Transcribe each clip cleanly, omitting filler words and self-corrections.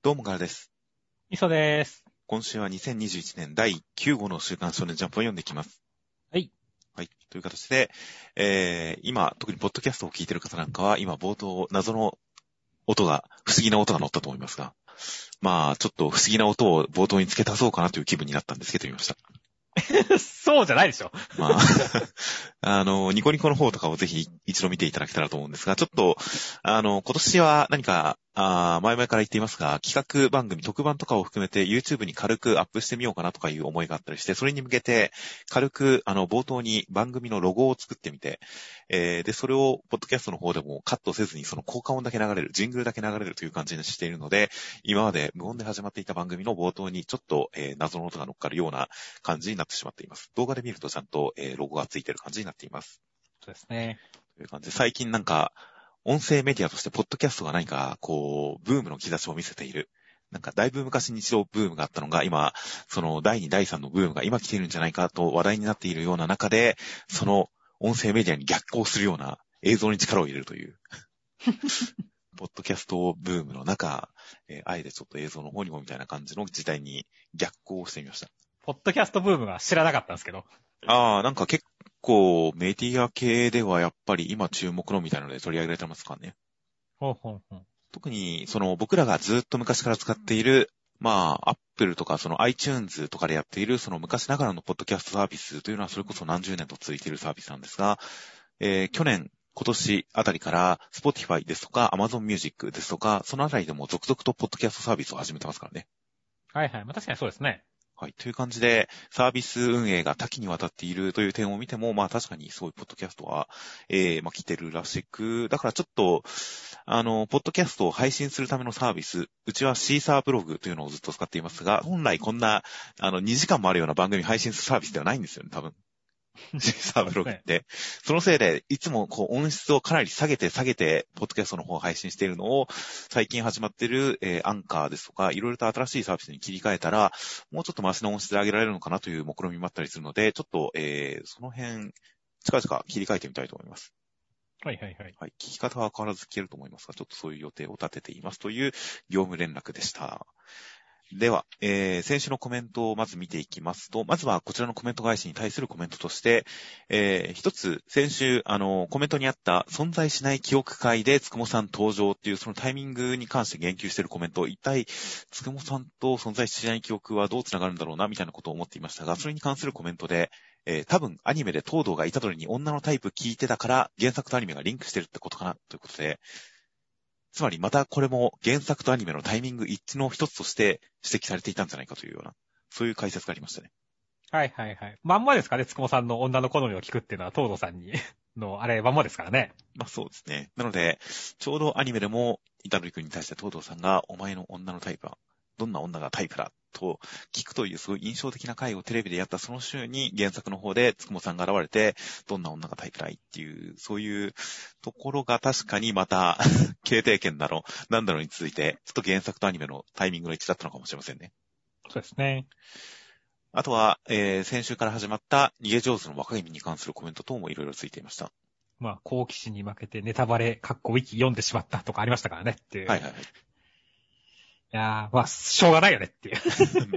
どうもからです。 磯です。 今週は2021年第9号の週刊少年ジャンプを読んでいきます。 はい。 はい。という形で、今、特にポッドキャストを聞いている方なんかは、今冒頭、謎の音が、不思議な音が乗ったと思いますが、まあ、ちょっと不思議な音を冒頭に付け足そうかなという気分になったんで付けてみました。 そうじゃないでしょ。 まあ、ニコニコの方とかをぜひ一度見ていただけたらと思うんですが、ちょっと、今年は何か、前々から言っていますが、企画番組、特番とかを含めて YouTube に軽くアップしてみようかなとかいう思いがあったりして、それに向けて、軽く、冒頭に番組のロゴを作ってみて、で、それを、ポッドキャストの方でもカットせずに、その効果音だけ流れる、ジングルだけ流れるという感じにしているので、今まで無音で始まっていた番組の冒頭にちょっと、謎の音が乗っかるような感じになってしまっています。動画で見るとちゃんと、ロゴがついている感じになっています。 そうですね。 という感じで、最近なんか、音声メディアとしてポッドキャストが何か、こう、ブームの兆しを見せている。なんか、だいぶ昔に一度ブームがあったのが、今、その第2、第3のブームが今来ているんじゃないかと話題になっているような中で、その音声メディアに逆行するような映像に力を入れるという、ポッドキャストブームの中、あえてちょっと映像の方にもみたいな感じの時代に逆行してみました。 ポッドキャストブームが知らなかったんですけど。 なんか結構メディア系ではやっぱり今注目のみたいなので取り上げられてますからね。 ほうほうほう。 特にその僕らがずっと昔から使っている、まあ、Apple とかその iTunes とかでやっているその昔ながらのポッドキャストサービスというのはそれこそ何十年と続いているサービスなんですが、去年、今年あたりから Spotify ですとか Amazon Music ですとか、そのあたりでも続々とポッドキャストサービスを始めてますからね。 はいはい。まあ、確かにそうですね。 はい。という感じで、サービス運営が多岐にわたっているという点を見ても、まあ確かにそういうポッドキャストは、まあ来てるらしく、だからちょっと、ポッドキャストを配信するためのサービス、うちはシーサーブログというのをずっと使っていますが、本来こんな、2時間もあるような番組配信するサービスではないんですよね、多分。シーサーブログって。そのせいで、いつもこう音質をかなり下げて、ポッドキャストの方を配信しているのを、最近始まっている、アンカーですとか、いろいろと新しいサービスに切り替えたら、もうちょっとマシな音質で上げられるのかなという目論みもあったりするので、ちょっと、その辺、近々切り替えてみたいと思います。 はいはいはい。 はい。聞き方は変わらず聞けると思いますが、ちょっとそういう予定を立てていますという業務連絡でした。では、先週のコメントをまず見ていきますと、まずはこちらのコメント返しに対するコメントとして、一つ、先週、コメントにあった存在しない記憶会でつくもさん登場っていうそのタイミングに関して言及しているコメント、一体、つくもさんと存在しない記憶はどうつながるんだろうな、みたいなことを思っていましたが、それに関するコメントで、多分アニメで東堂がいたどりに女のタイプ聞いてたから原作とアニメがリンクしてるってことかな、ということで、つまりまたこれも原作とアニメのタイミング一致の一つとして指摘されていたんじゃないかというような、そういう解説がありましたね。 はいはいはい。まんまですかね、つくもさんの女の好みを聞くっていうのは、東堂さんにの、あれ、まんまですからね。 まあそうですね。なので、ちょうどアニメでも、イタドリ君に対して東堂さんが、お前の女のタイプは、どんな女がタイプだと聞くというすごい印象的な回をテレビでやったその週に原作の方でつくもさんが現れて、どんな女がタイプだいっていう、そういうところが確かにまた、決定権だろう、なんだろうに続いて、ちょっと原作とアニメのタイミングの一致だったのかもしれませんね。 そうですね。 あとは、先週から始まった逃げ上手の若君に関するコメント等もいろいろついていました。 まあ、好奇心に負けてネタバレ、ウィキ読んでしまったとかありましたからねっていう。 はいはいはい。 いやー、まあ、しょうがないよねっていう。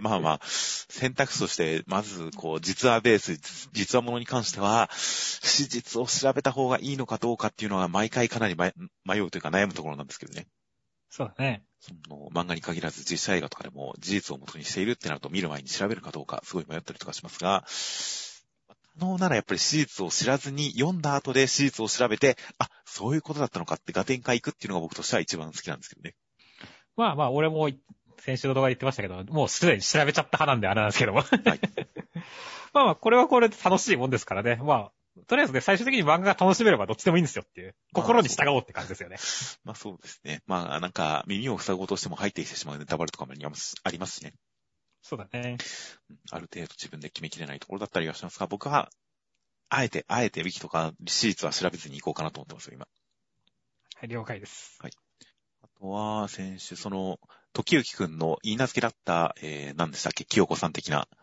まあまあ、選択肢として、まず、こう、実話ベース、実話ものに関しては、史実を調べた方がいいのかどうかっていうのは、毎回かなり迷うというか悩むところなんですけどね。 そうだね。 その、漫画に限らず実写映画とかでも事実を元にしているってなると見る前に調べるかどうか、すごい迷ったりとかしますが、可能ならやっぱり史実を知らずに読んだ後で史実を調べて、あ、そういうことだったのかって合点化行くっていうのが僕としては一番好きなんですけどね。 まあまあ、俺も先週の動画で言ってましたけど、もうすでに調べちゃった派なんであれなんですけども。はい。まあまあ、これはこれで楽しいもんですからね。まあ、とりあえずね、最終的に漫画が楽しめればどっちでもいいんですよっていう。心に従おうって感じですよね。 まあそうですね。まあなんか耳を塞ごうとしても入ってきてしまうネタバレとかもありますしね。 そうだね。 ある程度自分で決めきれないところだったりはしますが、僕は、あえてウィキとか史実は調べずに行こうかなと思ってますよ、今。 はい、了解です。 はい。あとは、先週、時行くんの言い名付けだった、何でしたっけ、清子さん的な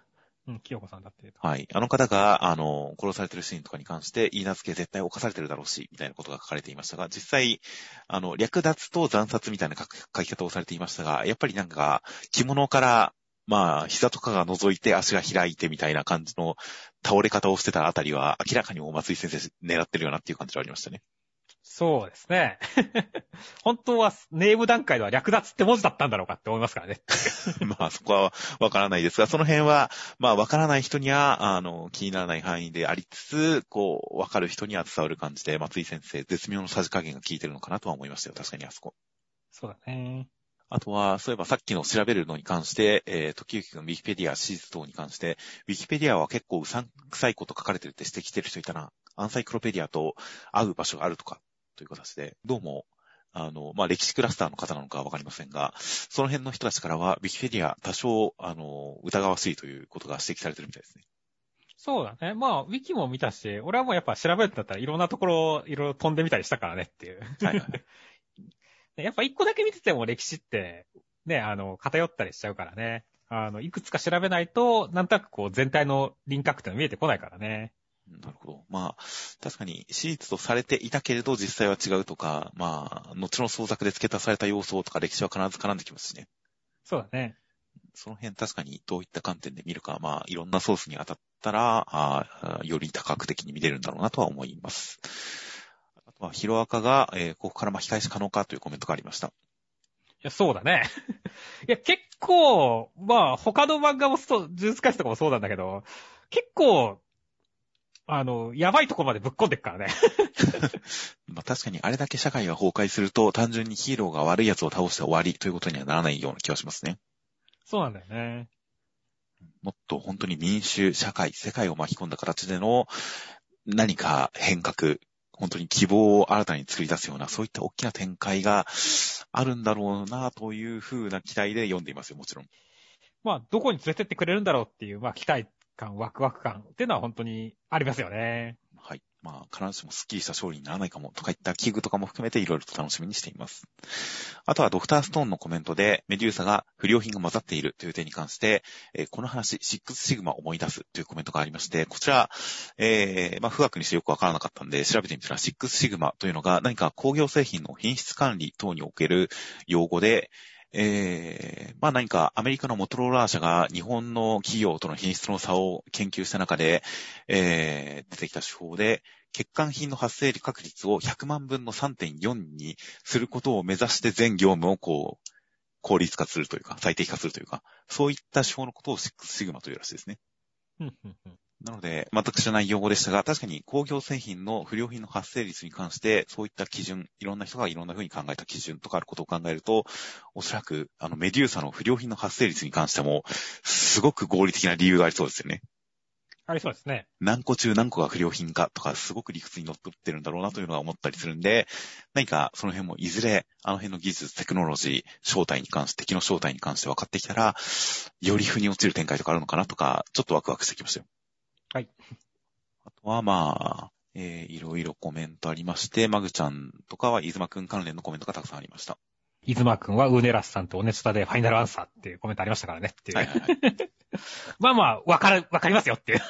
うん、清子さんだって。 はい。あの方が、殺されてるシーンとかに関して、言い名付け絶対犯されてるだろうし、みたいなことが書かれていましたが、実際、略奪と惨殺みたいな書き方をされていましたが、やっぱりなんか、着物から、まあ、膝とかが覗いて足が開いてみたいな感じの倒れ方をしてたあたりは、明らかに大松井先生狙ってるよなっていう感じがありましたね。 そうですね。本当はネーム段階では略奪って文字だったんだろうかって思いますからね。 まあそこはわからないですが、その辺は、まあわからない人には、気にならない範囲でありつつ、こう、わかる人には伝わる感じで、松井先生、絶妙のさじ加減が効いてるのかなとは思いましたよ。確かにあそこ。 そうだね。 あとは、そういえばさっきの調べるのに関して、時々のウィキペディア、史実等に関して、ウィキペディアは結構うさんくさいこと書かれてるって指摘してる人いたな。アンサイクロペディアと会う場所があるとか、という形で、どうも、まあ、歴史クラスターの方なのかはわかりませんが、その辺の人たちからは、ウィキペディア多少、疑わしいということが指摘されてるみたいですね。 そうだね。まあ、ウィキも見たし、俺はもうやっぱ調べるんだったらいろんなところ、いろいろ飛んでみたりしたからねっていう。 はいはい。 やっぱ一個だけ見てても歴史って、ね、偏ったりしちゃうからね。いくつか調べないと、なんとなくこう全体の輪郭ってのは見えてこないからね。 なるほど。まあ、確かに、史実とされていたけれど、実際は違うとか、まあ、後の創作で付け足された要素とか歴史は必ず絡んできますしね。 そうだね。 その辺確かにどういった観点で見るか、まあ、いろんなソースに当たったら、より多角的に見れるんだろうなとは思います。あとは、ヒロアカが、ここから巻き返し可能かというコメントがありました。 いや、そうだね。いや、結構、まあ、他の漫画もそう、呪術回戦とかもそうなんだけど、結構、やばいとこまでぶっこんでっからね。 まあ確かにあれだけ社会が崩壊すると、単純にヒーローが悪い奴を倒して終わりということにはならないような気がしますね。 そうなんだよね。 もっと本当に民衆、社会、世界を巻き込んだ形での何か変革、本当に希望を新たに作り出すような、そういった大きな展開があるんだろうなというふうな期待で読んでいますよ、もちろん。 まあ、どこに連れてってくれるんだろうっていう、まあ、期待感、ワクワク感っていうのは本当にありますよね。 はい。まあ、必ずしもスッキリした勝利にならないかもとかいった器具とかも含めていろいろと楽しみにしています。あとはドクターストーンのコメントでメデューサが不良品が混ざっているという点に関して、この話、シックスシグマを思い出すというコメントがありまして、こちら、まあ、富岳にしてよくわからなかったんで調べてみたらシックスシグマというのが何か工業製品の品質管理等における用語で、まあ何かアメリカのモトローラー社が日本の企業との品質の差を研究した中で、出てきた手法で、欠陥品の発生確率を100万分の 3.4 にすることを目指して全業務をこう、効率化するというか、最適化するというか、そういった手法のことをシックスシグマというらしいですね。なので、全く知らない用語でしたが、確かに工業製品の不良品の発生率に関して、そういった基準、いろんな人がいろんな風に考えた基準とかあることを考えると、おそらく、メデューサの不良品の発生率に関しても、すごく合理的な理由がありそうですよね。 ありそうですね。 何個中何個が不良品かとか、すごく理屈にのっとってるんだろうなというのは思ったりするんで、何かその辺もいずれ、あの辺の技術、テクノロジー、正体に関して、敵の正体に関して分かってきたら、より腑に落ちる展開とかあるのかなとか、ちょっとワクワクしてきましたよ。 はい。 あとはまあ、いろいろコメントありまして、マグちゃんとかは飯妻くん関連のコメントがたくさんありました。 飯妻くんはウーネラスさんとオネスタでファイナルアンサーっていうコメントありましたからねっていう。はいはいはい。まあまあ、わかりますよっていう。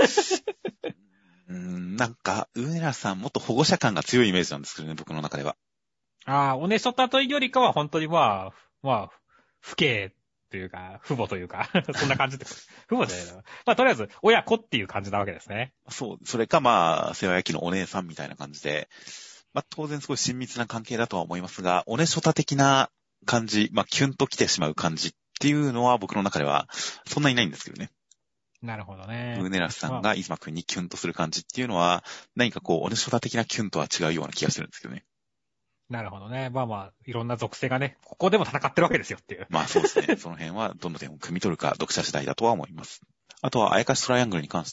なんか、ウーネラスさんもっと保護者感が強いイメージなんですけどね、僕の中では。 ああ、オネスタというよりかは本当にまあ、父兄というか、父母というか、そんな感じで。父母じゃないな。まあ、とりあえず、親子っていう感じなわけですね。 そう、それかまあ、世話焼きのお姉さんみたいな感じで、まあ当然すごい親密な関係だとは思いますが、おねしょた的な感じ、まあキュンと来てしまう感じっていうのは僕の中ではそんなにないんですけどね。 なるほどね。 ウーネラスさんがイズマくんにキュンとする感じっていうのは、何かこう、おねしょた的なキュンとは違うような気がするんですけどね。 なるほどね。まあまあ、いろんな属性がね、ここでも戦ってるわけですよっていう。 まあそうですね。その辺はどの点を汲み取るか読者次第だとは思います。あとは、あやかしトライアングルに関して、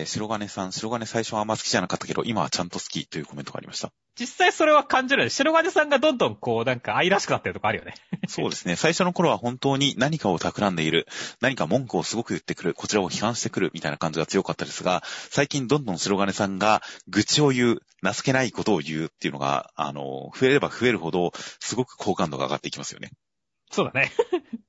白金さん、白金最初はあんま好きじゃなかったけど、今はちゃんと好きというコメントがありました。 実際それは感じるよね。白金さんがどんどんこう、なんか愛らしくなってるとこあるよね。 そうですね。最初の頃は本当に何かを企んでいる、何か文句をすごく言ってくる、こちらを批判してくるみたいな感じが強かったですが、最近どんどん白金さんが愚痴を言う、情けないことを言うっていうのが、増えれば増えるほど、すごく好感度が上がっていきますよね。 そうだね。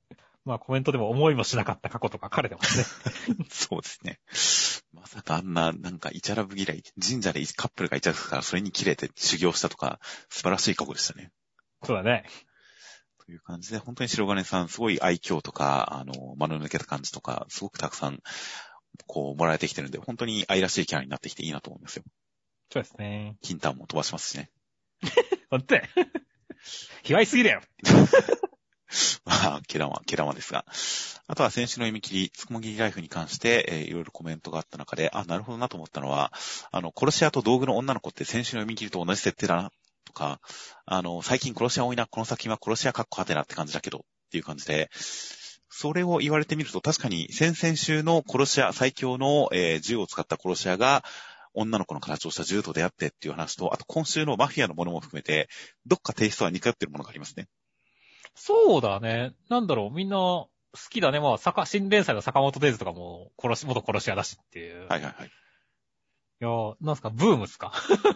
まあコメントでも思いもしなかった過去とか書かれてますね。 そうですね。まさかあんな、なんかイチャラブ嫌い、神社でカップルがいちゃうからそれに切れて修行したとか、素晴らしい過去でしたね。 そうだね。 という感じで、本当に白金さん、すごい愛嬌とか、間の抜けた感じとか、すごくたくさん、もらえてきてるんで、本当に愛らしいキャラになってきていいなと思いますよ。 そうですね。 金丹も飛ばしますしね。 だって、卑猥すぎだよ。 まあ、毛玉ですが。あとは先週の読み切り、つくもぎりライフに関して、いろいろコメントがあった中で、なるほどなと思ったのは、殺し屋と道具の女の子って先週の読み切りと同じ設定だな、とか、最近殺し屋多いな、この作品は殺し屋かっこはてなって感じだけど、っていう感じで、それを言われてみると確かに先々週の殺し屋、最強の、銃を使った殺し屋が、女の子の形をした銃と出会ってっていう話と、あと今週のマフィアのものも含めて、どっかテイストは似通ってるものがありますね。 そうだね。なんだろう、みんな好きだね。まあ、新連載の坂本デイズとかも元殺し屋だしっていう。 はいはいはい。 いやー、なんすか、ブームっすか。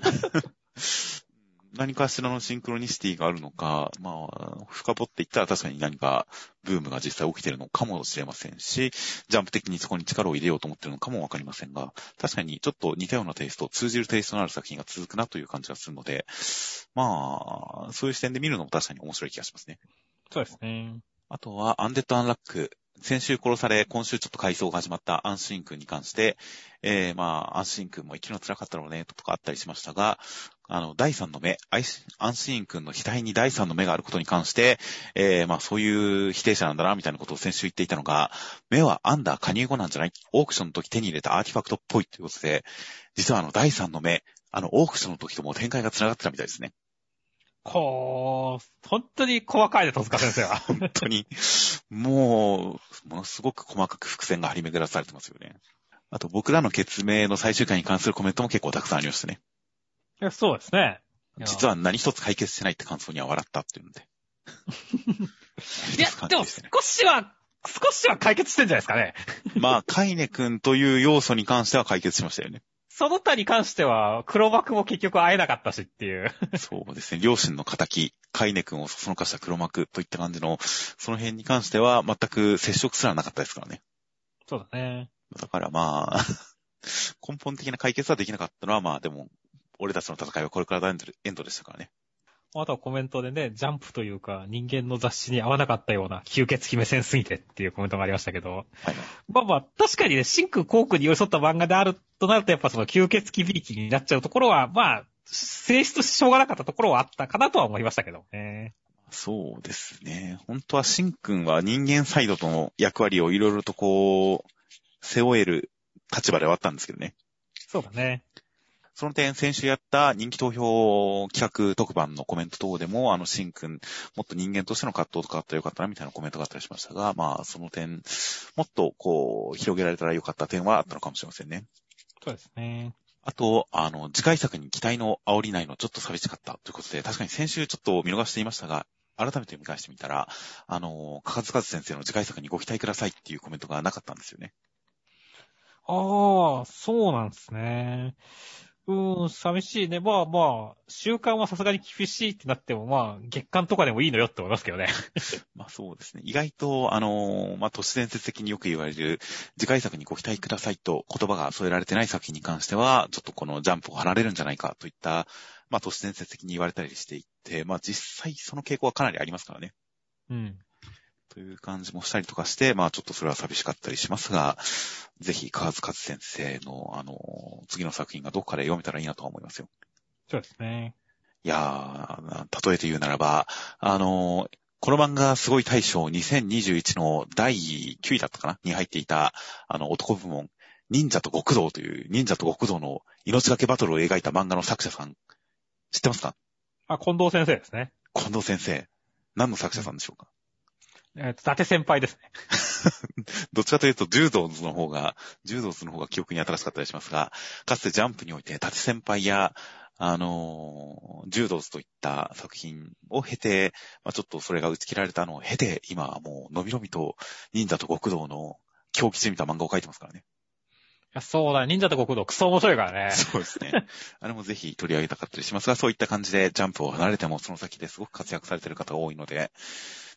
何かしらのシンクロニシティがあるのか、まあ、深掘っていったら確かに何かブームが実際起きているのかもしれませんし、ジャンプ的にそこに力を入れようと思っているのかもわかりませんが、確かにちょっと似たようなテイスト、通じるテイストのある作品が続くなという感じがするので、まあ、そういう視点で見るのも確かに面白い気がしますね。 そうですね。 あとは、アンデッド・アンラック。先週殺され、今週ちょっと回想が始まったアンシーン君に関して、まあ、アンシーン君も生きるの辛かったろうね、とかあったりしましたが、第三の目、アンシーン君の額に第三の目があることに関して、まあ、そういう否定者なんだな、みたいなことを先週言っていたのが、目はアンダー加入後なんじゃない？オークションの時手に入れたアーティファクトっぽいということで、実は第三の目、オークションの時とも展開が繋がってたみたいですね。 本当に細かいね、戸塚先生は。 本当に、ものすごく細かく伏線が張り巡らされてますよね。あと、僕らの決明の最終回に関するコメントも結構たくさんありましたね。 いや、そうですね。 実は何一つ解決してないって感想には笑ったっていうので。 いや、でも少しは解決してんじゃないですかね。 まあ、カイネ君という要素に関しては解決しましたよね。 その他に関しては、黒幕も結局会えなかったしっていう。 そうですね。両親の仇、カイネ君をそそのかした黒幕といった感じの、その辺に関しては全く接触すらなかったですからね。 そうだね。 だからまあ、根本的な解決はできなかったのはまあでも、俺たちの戦いはこれからエンドでしたからね。 あとはコメントでね、ジャンプというか人間の雑誌に合わなかったような吸血鬼目線すぎてっていうコメントがありましたけど。はい。まあ確かにね、シンクコークに寄り添った漫画であるとなるとやっぱその吸血鬼ビリキになっちゃうところは、まあ、性質としてしょうがなかったところはあったかなとは思いましたけどね。 そうですね。本当はシンくんは人間サイドとの役割をいろいろと背負える立場ではあったんですけどね。 そうだね。 その点、先週やった人気投票企画特番のコメント等でも、シンくん、もっと人間としての葛藤とかあったらよかったな、みたいなコメントがあったりしましたが、まあ、その点、もっと、広げられたらよかった点はあったのかもしれませんね。 そうですね。 あと、次回作に期待の煽りないのちょっと寂しかったということで、確かに先週ちょっと見逃していましたが、改めて見返してみたら、かずかず先生の次回作にご期待くださいっていうコメントがなかったんですよね。 ああ、そうなんですね。寂しいね。まあ、週刊はさすがに厳しいってなっても、まあ、月刊とかでもいいのよって思いますけどね。 まあそうですね。意外と、まあ都市伝説的によく言われる、次回作にご期待くださいと言葉が添えられてない作品に関しては、ちょっとこのジャンプを離れるんじゃないかといった、まあ都市伝説的に言われたりしていて、まあ実際その傾向はかなりありますからね。 うん。 という感じもしたりとかして、まあちょっとそれは寂しかったりしますが、ぜひ川津和先生の次の作品がどこかで読めたらいいなとは思いますよ。 そうですね。 いやー、例えて言うならば、この漫画すごい大賞2021の第9位だったかなに入っていた、男部門、忍者と極道という忍者と極道の命がけバトルを描いた漫画の作者さん、知ってますか？ 近藤先生ですね。 近藤先生。何の作者さんでしょうか？ 伊達先輩ですね。 どっちかというと、柔道図の方が記憶に新しかったりしますが、かつてジャンプにおいて、伊達先輩や、柔道図といった作品を経て、まあ、ちょっとそれが打ち切られたのを経て、今はもう、のびのびと忍者と極道の狂気じみた漫画を描いてますからね。 いや、そうだ、忍者と極道クソ面白いからね。 そうですね。あれもぜひ取り上げたかったりしますが、そういった感じでジャンプを離れてもその先ですごく活躍されている方が多いので、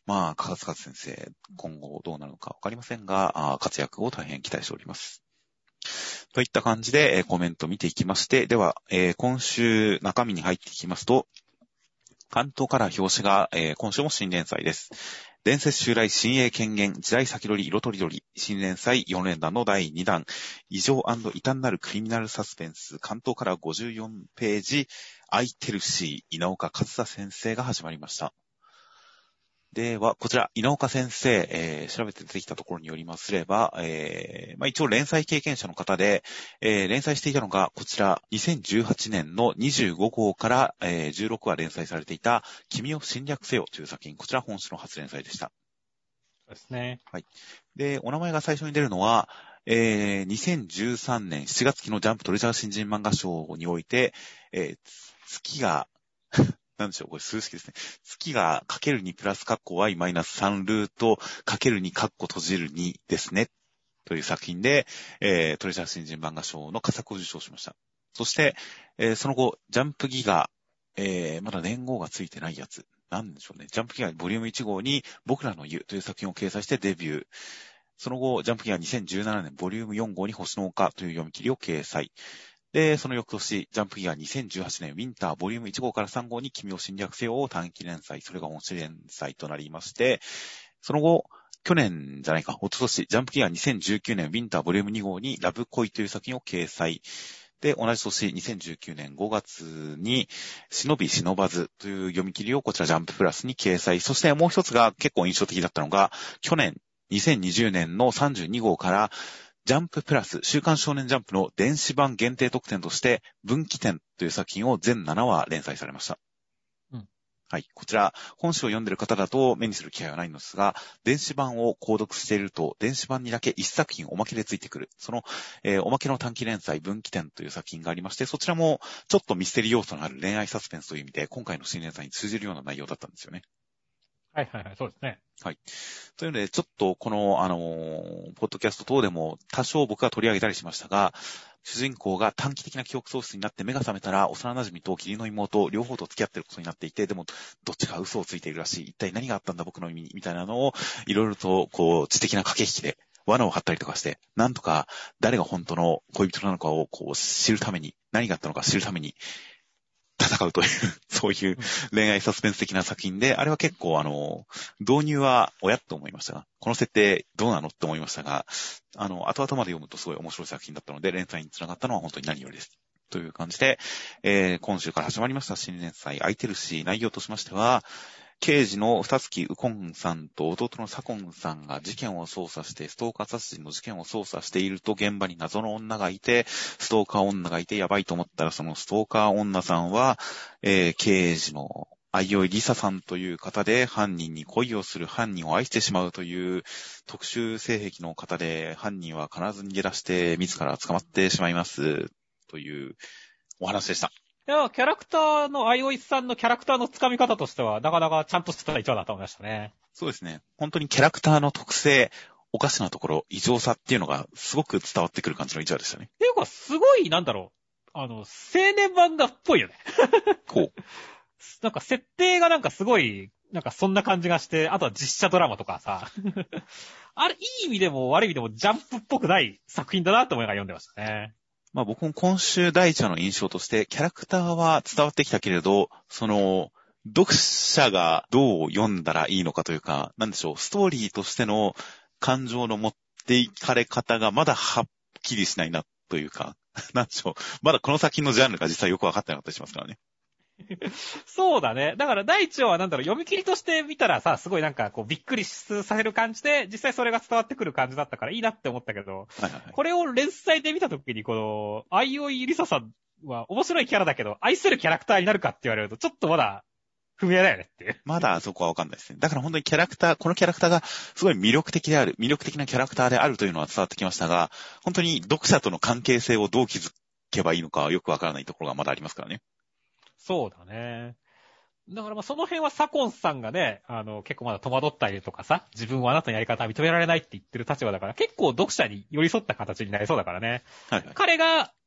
まあ、かつかつ先生、今後どうなるのかわかりませんが、活躍を大変期待しております。といった感じで、コメント見ていきまして、では、今週中身に入っていきますと、関東から表紙が、今週も新連載です。伝説襲来新鋭権限時代先取り色とりどり新連載4連弾の第2弾異常&異端なるクリミナルサスペンス関東から54ページ空いてるし稲岡和沙先生が始まりました。では、こちら、稲岡先生、調べて出てきたところによりますれば、一応連載経験者の方で、連載していたのが、こちら、2018年の25号から、16話連載されていた、君を侵略せよという作品、こちら本誌の初連載でした。 そうですね。 はい。で、お名前が最初に出るのは、2013年7月期のジャンプトレジャー新人漫画賞において、月が、なんでしょう、これ数式ですね。月がかける2プラスカッコ y マイナス3ルートかける2カッコ閉じる2ですね。という作品で、トレジャー新人漫画賞の佳作を受賞しました。そして、その後、ジャンプギガ、まだ年号がついてないやつ。なんでしょうね。ジャンプギガボリューム1号に僕らの湯という作品を掲載してデビュー。その後、ジャンプギガ2017年ボリューム4号に星の丘という読み切りを掲載。で、その翌年、ジャンプギガ2018年ウィンターボリューム1号から3号に君を侵略せよを短期連載、それが本誌連載となりまして、その後、去年じゃないか、おととし、ジャンプギガ2019年ウィンターボリューム2号にラブ恋という作品を掲載。で、同じ年、2019年5月に、忍び忍ばずという読み切りをこちらジャンププラスに掲載。そしてもう一つが結構印象的だったのが、去年、2020年の32号から、ジャンププラス、週刊少年ジャンプの電子版限定特典として、分岐点という作品を全7話連載されました。 うん。 はい。こちら、本誌を読んでいる方だと目にする機会はないのですが、電子版を購読していると、電子版にだけ1作品おまけでついてくる。その、おまけの短期連載、分岐点という作品がありまして、そちらもちょっとミステリー要素のある恋愛サスペンスという意味で、今回の新連載に通じるような内容だったんですよね。 はいはいはい、そうですね。 はい。というので、ちょっとこの、ポッドキャスト等でも多少僕が取り上げたりしましたが、主人公が短期的な記憶喪失になって目が覚めたら、幼馴染と義理の妹、両方と付き合っていることになっていて、でも、どっちが嘘をついているらしい。一体何があったんだ僕の意味みたいなのを、いろいろと、こう、知的な駆け引きで、罠を張ったりとかして、なんとか誰が本当の恋人なのかをこう知るために、何があったのか知るために、戦うという、そういう恋愛サスペンス的な作品で、あれは結構導入は親と思いましたが、この設定どうなのって思いましたが、後々まで読むとすごい面白い作品だったので、連載につながったのは本当に何よりです。という感じで、今週から始まりました新連載、空いてるし、内容としましては、刑事の二月ウコンさんと弟のサコンさんが事件を捜査して、ストーカー殺人の事件を捜査していると現場に謎の女がいて、ストーカー女がいてやばいと思ったらそのストーカー女さんは、刑事の相生リサさんという方で犯人に恋をする犯人を愛してしまうという特殊性癖の方で犯人は必ず逃げ出して自ら捕まってしまいますというお話でした。 いや、キャラクターの、相生さんのキャラクターの掴み方としては、なかなかちゃんとしてた一話だと思いましたね。 そうですね。本当にキャラクターの特性、おかしなところ、異常さっていうのがすごく伝わってくる感じの一話でしたね。 っていうか、すごい、なんだろう。青年漫画っぽいよね。 こう。 なんか設定がなんかすごい、なんかそんな感じがして、あとは実写ドラマとかさ。あれ、いい意味でも悪い意味でもジャンプっぽくない作品だなと思いながら読んでましたね。 まあ僕も今週第一話の印象として、キャラクターは伝わってきたけれど、読者がどう読んだらいいのかというか、なんでしょう、ストーリーとしての感情の持っていかれ方がまだはっきりしないなというか、なんでしょう、まだこの先のジャンルが実際よくわかってなかったりしますからね。 そうだね。だから第一話は読み切りとして見たらさ、すごいなんかこうびっくりさせる感じで、実際それが伝わってくる感じだったからいいなって思ったけど、 はいはいはい、 これを連載で見たときにこの、相生リサさんは面白いキャラだけど、愛せるキャラクターになるかって言われると、ちょっとまだ、不明だよねっていう。 まだそこはわかんないですね。だから本当にこのキャラクターがすごい魅力的なキャラクターであるというのは伝わってきましたが、本当に読者との関係性をどう築けばいいのかよくわからないところがまだありますからね。 そうだね。だからその辺はサコンさんがね、結構まだ戸惑ったりとかさ、自分はあなたのやり方は認められないって言ってる立場だから、結構読者に寄り添った形になりそうだからね。 はいはい、 彼が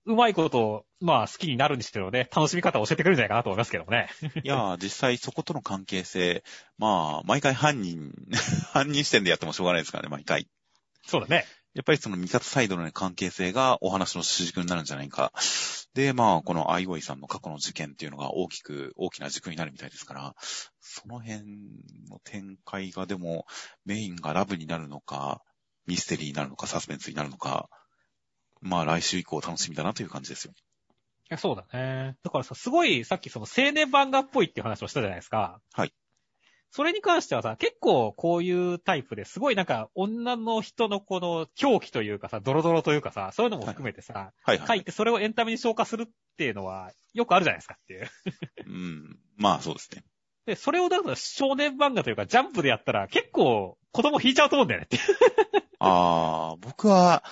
うまいことを、まあ好きになるにしてもね、楽しみ方を教えてくれるんじゃないかなと思いますけどもね。 いやー、実際そことの関係性、まあ、毎回犯人視点でやってもしょうがないですからね、毎回。 そうだね。 やっぱりその味方サイドの関係性がお話の主軸になるんじゃないか。で、まあ、この相生さんの過去の事件っていうのが大きな軸になるみたいですから、その辺の展開がでもメインがラブになるのか、ミステリーになるのか、サスペンスになるのか、まあ来週以降楽しみだなという感じですよ。 いや、そうだね。だからさ、すごいさっきその青年漫画っぽいっていう話をしたじゃないですか。 はい。 それに関してはさ、結構こういうタイプですごいなんか女の人のこの狂気というかさ、ドロドロというかさ、そういうのも含めてさ、 はいはい。 書いてそれをエンタメに消化するっていうのはよくあるじゃないですかっていう。 うん。まあそうですね。 で、それをだから少年漫画というかジャンプでやったら結構子供引いちゃうと思うんだよねっていう。 僕は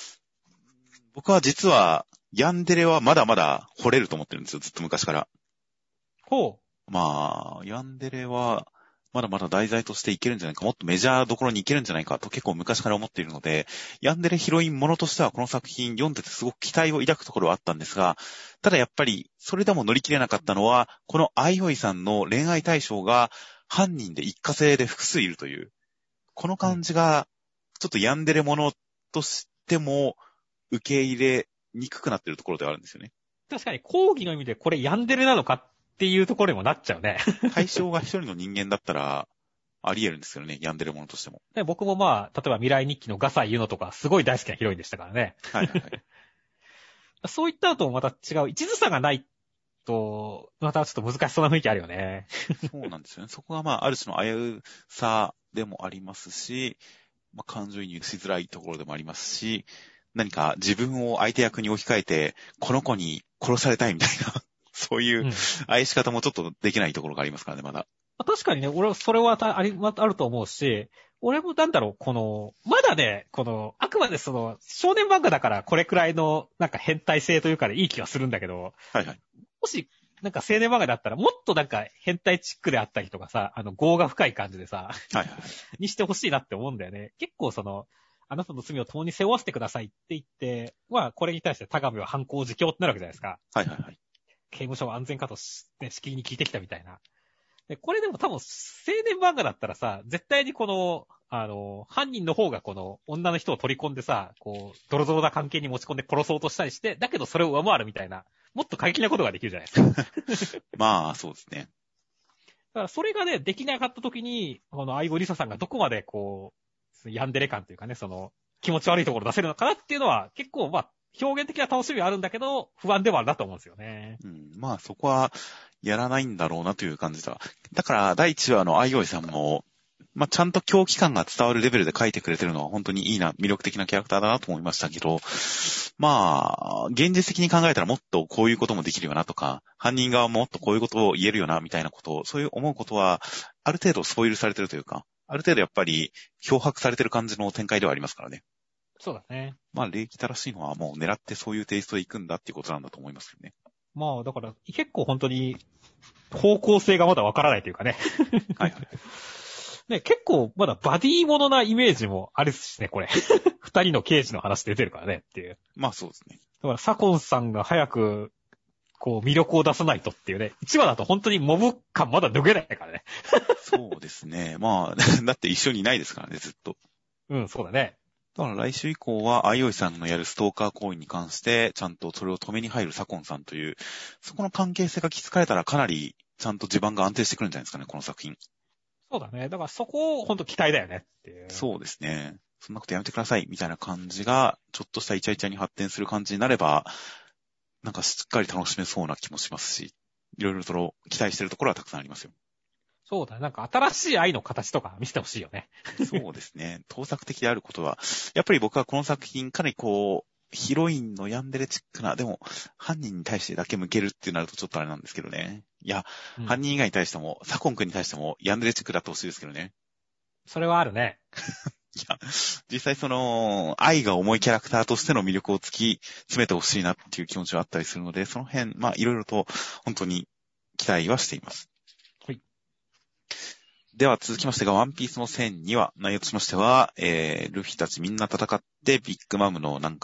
実は、ヤンデレはまだまだ掘れると思ってるんですよ、ずっと昔から。 ほまあ、ヤンデレは、まだまだ題材としていけるんじゃないか、もっとメジャーどころにいけるんじゃないかと結構昔から思っているので、ヤンデレヒロインものとしてはこの作品読んでてすごく期待を抱くところはあったんですが、ただやっぱり、それでも乗り切れなかったのは、このアイオイさんの恋愛対象が犯人で一過性で複数いるという、この感じが、ちょっとヤンデレものとしても受け入れにくくなっているところではあるんですよね。 確かに講義の意味でこれヤンデレなのかっていうところにもなっちゃうね。 対象が一人の人間だったら、あり得るんですけどね、ヤンデレものとしても。 で僕もまあ、例えば未来日記のガサイユノとかすごい大好きなヒロインでしたからね。 はいはいはい。 そういったのともまた違う、一途さがないと、またちょっと難しそうな雰囲気あるよね。 そうなんですよね。そこがまあ、ある種の危うさでもありますし、まあ、感情移入しづらいところでもありますし、何か自分を相手役に置き換えて、この子に殺されたいみたいな、そういう愛し方もちょっとできないところがありますからね、まだ。 確かにね、俺はそれはあると思うし、俺もなんだろう、まだね、あくまで少年漫画だからこれくらいの、なんか変態性というかでいい気はするんだけど、 はいはい。 もし、なんか青年漫画だったら、もっとなんか変態チックであったりとかさ、業が深い感じでさ、 はいはい。 にしてほしいなって思うんだよね。結構あなたの罪を共に背負わせてくださいって言って、まあ、これに対して田上は犯行自供ってなるわけじゃないですか。 はいはいはい。 刑務所は安全かとね、しきりに聞いてきたみたいな。で、これでも多分、青年漫画だったらさ、絶対に犯人の方が女の人を取り込んでさ、ドロドロな関係に持ち込んで殺そうとしたりして、だけどそれを上回るみたいな、もっと過激なことができるじゃないですか。 まあ、そうですね。 だからそれがね、できなかった時に、相子リサさんがどこまでヤンデレ感というかね、気持ち悪いところ出せるのかなっていうのは、結構まあ、表現的な楽しみはあるんだけど、不安ではあるなと思うんですよね。 うん、まあ、そこは、やらないんだろうなという感じだ。だから、第1話の相生さんも、まあ、ちゃんと狂気感が伝わるレベルで書いてくれてるのは本当にいいな、魅力的なキャラクターだなと思いましたけど、まあ、現実的に考えたらもっとこういうこともできるよなとか、犯人側ももっとこういうことを言えるよな、みたいなことを、そういう思うことは、ある程度スポイルされてるというか、ある程度やっぱり、漂白されてる感じの展開ではありますからね。 そうだね。 まあ、礼儀正しいのはもう狙ってそういうテイストで行くんだっていうことなんだと思いますよね。 まあ、だから、結構本当に、方向性がまだわからないというかね。 はいはい。 ね、結構まだバディものなイメージもあるしね、これ。二人の刑事の話出てるからねっていう。 まあそうですね。 だから、サコンさんが早く、魅力を出さないとっていうね。一話だと本当にモブ感まだ脱げないからね。 そうですね。まあ、だって一緒にいないですからね、ずっと。 うん、そうだね。 だから来週以降は、相生さんのやるストーカー行為に関して、ちゃんとそれを止めに入る左近さんという、そこの関係性が築かれたらかなり、ちゃんと地盤が安定してくるんじゃないですかね、この作品。 そうだね。だからそこを本当期待だよねっていう。 そうですね。そんなことやめてください、みたいな感じが、ちょっとしたイチャイチャに発展する感じになれば、なんかしっかり楽しめそうな気もしますし、いろいろと期待してるところはたくさんありますよ。 そうだね。なんか新しい愛の形とか見せてほしいよね。 そうですね。盗作的であることは、やっぱり僕はこの作品かなりヒロインのヤンデレチックな、でも、犯人に対してだけ向けるってなるとちょっとあれなんですけどね。いや、犯人以外に対しても、左近くんに対してもヤンデレチックだってほしいですけどね。 それはあるね。 いや、実際愛が重いキャラクターとしての魅力を突き詰めてほしいなっていう気持ちはあったりするので、その辺、まあ、いろいろと、本当に期待はしています。 はい。 では続きましてが、ワンピースの1002話、内容としましては、ルフィたちみんな戦ってビッグマムのなんか、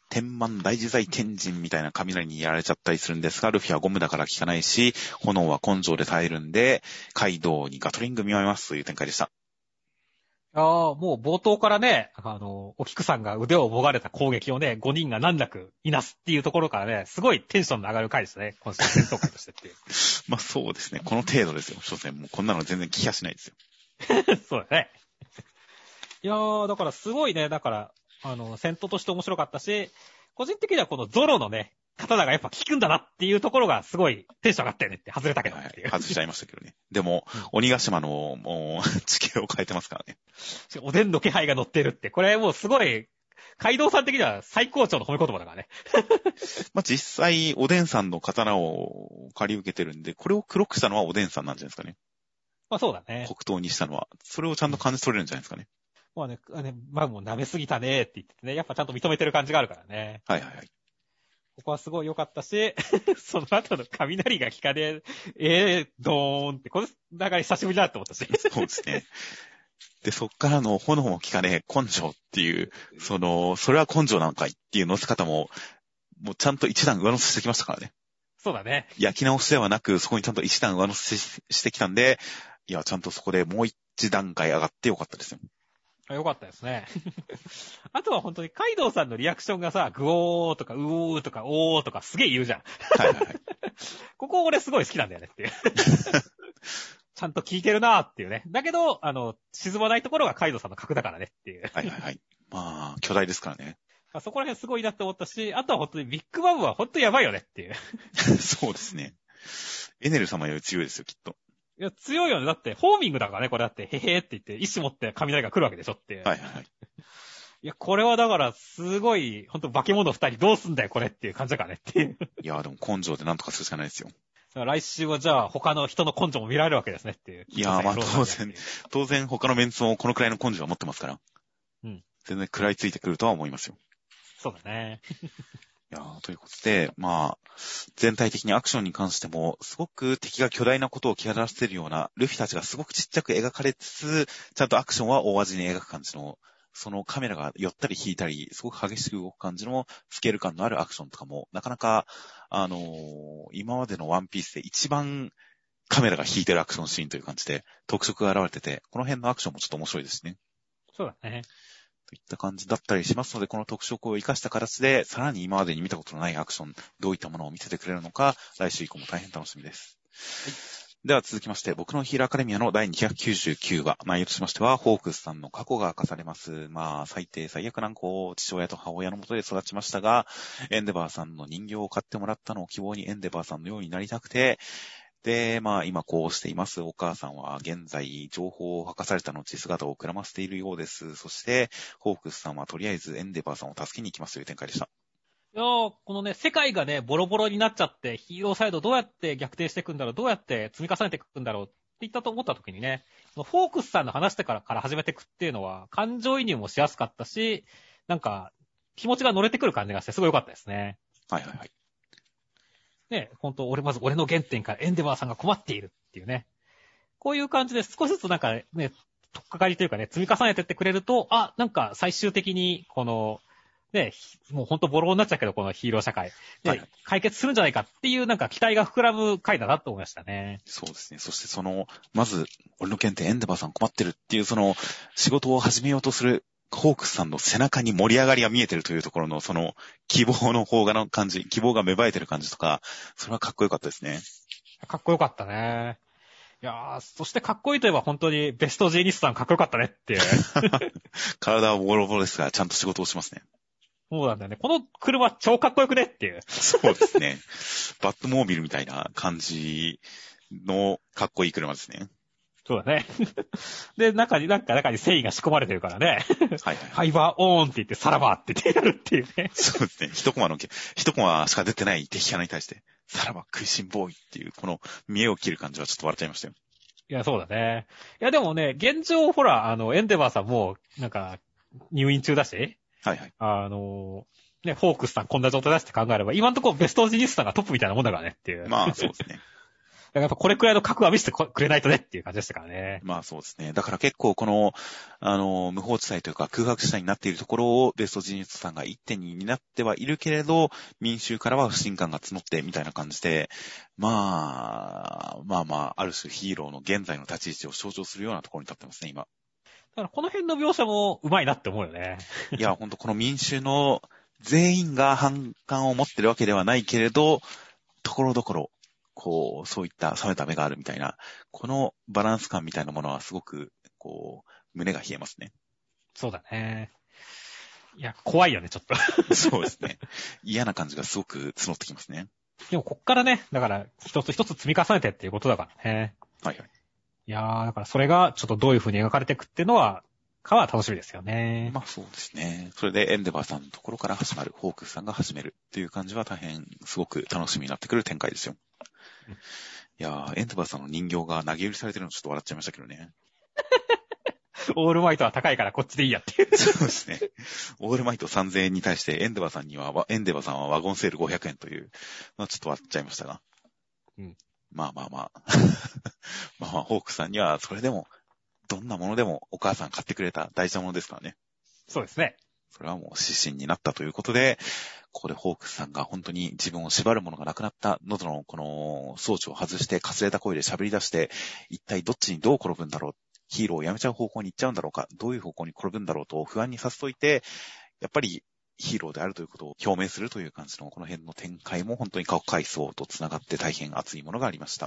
天満大自在天神みたいな雷にやられちゃったりするんですが、ルフィはゴムだから効かないし、炎は根性で耐えるんで、カイドウにガトリング見舞いますという展開でした。 もう冒頭からね、お菊さんが腕をもがれた攻撃をね、5人が難なくいなすっていうところからね、すごいテンションの上がる回ですね。今週戦闘回としてっていう。 まあそうですね。この程度ですよ。所詮もうこんなの全然気がしないですよ。 そうだね。いやー、だからすごいね、だから、戦闘として面白かったし、個人的にはこのゾロのね、刀がやっぱ効くんだなっていうところがすごいテンション上がったよねって外れたけどっていう。 はい、外しちゃいましたけどね。でも、鬼ヶ島のもう地形を変えてますからね。 おでんの気配が乗ってるって、これもうすごい、街道さん的には最高潮の褒め言葉だからね。 まあ実際、おでんさんの刀を借り受けてるんで、これを黒くしたのはおでんさんなんじゃないですかね。 まあそうだね。 黒糖にしたのは。それをちゃんと感じ取れるんじゃないですかね。 まあね、まあもう舐めすぎたねって言ってね、やっぱちゃんと認めてる感じがあるからね。 はいはいはい。 ここはすごい良かったし、その後の雷が効かねえ、ドーンって、これ、だから久しぶりだって思ったし。 そうですね。で、そっからの炎も効かねえ、根性っていう、それは根性なのかいっていう乗せ方も、もうちゃんと一段上乗せしてきましたからね。 そうだね。 焼き直しではなく、そこにちゃんと一段上乗せしてきたんで、いや、ちゃんとそこでもう一段階上がってよかったですよ。 よかったですね。あとは本当にカイドウさんのリアクションがさ、グオーとかウーとかオーとかすげえ言うじゃん。 はいはいはい。 ここ俺すごい好きなんだよねっていう。ちゃんと聞いてるなーっていうね。だけど、沈まないところがカイドウさんの格だからねっていう。 はいはいはい。まあ、巨大ですからね。 そこら辺すごいなって思ったし、あとは本当にビッグバムは本当にやばいよねっていう。 そうですね。エネル様より強いですよ、きっと。 いや、強いよね。だって、ホーミングだからね、これだって、へへーって言って、意志持って雷が来るわけでしょっていう。 はいはいはい。 いや、これはだから、すごい、ほんと化け物二人どうすんだよ、これっていう感じだからねっていう。 いや、でも根性でなんとかするしかないですよ。 来週はじゃあ、他の人の根性も見られるわけですねっていう。 いや、まあ当然他のメンツもこのくらいの根性は持ってますから。 うん。 全然食らいついてくるとは思いますよ。 そうだね。 いやということで、まあ、全体的にアクションに関しても、すごく敵が巨大なことを際立たせるような、ルフィたちがすごくちっちゃく描かれつつ、ちゃんとアクションは大味に描く感じの、そのカメラが寄ったり引いたり、すごく激しく動く感じのスケール感のあるアクションとかも、なかなか、今までのワンピースで一番カメラが引いてるアクションシーンという感じで、特色が現れてて、この辺のアクションもちょっと面白いですね。 そうだね。 といった感じだったりしますので、この特色を活かした形で、さらに今までに見たことのないアクション、どういったものを見せてくれるのか、来週以降も大変楽しみです。はい、では続きまして、僕のヒーローアカデミアの第299話、内容としましては、ホークスさんの過去が明かされます。まあ、最低最悪な子を父親と母親のもとで育ちましたが、エンデバーさんの人形を買ってもらったのを希望にエンデバーさんのようになりたくて、で、まあ今こうしています。お母さんは現在情報を吐かされた後姿をくらませているようです。そして、ホークスさんはとりあえずエンデバーさんを助けに行きますという展開でした。 いやー、このね、世界がね、ボロボロになっちゃって、ヒーローサイドどうやって逆転していくんだろう、どうやって積み重ねていくんだろうって言ったと思った時にね、フォークスさんの話してから始めていくっていうのは、感情移入もしやすかったし、なんか、気持ちが乗れてくる感じがして、すごい良かったですね。 はいはいはい。 ね、本当まず俺の原点からエンデバーさんが困っているっていうね。こういう感じで少しずつなんかね、とっかかりというかね、積み重ねてってくれると、なんか最終的に、この、ね、もうほんとボロになっちゃうけど、このヒーロー社会。で、はい、解決するんじゃないかっていうなんか期待が膨らむ回だなと思いましたね。 そうですね。そしてまず、俺の原点エンデバーさん困ってるっていう仕事を始めようとするホークスさんの背中に盛り上がりが見えてるというところの希望の方がの感じ、希望が芽生えてる感じとか、それはかっこよかったですね。 かっこよかったね。いやー、そしてかっこいいといえば本当にベストジーニストさんかっこよかったねっていう。 体はボロボロですが、ちゃんと仕事をしますね。 そうなんだよね。この車超かっこよくねっていう。 そうですね。バットモービルみたいな感じのかっこいい車ですね。 そうだね。で、中に繊維が仕込まれてるからね。 はいはい。 ファイバーオーンって言ってさらばって言ってやるっていうね。 そうですね。一コマしか出てない敵キャラに対して、さらば食いしん坊いっていう、この見栄を切る感じはちょっと笑っちゃいましたよ。 いや、そうだね。いや、でもね、現状ほら、エンデバーさんも、なんか、入院中だし。 はいはい。 ね、フォークスさんこんな状態だしって考えれば、今んところベストジニストさんがトップみたいなもんだからねっていう。 まあ、そうですね。 やっぱこれくらいの格は見せてくれないとねっていう感じでしたからね。 まあそうですね。だから結構この、無法地帯というか空白地帯になっているところをベストジーニストさんが一手に担ってはいるけれど、民衆からは不信感が募ってみたいな感じで、まあ、ある種ヒーローの現在の立ち位置を象徴するようなところに立ってますね、今。 だからこの辺の描写もうまいなって思うよね。 いや、ほんとこの民衆の全員が反感を持ってるわけではないけれど、ところどころ、こう、そういった冷めた目があるみたいな、このバランス感みたいなものはすごく、こう、胸が冷えますね。 そうだね。いや、怖いよね、ちょっと。 そうですね。嫌な感じがすごく募ってきますね。 でもこっからね、だから一つ一つ積み重ねてっていうことだからね。 はいはい。 いやー、だからそれがちょっとどういう風に描かれていくっていうのは、楽しみですよね。 まあそうですね。それでエンデバーさんのところから始まる、ホークスさんが始めるっていう感じは大変すごく楽しみになってくる展開ですよ。 うん、 いやー、エンデバーさんの人形が投げ売りされてるのちょっと笑っちゃいましたけどね。 オールマイトは高いからこっちでいいやっていう。 そうですね。オールマイト3000円に対してエンデバーさんはワゴンセール500円という、まあちょっと笑っちゃいましたが。 うん。 まあ。まあホークスさんにはそれでも、どんなものでもお母さん買ってくれた大事なものですからね。 そうですね。 それはもう指針になったということで、ここでホークスさんが本当に自分を縛るものがなくなった喉のこの装置を外してかすれた声で喋り出して、一体どっちにどう転ぶんだろう、ヒーローをやめちゃう方向に行っちゃうんだろうか、どういう方向に転ぶんだろうと不安にさせといて、やっぱりヒーローであるということを表明するという感じのこの辺の展開も本当に過去回想とつながって大変熱いものがありました。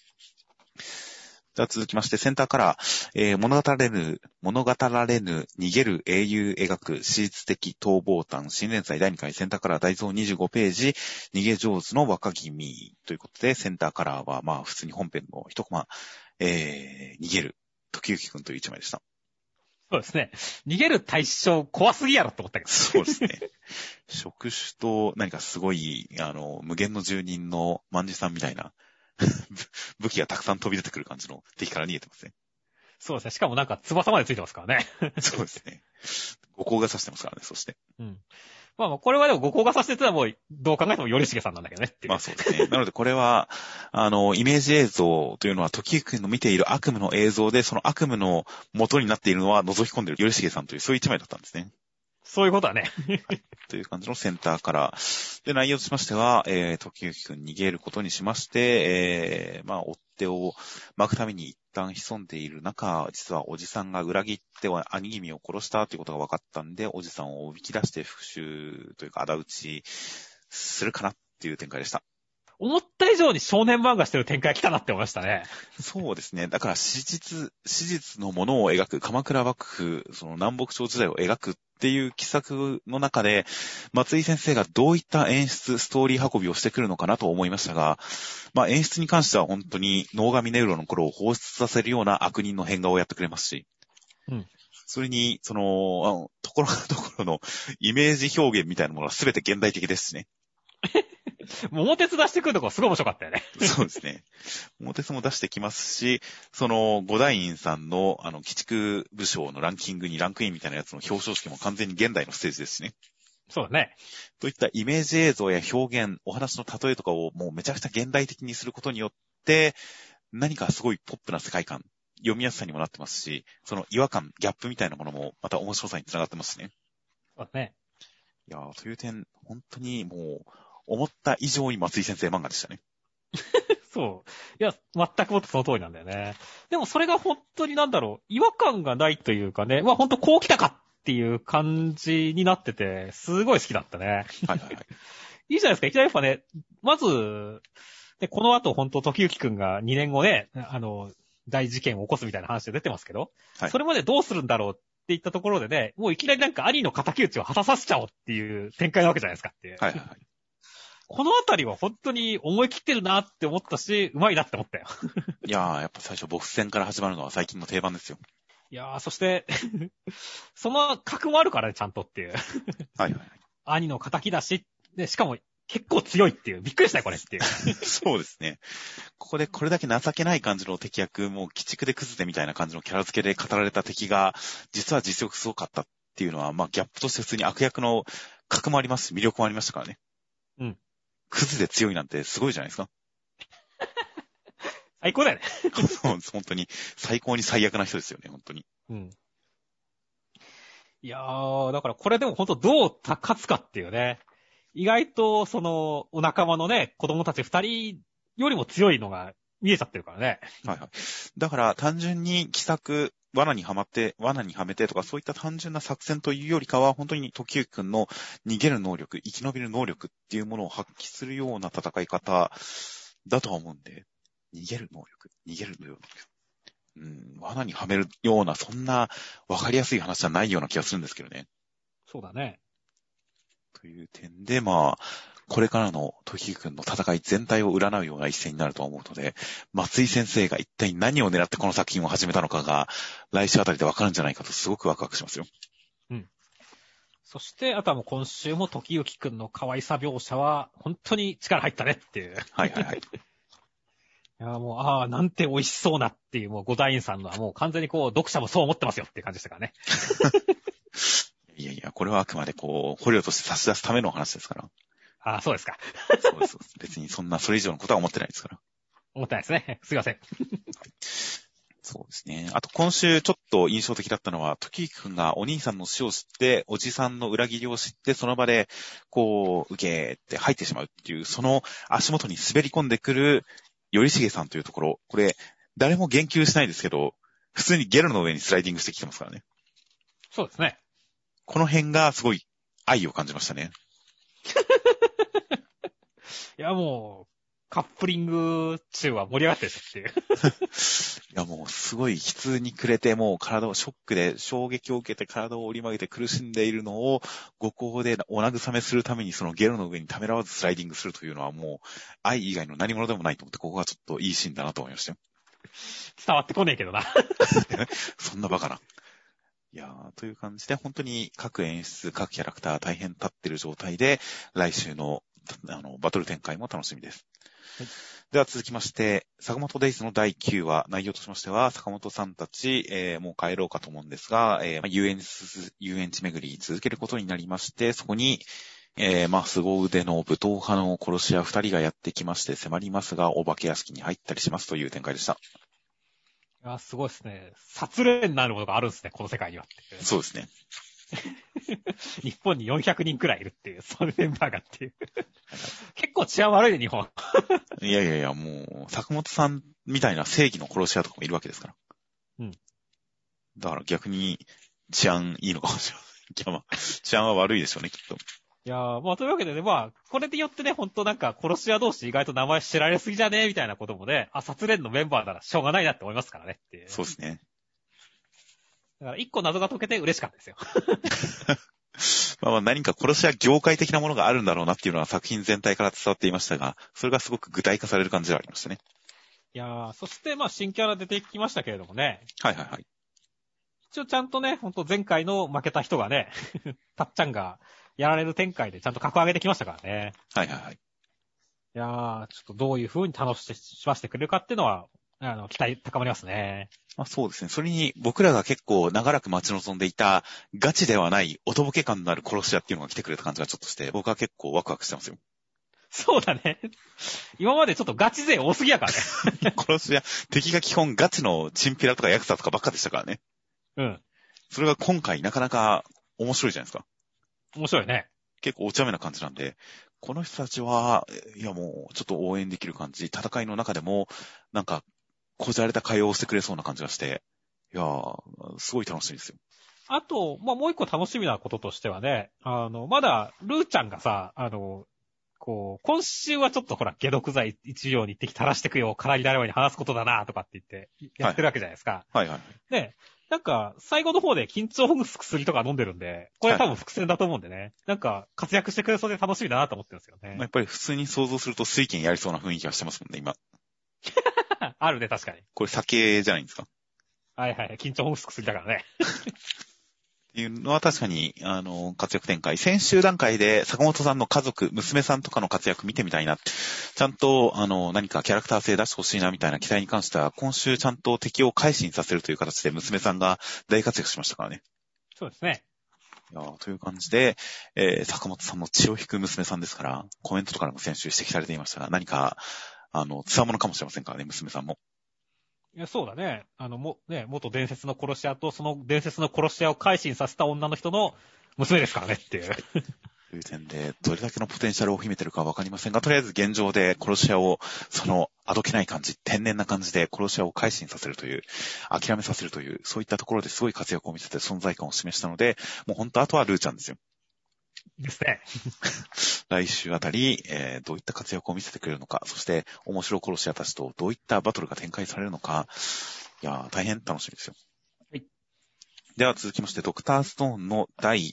では続きまして、センターカラー、物語られぬ、逃げる英雄描く、史実的逃亡譚、新連載第2回センターカラー大蔵25ページ、逃げ上手の若君ということで、センターカラーは、まあ、普通に本編の一コマ、逃げる、時行くんという一枚でした。 そうですね。逃げる対象怖すぎやろって思ったけど。 そうですね。触手と何かすごい、無限の住人の万事さんみたいな、武器がたくさん飛び出てくる感じの敵から逃げてますね。 そうですね。しかもなんか翼までついてますからね。 そうですね。五光が刺してますからね、そして。 うん。まあこれはでも五光がさせてたらもうどう考えても頼重さんなんだけどねっていう。 まあそうですね。なのでこれは、イメージ映像というのは時行くんの見ている悪夢の映像で、その悪夢の元になっているのは覗き込んでいる頼重さんというそういう一枚だったんですね。 そういうことはね。 という感じのセンターから。で、内容としましては、時行くん逃げることにしまして、まあ、追っ手を巻くために一旦潜んでいる中、実はおじさんが裏切っては兄君を殺したということが分かったんで、おじさんをおびき出して復讐というか、仇討ちするかなっていう展開でした。 思った以上に少年漫画してる展開来たなって思いましたね。 そうですね。だから史実のものを描く、鎌倉幕府、その南北朝時代を描くっていう奇策の中で、松井先生がどういった演出、ストーリー運びをしてくるのかなと思いましたが、まあ演出に関しては本当に能神ネウロの頃を放出させるような悪人の変顔をやってくれますし、 うん。 それに、ところどころのイメージ表現みたいなものは全て現代的ですしね。 桃鉄出してくるとこすごい面白かったよね。 そうですね。桃鉄も出してきますし、五大院さんの、鬼畜武将のランキングにランクインみたいなやつの表彰式も完全に現代のステージですしね。 そうだね。 といったイメージ映像や表現、お話の例えとかをもうめちゃくちゃ現代的にすることによって、何かすごいポップな世界観、読みやすさにもなってますし、その違和感、ギャップみたいなものもまた面白さにつながってますね。 そうだね。 いやー、という点、本当にもう、思った以上に松井先生漫画でしたね。 そう。いや、全くもってその通りなんだよね。でもそれが本当に違和感がないというかね、本当こう来たかっていう感じになってて、すごい好きだったね。 はいはいはい。 いいじゃないですか。いきなりやっぱね、まず、で、この後本当時行くんが2年後ね、大事件を起こすみたいな話で出てますけど、はい、それまでどうするんだろうって言ったところでね、もういきなり兄の敵討ちを果たさせちゃおうっていう展開なわけじゃないですかっていう。 はいはいはい。 このあたりは本当に思い切ってるなって思ったし、うまいなって思ったよ。 いやー、やっぱ最初ボス戦から始まるのは最近の定番ですよ。 いやー、そして、その格もあるからね、ちゃんとっていう。 はいはいはい。 兄の敵だし、で、しかも結構強いっていう。びっくりしたよ、これっていう。 そうですね。ここでこれだけ情けない感じの敵役、もう鬼畜でクズでみたいな感じのキャラ付けで語られた敵が、実は実力すごかったっていうのは、まあギャップとして普通に悪役の格もありますし、魅力もありましたからね。 うん。 クズで強いなんてすごいじゃないですか。 最高だよね。 本当に最高に最悪な人ですよね、本当に。 うん。いやー、だからこれでも本当どう勝つかっていうね。意外と、お仲間のね、子供たち二人よりも強いのが見えちゃってるからね。 はいはい。だから単純に奇策、罠にはめてとかそういった単純な作戦というよりかは、本当に時行くんの逃げる能力、生き延びる能力っていうものを発揮するような戦い方だとは思うんで、逃げる能力。罠にはめるような、そんなわかりやすい話じゃないような気がするんですけどね。 そうだね。 という点で、これからの時行くんの戦い全体を占うような一戦になると思うので、松井先生が一体何を狙ってこの作品を始めたのかが、来週あたりでわかるんじゃないかとすごくワクワクしますよ。 うん。そして、あとはもう今週も時行くんの可愛さ描写は、本当に力入ったねっていう。 はいはいはい。 いやもう、なんて美味しそうなっていう、もう五大院さんのはもう完全に読者もそう思ってますよっていう感じでしたからね。 いやいや、これはあくまで捕虜として差し出すための話ですから。 そうですか。 そうです。別にそれ以上のことは思ってないですから。 思ってないですね。すいません。 そうですね。あと今週ちょっと印象的だったのは、時行くんがお兄さんの死を知って、おじさんの裏切りを知って、その場で、受けって入ってしまうっていう、その足元に滑り込んでくる、頼重さんというところ、これ、誰も言及しないですけど、普通にゲルの上にスライディングしてきてますからね。 そうですね。 この辺がすごい愛を感じましたね。 いや、もう、カップリング中は盛り上がってるっていう。 いや、もうすごい悲痛に暮れて、もう体をショックで衝撃を受けて体を折り曲げて苦しんでいるのを、五行でお慰めするためにそのゲロの上にためらわずスライディングするというのはもう愛以外の何者でもないと思って、ここがちょっといいシーンだなと思いましたよ。 伝わってこねえけどな。 そんなバカな。いやー、という感じで本当に各演出、各キャラクター大変立ってる状態で、来週のバトル展開も楽しみです。はい、では続きまして、坂本デイズの第9話、内容としましては、坂本さんたち、もう帰ろうかと思うんですが、遊園地巡り続けることになりまして、そこに、凄腕の武闘派の殺し屋2人がやってきまして迫りますが、お化け屋敷に入ったりしますという展開でした。 いや、すごいですね。殺霊になるものがあるんですね、この世界にはっていう。 そうですね。 日本に400人くらいいるっていう、そういうメンバーがっていう。結構治安悪いね、日本。 いや、もう、坂本さんみたいな正義の殺し屋とかもいるわけですから。 うん。 だから逆に治安いいのかもしれません。いや、治安は悪いでしょうね、きっと。 いやー、というわけでね、これでよってね、ほんとなんか殺し屋同士意外と名前知られすぎじゃねえみたいなこともね、殺霊のメンバーならしょうがないなって思いますからねっていう。 そうですね。 だから一個謎が解けて嬉しかったですよ。 何か殺し屋業界的なものがあるんだろうなっていうのは作品全体から伝わっていましたが、それがすごく具体化される感じがありましたね。 いやー、そして新キャラ出てきましたけれどもね。 はいはいはい。 一応ちゃんとね、ほんと前回の負けた人がね、たっちゃんがやられる展開でちゃんと格上げてきましたからね。 はいはいはい。 いやー、ちょっとどういう風に楽しませてくれるかっていうのは、期待高まりますね。 そうですね。それに僕らが結構長らく待ち望んでいたガチではないおとぼけ感のある殺し屋っていうのが来てくれた感じがちょっとして、僕は結構ワクワクしてますよ。 そうだね。今までちょっとガチ勢多すぎやからね。 殺し屋、敵が基本ガチのチンピラとかヤクザとかばっかでしたからね。 うん。 それが今回なかなか面白いじゃないですか。 面白いね。 結構お茶目な感じなんで、この人たちは、もうちょっと応援できる感じ、戦いの中でも、なんか、こじゃれた会話をしてくれそうな感じがして、すごい楽しみですよ。 あと、もう一個楽しみなこととしてはね、まだ、ルーちゃんがさ、今週はちょっとほら、解毒剤一錠に一滴垂らしてくよ、空になるように話すことだな、とかって言って、やってるわけじゃないですか。 はいはい。 で、なんか、最後の方で緊張ほぐす薬とか飲んでるんで、これ多分伏線だと思うんでね。なんか、活躍してくれそうで楽しみだなと思ってるんですよね。 やっぱり普通に想像すると水拳やりそうな雰囲気がしてますもんね、今。 あるね、確かに。 これ酒じゃないんですか？ はいはい、緊張ほぐす薬だからね。 っていうのは確かに、活躍展開。先週段階で坂本さんの家族、娘さんとかの活躍見てみたいな。ちゃんと、何かキャラクター性出してほしいなみたいな期待に関しては、今週ちゃんと敵を改心させるという形で娘さんが大活躍しましたからね。 そうですね。 という感じで、坂本さんの血を引く娘さんですから、コメントとかでも先週指摘されていましたが、何か、強者かもしれませんからね、娘さんも。 いや、そうだね。元伝説の殺し屋と、その伝説の殺し屋を改心させた女の人の娘ですからねっていう。 という点で、どれだけのポテンシャルを秘めてるかわかりませんが、とりあえず現状で殺し屋を、あどけない感じ、天然な感じで殺し屋を改心させるという、諦めさせるという、そういったところですごい活躍を見せて存在感を示したので、もう本当あとはルーちゃんですよ。 ですね。 来週あたり、どういった活躍を見せてくれるのか、そして面白殺し屋たちとどういったバトルが展開されるのか、いやー、大変楽しみですよ。 はい。 では続きまして、ドクターストーンの第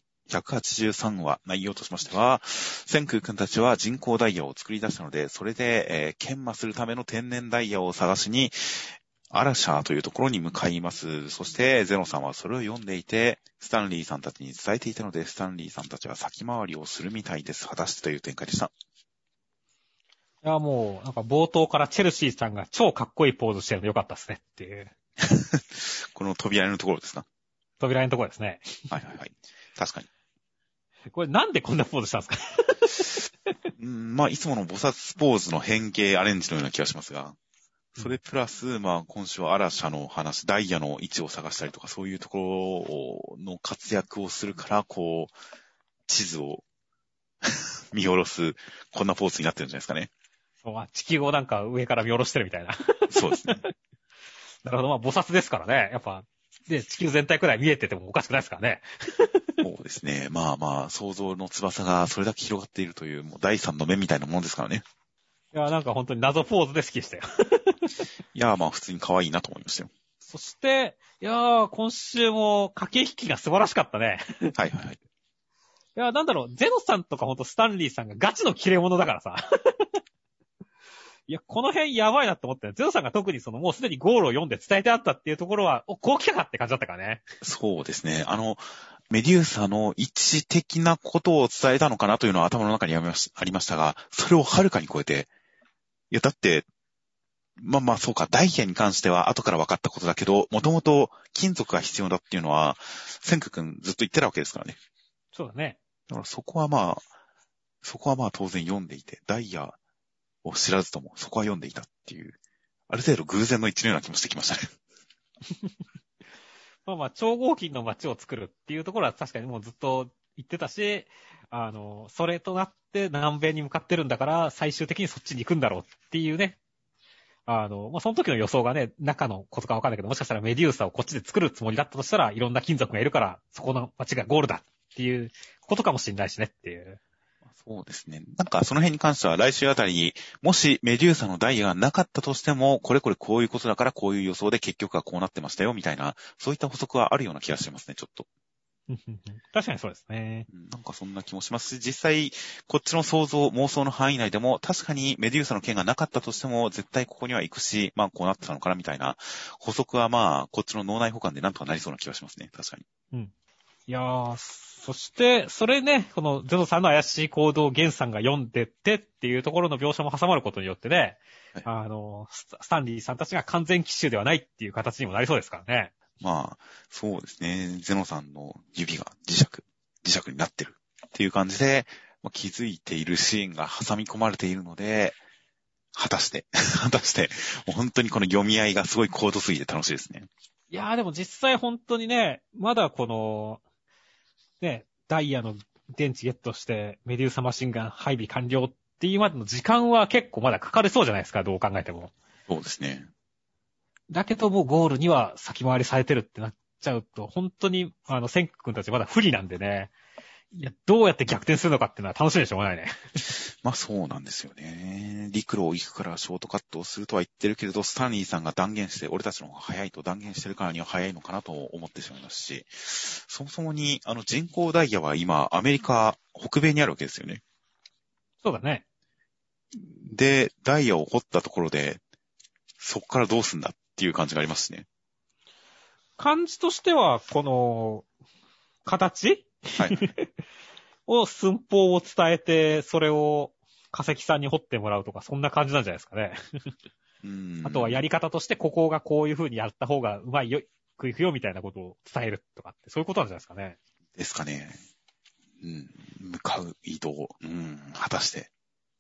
183話、内容としましては、千空くんたちは人工ダイヤを作り出したので、それで、研磨するための天然ダイヤを探しに、アラシャーというところに向かいます。そして、ゼノさんはそれを読んでいて、スタンリーさんたちに伝えていたので、スタンリーさんたちは先回りをするみたいです。果たしてという展開でした。 いや、もう、なんか冒頭からチェルシーさんが超かっこいいポーズしてるのよかったですねっていう。 この扉のところですか？ 扉のところですね。 はいはいはい。確かに。 これなんでこんなポーズしたんですか？ まあ、いつもの菩薩ポーズの変形アレンジのような気がしますが、それプラス、まあ、今週はアラシャの話、ダイヤの位置を探したりとか、そういうところの活躍をするから、こう、地図を見下ろす、こんなポーズになってるんじゃないですかね。 そう地球をなんか上から見下ろしてるみたいな。 そうですね。 なるほど、まあ、菩薩ですからね。やっぱ、で、地球全体くらい見えててもおかしくないですからね。 そうですね。まあまあ、想像の翼がそれだけ広がっているという、もう第三の目みたいなものですからね。 いや、なんか本当に謎ポーズで好きでしたよ。 いや、まあ普通に可愛いなと思いましたよ。 そして、いやー、今週も駆け引きが素晴らしかったね。 はいはいはい。 いや、なんだろう、ゼノさんとかほんとスタンリーさんがガチの切れ者だからさ。いや、この辺やばいなって思ったよ。ゼノさんが特にもうすでにゴールを読んで伝えてあったっていうところは、こう来たかって感じだったからね。 そうですね。メデューサの位置的なことを伝えたのかなというのは頭の中にありましたが、それをはるかに超えて、いや、だって、まあまあそうか、ダイヤに関しては後から分かったことだけど、もともと金属が必要だっていうのは、千空くんずっと言ってたわけですからね。 そうだね。 だからそこはまあ当然読んでいて、ダイヤを知らずともそこは読んでいたっていう、ある程度偶然の一致のような気もしてきましたね。 まあまあ、超合金の街を作るっていうところは確かにもうずっと言ってたし、それとなって南米に向かってるんだから、最終的にそっちに行くんだろうっていうね。まあ、その時の予想がね、中のことかわかんないけど、もしかしたらメデューサをこっちで作るつもりだったとしたら、いろんな金属がいるから、そこの街がゴールだっていうことかもしれないしねっていう。 そうですね。なんかその辺に関しては来週あたりに、もしメデューサのダイヤがなかったとしても、これこういうことだからこういう予想で結局はこうなってましたよみたいな、そういった補足はあるような気がしますね、ちょっと。 確かにそうですね。 なんかそんな気もしますし、実際、こっちの想像、妄想の範囲内でも、確かにメデューサの件がなかったとしても、絶対ここには行くし、まあこうなってたのかなみたいな、補足はまあ、こっちの脳内補完でなんとかなりそうな気がしますね、確かに。 うん。いやー、そして、それね、このゼノさんの怪しい行動をゲンさんが読んでってっていうところの描写も挟まることによってね、 はい、 スタンリーさんたちが完全奇襲ではないっていう形にもなりそうですからね。 まあ、そうですね。ゼノさんの指が磁石になってるっていう感じで、気づいているシーンが挟み込まれているので、果たして、もう本当にこの読み合いがすごい高度すぎて楽しいですね。 いやーでも実際本当にね、まだこの、ね、ダイヤの電池ゲットしてメデューサマシンガン配備完了っていうまでの時間は結構まだかかりそうじゃないですか、どう考えても。 そうですね。 だけどもうゴールには先回りされてるってなっちゃうと、本当に、セン君たちまだ不利なんでね。いや、どうやって逆転するのかっていうのは楽しみでしょうがないね。 まあそうなんですよね。陸路を行くからショートカットをするとは言ってるけれど、スタンリーさんが断言して、俺たちの方が早いと断言してるからには早いのかなと思ってしまいますし、そもそもに、人工ダイヤは今、アメリカ、北米にあるわけですよね。 そうだね。 で、ダイヤを掘ったところで、そこからどうすんだっていう感じがありますね。 感じとしては、この、形はい。 を寸法を伝えて、それを化石さんに掘ってもらうとか、そんな感じなんじゃないですかね。あとはやり方として、ここがこういう風にやった方がうまいよ、食いくよみたいなことを伝えるとかって、そういうことなんじゃないですかね。 ですかね。向かう移動。果たして。っ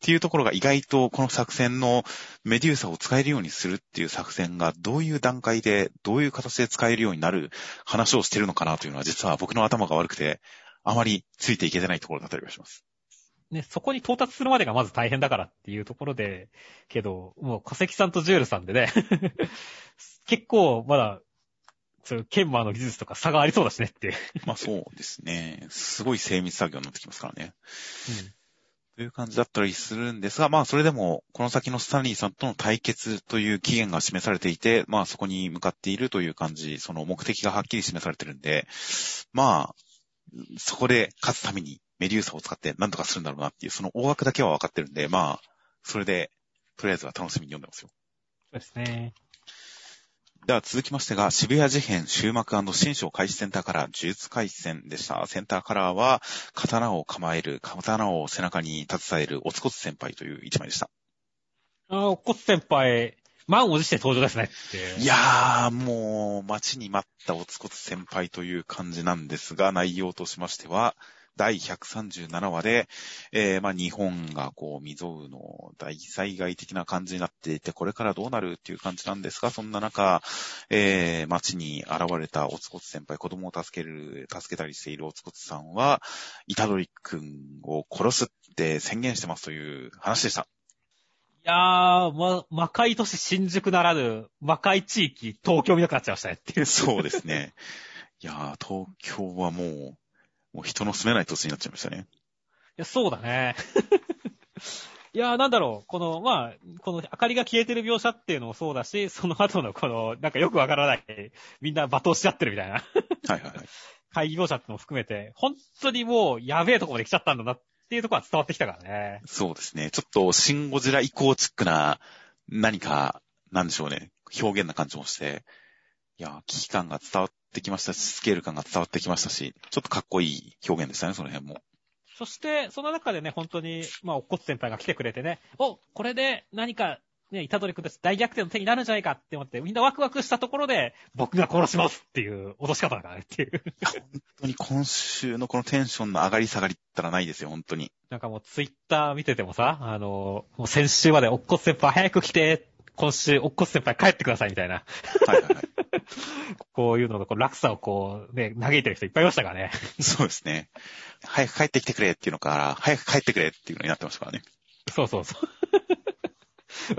っていうところが意外とこの作戦のメデューサを使えるようにするっていう作戦がどういう段階で、どういう形で使えるようになる話をしてるのかなというのは実は僕の頭が悪くて、あまりついていけてないところだったりはします。 ね、そこに到達するまでがまず大変だからっていうところで、けど、もう小関さんとジュエルさんでね、結構まだ、そういうケンマーの技術とか差がありそうだしねっていう。 まあそうですね。すごい精密作業になってきますからね。という感じだったりするんですが、まあそれでも、この先のスタンリーさんとの対決という期限が示されていて、まあそこに向かっているという感じ、その目的がはっきり示されてるんで、まあ、そこで勝つためにメデューサを使って何とかするんだろうなっていう、その大枠だけは分かってるんで、まあ、それで、とりあえずは楽しみに読んでますよ。 そうですね。 では続きましてが、渋谷事変終幕&新章開始センターカラー呪術廻戦でした。センターカラーは、刀を構える、刀を背中に携えるおつこつ先輩という一枚でした。 おこつ先輩、満を持して登場ですねっていう。 いやー、もう、待ちに待ったおつこつ先輩という感じなんですが、内容としましては、第137話で、まあ日本がこう未曾有の大災害的な感じになっていて、これからどうなるっていう感じなんですが、そんな中、街に現れたおつこつ先輩、子供を助けたりしているおつこつさんは、虎杖くんを殺すって宣言してますという話でした。 いやー、魔界都市新宿ならぬ、魔界地域東京見なくなっちゃいましたねっていう。 そうですね。いやー、東京はもう人の住めない土地になっちゃいましたね。 いや、そうだね。いや、なんだろう、この明かりが消えてる描写っていうのもそうだし、その後のなんかよくわからない、みんな罵倒しちゃってるみたいな。 はいはいはい。 会議描写ってのも含めて、本当にもうやべえとこまで来ちゃったんだなっていうところは伝わってきたからね。 そうですね。ちょっとシンゴジラ以降チックな何か、なんでしょうね。表現な感じもして、いや、危機感が伝わってきましたし、スケール感が伝わってきましたし、ちょっとかっこいい表現でしたね、その辺も。 そして、その中でね、本当に、おっこつ先輩が来てくれてね、これで何か、ね、虎杖くんたち大逆転の手になるんじゃないかって思って、みんなワクワクしたところで、僕が殺しますっていう脅し方だからねっていう。 本当に今週のこのテンションの上がり下がりったらないですよ、本当に。 なんかもうツイッター見ててもさ、もう先週までおっこつ先輩早く来て、今週おっこつ先輩帰ってくださいみたいな。 はいはいはい。 こういうのの落差をね、嘆いてる人いっぱいいましたからね。 そうですね。早く帰ってきてくれっていうのから、早く帰ってくれっていうのになってましたからね。 そうそうそう。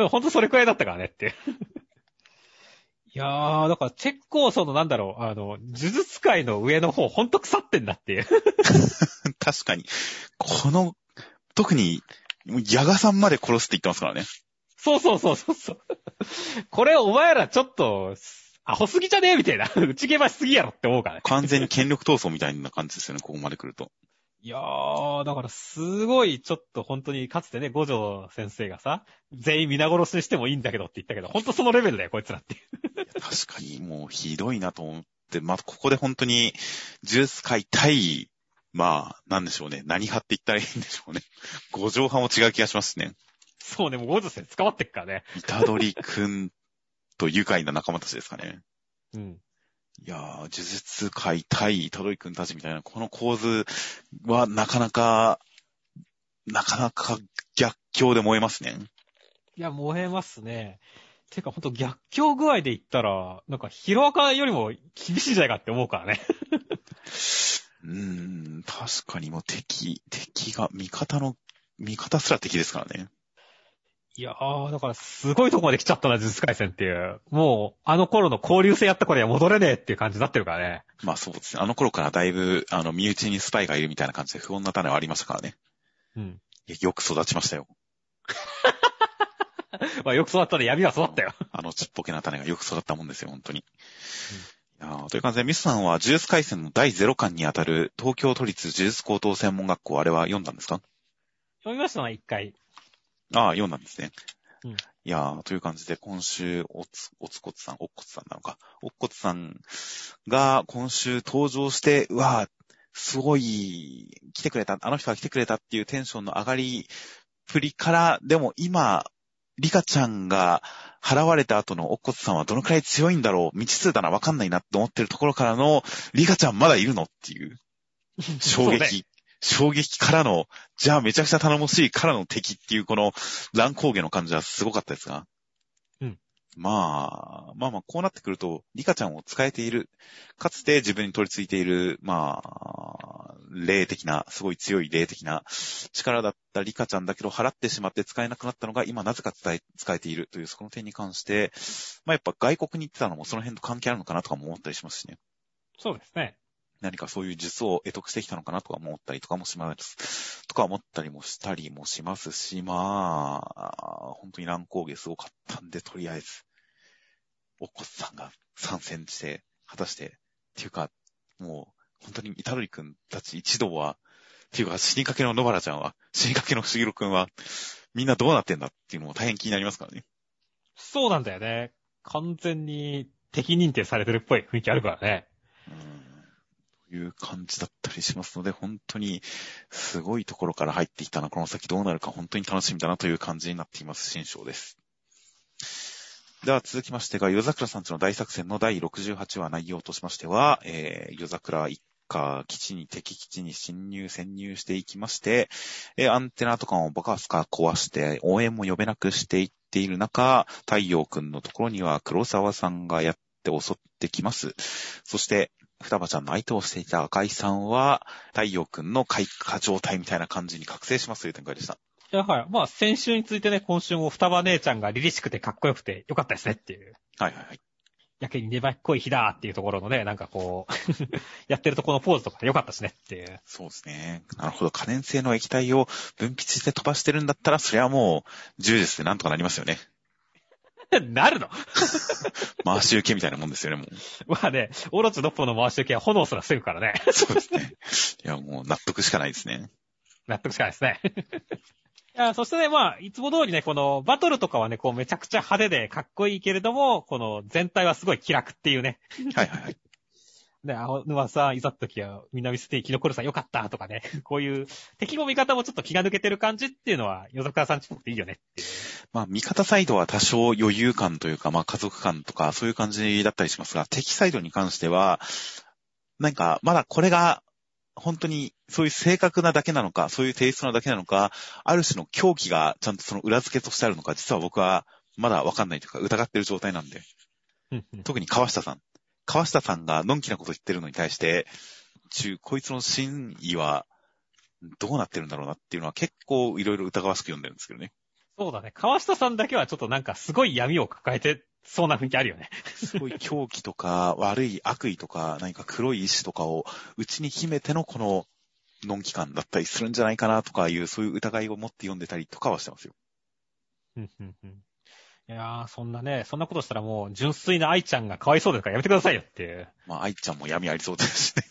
ほんとそれくらいだったからねって。いやー、だから結構なんだろう、呪術界の上の方ほんと腐ってんだっていう。 確かに。特に、ヤガさんまで殺すって言ってますからね。 そうそうそうそう。これお前らちょっと、アホすぎじゃねえみたいな。内毛ばしすぎやろって思うからね。 完全に権力闘争みたいな感じですよね、ここまで来ると。 いやー、だからすごいちょっと本当にかつてね、五条先生がさ、全員皆殺しにしてもいいんだけどって言ったけど、本当そのレベルだよ、こいつらっていう。 確かにもうひどいなと思って、まあ、ここで本当に、ジュース界対、まあ、なんでしょうね。何派って言ったらいいんでしょうね。五条派も違う気がしますね。 そうね、もう五条先生捕まってっからね。 虎杖くんと愉快な仲間たちですかね。 うん。 いやー、呪術界対虎杖くんたちみたいな、この構図はなかなか逆境で燃えますね。 いや、燃えますね。てかほんと逆境具合で言ったら、なんかヒロアカよりも厳しいんじゃないかって思うからね。 確かにもう敵が、味方すら敵ですからね。 いやー、だからすごいとこまで来ちゃったな、呪術廻戦っていう。もう、あの頃の交流戦やった頃には戻れねえっていう感じになってるからね。 まあそうですね。あの頃からだいぶ、身内にスパイがいるみたいな感じで不穏な種はありましたからね。 うん。 よく育ちましたよ。 まあよく育ったね、闇は育ったよ。 ちっぽけな種がよく育ったもんですよ、本当に。という感じで、ミスさんは呪術廻戦の第0巻にあたる東京都立呪術高等専門学校、あれは読んだんですか？ 読みましたな、一回。 読んだんですね。 うん。 いやー、という感じで、今週、おっこつさんなのか。おっこつさんが今週登場して、うわー、すごい、来てくれた、あの人が来てくれたっていうテンションの上がりプリから、でも今、リカちゃんが払われた後のおっこつさんはどのくらい強いんだろう、未知数だな、わかんないなって思ってるところからの、リカちゃんまだいるのっていう、衝撃。 衝撃からの、じゃあめちゃくちゃ頼もしいからの敵っていうこの乱高下の感じはすごかったですが。 うん。 まあ、こうなってくると、リカちゃんを使えている、かつて自分に取り付いている、霊的な、すごい強い霊的な力だったリカちゃんだけど払ってしまって使えなくなったのが今なぜか使えているというその点に関して、やっぱ外国に行ってたのもその辺と関係あるのかなとかも思ったりしますしね。 そうですね。 何かそういう術を得得してきたのかなとか思ったりとかもします。とか思ったりもしたりもしますし、本当に乱高下すごかったんで、とりあえず、おこさんが参戦して、果たして、っていうか、もう、本当にイタドリ君たち一同は、っていうか、死にかけの野原ちゃんは、死にかけのしぎろ君は、みんなどうなってんだっていうのも大変気になりますからね。 そうなんだよね。完全に敵認定されてるっぽい雰囲気あるからね。 という感じだったりしますので、本当にすごいところから入ってきたな、この先どうなるか本当に楽しみだなという感じになっています、新章です。では続きましてが、夜桜さんちの大作戦の第68話内容としましては、夜桜一家敵基地に潜入していきまして、アンテナとかをバカスカ壊して、応援も呼べなくしていっている中、太陽くんのところには黒沢さんがやって襲ってきます。そして、双葉ちゃんの相手をしていた赤井さんは、太陽くんの開花状態みたいな感じに覚醒しますという展開でした。 いや、はい。先週についてね、今週も双葉姉ちゃんが凛々しくてかっこよくてよかったですねっていう。 はい。 やけに粘っこい日だっていうところのね、なんかこう、やってるとこのポーズとかよかったしねっていう。 そうですね。なるほど。可燃性の液体を分泌して飛ばしてるんだったら、それはもう、銃術でなんとかなりますよね。 なるの回し受けみたいなもんですよね、もう。 ね、オロチのっぽの回し受けは炎すら防ぐからね。 そうですね。いや、もう納得しかないですね。 納得しかないですね。いや、そしてね、いつも通りね、このバトルとかはね、こうめちゃくちゃ派手でかっこいいけれども、この全体はすごい気楽っていうね。 はい。 で、沼さん、いざった時はみんな見せて生き残るさんよかったとかね。こういう敵も味方もちょっと気が抜けてる感じっていうのは、夜桜さんちっぽくていいよねっていう。 味方サイドは多少余裕感というか、家族感とかそういう感じだったりしますが、敵サイドに関しては、なんか、まだこれが、本当にそういう正確なだけなのか、そういうテイストなだけなのか、ある種の狂気がちゃんとその裏付けとしてあるのか、実は僕はまだわかんないというか疑ってる状態なんで。特に川下さんがのんきなこと言ってるのに対して、こいつの真意はどうなってるんだろうなっていうのは結構いろいろ疑わしく読んでるんですけどね。 そうだね。川下さんだけはちょっとなんかすごい闇を抱えてそうな雰囲気あるよね。 すごい狂気とか悪い悪意とか何か黒い意志とかを内に秘めてのこののんき感だったりするんじゃないかなとかいうそういう疑いを持って読んでたりとかはしてますよ。 いやー、そんなことしたらもう純粋な愛ちゃんがかわいそうですからやめてくださいよっていう。 愛ちゃんも闇ありそうですしね。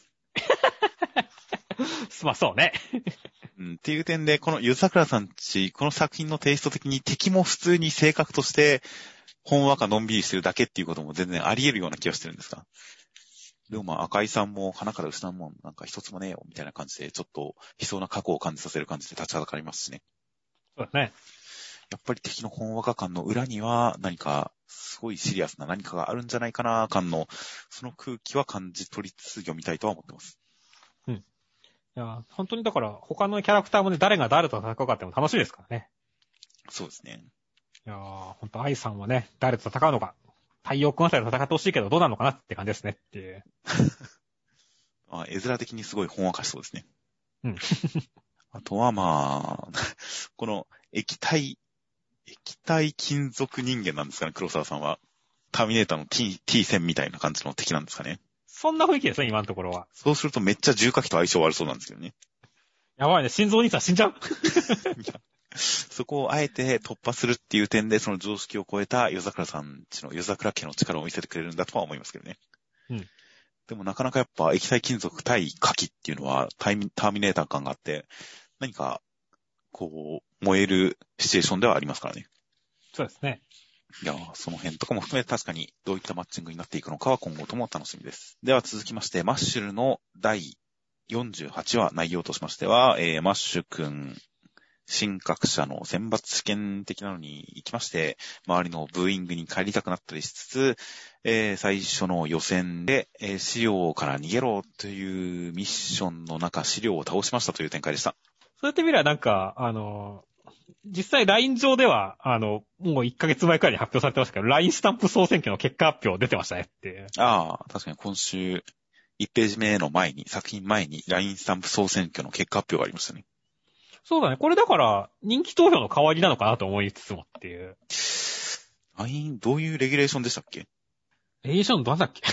そうね。 っていう点で、このゆずさくらさんち、この作品のテイスト的に敵も普通に性格として、ほんわかのんびりしてるだけっていうことも全然あり得るような気がしてるんですが。でも赤井さんも花から失うもんなんか一つもねえよ、みたいな感じで、ちょっと悲壮な過去を感じさせる感じで立ちはだかりますしね。 そうですね。 やっぱり敵のほんわか感の裏には何かすごいシリアスな何かがあるんじゃないかな感の、その空気は感じ取りつつ読みたいとは思ってます。 いや、本当にだから他のキャラクターもね、誰が誰と戦うかっても楽しいですからね。 そうですね。 いやー、本当愛さんはね、誰と戦うのか。太陽君あたりと戦ってほしいけどどうなのかなって感じですねっていう。 絵面的にすごいほんわかしそうですね。あとはこの液体金属人間なんですかね、黒沢さんは。ターミネーターの T 線みたいな感じの敵なんですかね。 そんな雰囲気ですね、今のところは。 そうするとめっちゃ重火器と相性悪そうなんですけどね。 やばいね、心臓兄さん死んじゃう。 そこをあえて突破するっていう点で、その常識を超えた夜桜さんちの夜桜家の力を見せてくれるんだとは思いますけどね。でもなかなかやっぱ液体金属対火器っていうのはターミネーター感があって、何か、こう、燃えるシチュエーションではありますからね。 そうですね。 いや、その辺とかも含めて確かにどういったマッチングになっていくのかは今後とも楽しみです。では続きまして、マッシュルの第48話内容としましては、マッシュくん新格者の選抜試験的なのに行きまして、周りのブーイングに帰りたくなったりしつつ、最初の予選で、資料から逃げろというミッションの中、資料を倒しましたという展開でした。 そうやってみればなんか、実際 LINE 上では、もう1ヶ月前くらいに発表されてましたけど、LINE スタンプ総選挙の結果発表出てましたねっていう。 ああ、確かに今週、1ページ目の前に、作品前に LINE スタンプ総選挙の結果発表がありましたね。 そうだね。これだから、人気投票の代わりなのかなと思いつつもっていう。 LINE、どういうレギュレーションでしたっけ？ レギュレーションどんだっけ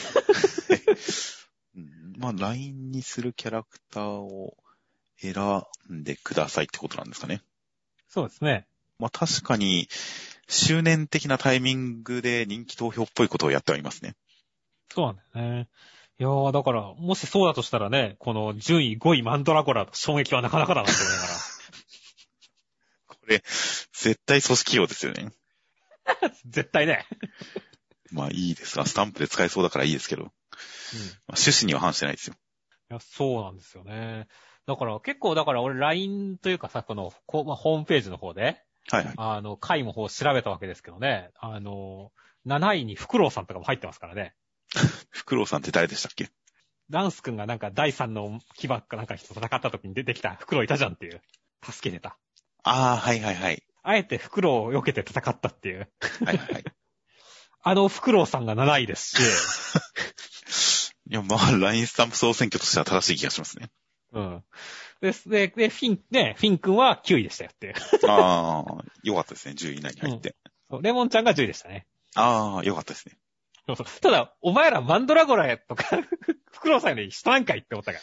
まあ、LINE にするキャラクターを選んでくださいってことなんですかね。 そうですね。 まあ、確かに、周年的なタイミングで人気投票っぽいことをやってはいますね。 そうなんだよね。いやー、だから、もしそうだとしたらね、この順位5位マンドラゴラの衝撃はなかなかだなと思いながら。 これ、絶対組織用ですよね。 絶対ね。 まあいいですが、スタンプで使えそうだからいいですけど。趣旨には反してないですよ。 いや、そうなんですよね。だから結構、俺 LINE というかさ、ホームページの方で、 はいはい。 回も方調べたわけですけどね、7位にフクロウさんとかも入ってますからね。 フクロウさんって誰でしたっけ？ ランス君がなんか第3の牙かなんか人と戦った時に出てきたフクロウいたじゃんっていう。助けてた。 ああ、はいはいはい。 あえてフクロウを避けて戦ったっていう。 はいはいはい。 フクロウさんが7位ですし。いや、まあ、LINE スタンプ総選挙としては正しい気がしますね。 うん。で、フィン君は9位でしたよっていう。 ああ、よかったですね。10位以内に入って。 レモンちゃんが10位でしたね。 ああ、よかったですね。 そうそう。ただ、お前らマンドラゴラやとか、フクロウさんより下なんかいって思ったから。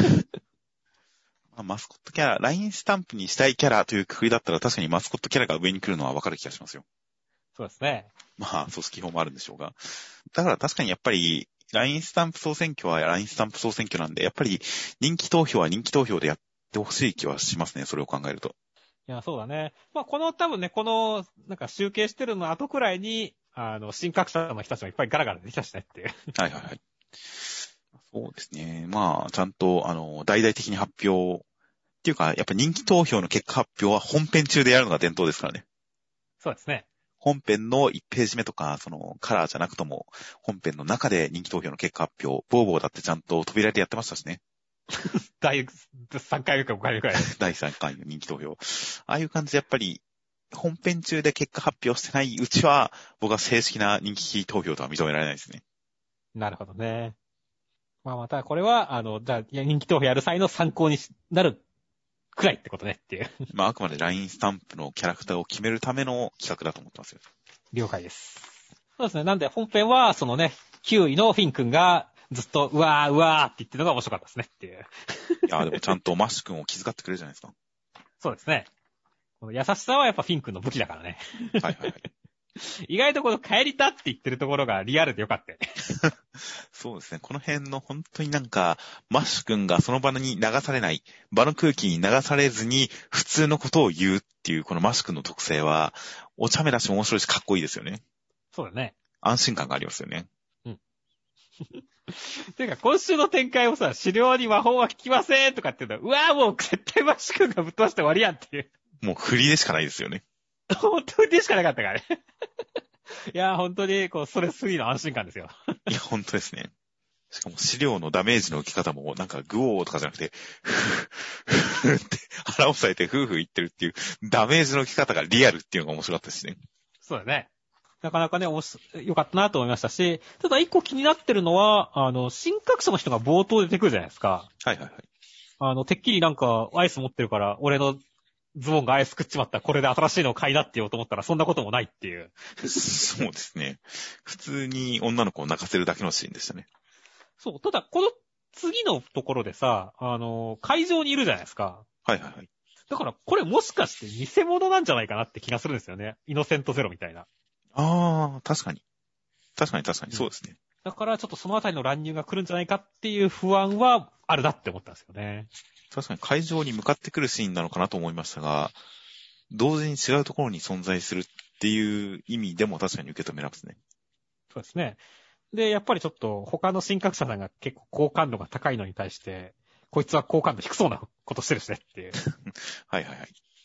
まあ、マスコットキャラ、LINE スタンプにしたいキャラという工夫だったら確かにマスコットキャラが上に来るのはわかる気がしますよ。 そうですね。 まあ、組織法もあるんでしょうが。だから確かにやっぱり、LINE スタンプ総選挙は LINE スタンプ総選挙なんで、やっぱり人気投票は人気投票でやってほしい気はしますね。それを考えると。 いや、そうだね。まあ、多分ね、なんか集計してるの後くらいに、新格者の人たちもいっぱいガラガラ出てきたしねっていう。 はいはいはい。そうですね。まあ、ちゃんと、大々的に発表っていうか、やっぱ人気投票の結果発表は本編中でやるのが伝統ですからね。 そうですね。 本編の1ページ目とか、カラーじゃなくとも、本編の中で人気投票の結果発表、ボーボーだってちゃんと扉でやってましたしね。 第3回目か5回目くらい。 第3回の人気投票。ああいう感じでやっぱり、本編中で結果発表してないうちは、僕は正式な人気投票とは認められないですね。 なるほどね。まあ、またこれは、じゃあ、人気投票やる際の参考になるくらいってことねっていう。 まあ、あくまで LINE スタンプのキャラクターを決めるための企画だと思ってますよ。 了解です。そうですね。なんで本編は、9位のフィン君がずっと、うわーうわーって言ってるのが面白かったですねっていう。 いや、でもちゃんとマッシュ君を気遣ってくれるじゃないですか。 そうですね。この優しさはやっぱフィン君の武器だからね。 はいはいはい。 意外とこの帰りたって言ってるところがリアルでよかったよね。 そうですね。この辺の本当になんか、マッシュ君がその場に流されない、場の空気に流されずに普通のことを言うっていうこのマッシュ君の特性は、お茶目だし面白いしかっこいいですよね。 そうだね。 安心感がありますよね。 うん。ていうか、今週の展開もさ、狩猟に魔法は効きませんとかって言うと、うわーもう絶対マッシュ君がぶっ飛ばして終わりやんっていう。 もう振りでしかないですよね。 本当にしかなかったからね。いやー、本当に、それすぎの安心感ですよ。 いや、本当ですね。しかも資料のダメージの受け方も、なんかグオーとかじゃなくて、ふーって腹を押さえてフーフー言ってるっていう、ダメージの受け方がリアルっていうのが面白かったですね。 そうだね。なかなかね、良かったなと思いましたし、ただ一個気になってるのは、新格者の人が冒頭出てくるじゃないですか。 はいはいはい。 てっきりなんか、アイス持ってるから、俺のズボンがアイス食っちまった、これで新しいのを買いなって言おうと思ったら、そんなこともないっていう。 そうですね。普通に女の子を泣かせるだけのシーンでしたね。 そう、ただ、この次のところでさ、会場にいるじゃないですか。 はいはいはい。 だから、これもしかして偽物なんじゃないかなって気がするんですよね。イノセントゼロみたいな。 ああ、確かに。確かに確かに、そうですね。 だから、ちょっとそのあたりの乱入が来るんじゃないかっていう不安はあるなって思ったんですよね。 確かに会場に向かってくるシーンなのかなと思いましたが、同時に違うところに存在するっていう意味でも確かに受け止めますね。 そうですね。で、やっぱりちょっと他の新格者さんが結構好感度が高いのに対して、こいつは好感度低そうなことしてるしねっていう。 はいはいはい。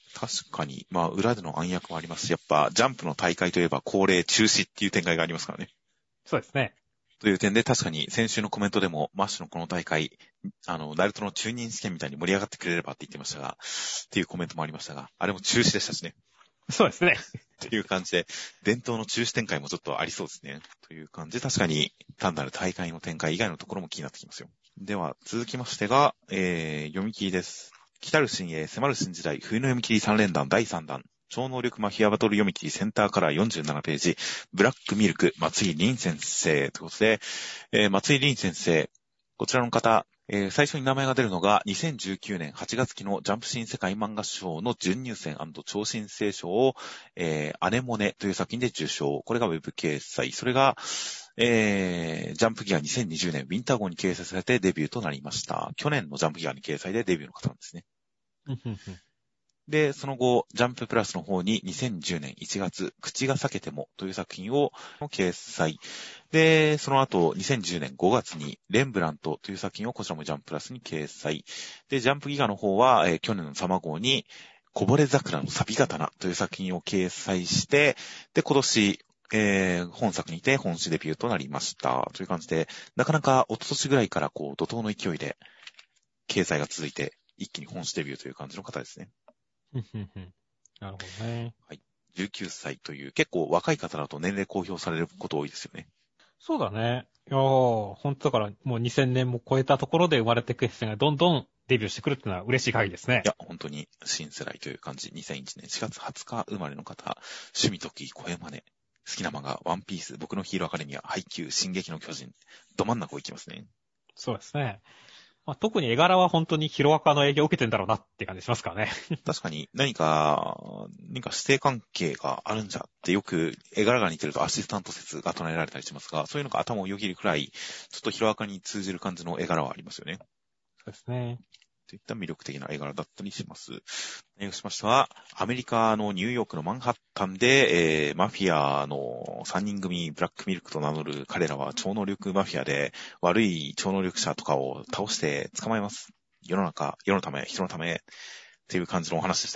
確かに、まあ、裏での暗躍もありますし、やっぱ、ジャンプの大会といえば恒例中止っていう展開がありますからね。 そうですね。 という点で、確かに先週のコメントでも、マッシュのこの大会、ナルトの中任試験みたいに盛り上がってくれればって言ってましたが、っていうコメントもありましたが、あれも中止でしたしね。 そうですね。 という感じで、伝統の中止展開もちょっとありそうですね。という感じで、確かに単なる大会の展開以外のところも気になってきますよ。では、続きましてが、読み切りです。来たる新鋭、迫る新時代、冬の読み切り3連弾第3弾。超能力マフィアバトル読み切りセンターカラー47ページ、ブラックミルク、松井凛先生ということで、松井凛先生、こちらの方、最初に名前が出るのが2019年8月期のジャンプ新世界漫画賞の準入選&超新星賞を、アネモネという作品で受賞。これがウェブ掲載。それが、ジャンプギア2020年ウィンター号に掲載されてデビューとなりました。去年のジャンプギアに掲載でデビューの方なんですね。で、その後、ジャンププラスの方に2010年1月、口が裂けてもという作品を掲載。で、その後、2010年5月にレンブラントという作品をこちらもジャンププラスに掲載。で、ジャンプギガの方は、去年のサマー号に、こぼれ桜のサビ刀という作品を掲載して、で、今年、本作にて本誌デビューとなりました。という感じで、なかなか一昨年ぐらいから怒涛の勢いで、掲載が続いて、一気に本誌デビューという感じの方ですね。 なるほどね。 はい。19歳という結構若い方だと年齢公表されること多いですよね。 そうだね。いやー、本当だからもう2000年も超えたところで生まれてくる人がどんどんデビューしてくるっていうのは嬉しい限りですね。 いや、本当に新世代という感じ。2001年4月20日生まれの方、趣味時声真似。好きな漫画、ワンピース、僕のヒーローアカデミア、ハイキュー、進撃の巨人。ど真ん中を行きますね。 そうですね。まあ、特に絵柄は本当にヒロアカの影響を受けてんだろうなって感じしますからね。 確かに何か指定関係があるんじゃってよく絵柄が似てるとアシスタント説が唱えられたりしますが、そういうのが頭をよぎるくらい、ちょっとヒロアカに通じる感じの絵柄はありますよね。 そうですね。 といった魅力的な絵柄だったりします。そうしましては、アメリカのニューヨークのマンハッタンで、マフィアの3人組ブラックミルクと名乗る彼らは超能力マフィアで悪い超能力者とかを倒して捕まえます。世の中、世のため、人のためっていう感じのお話でした。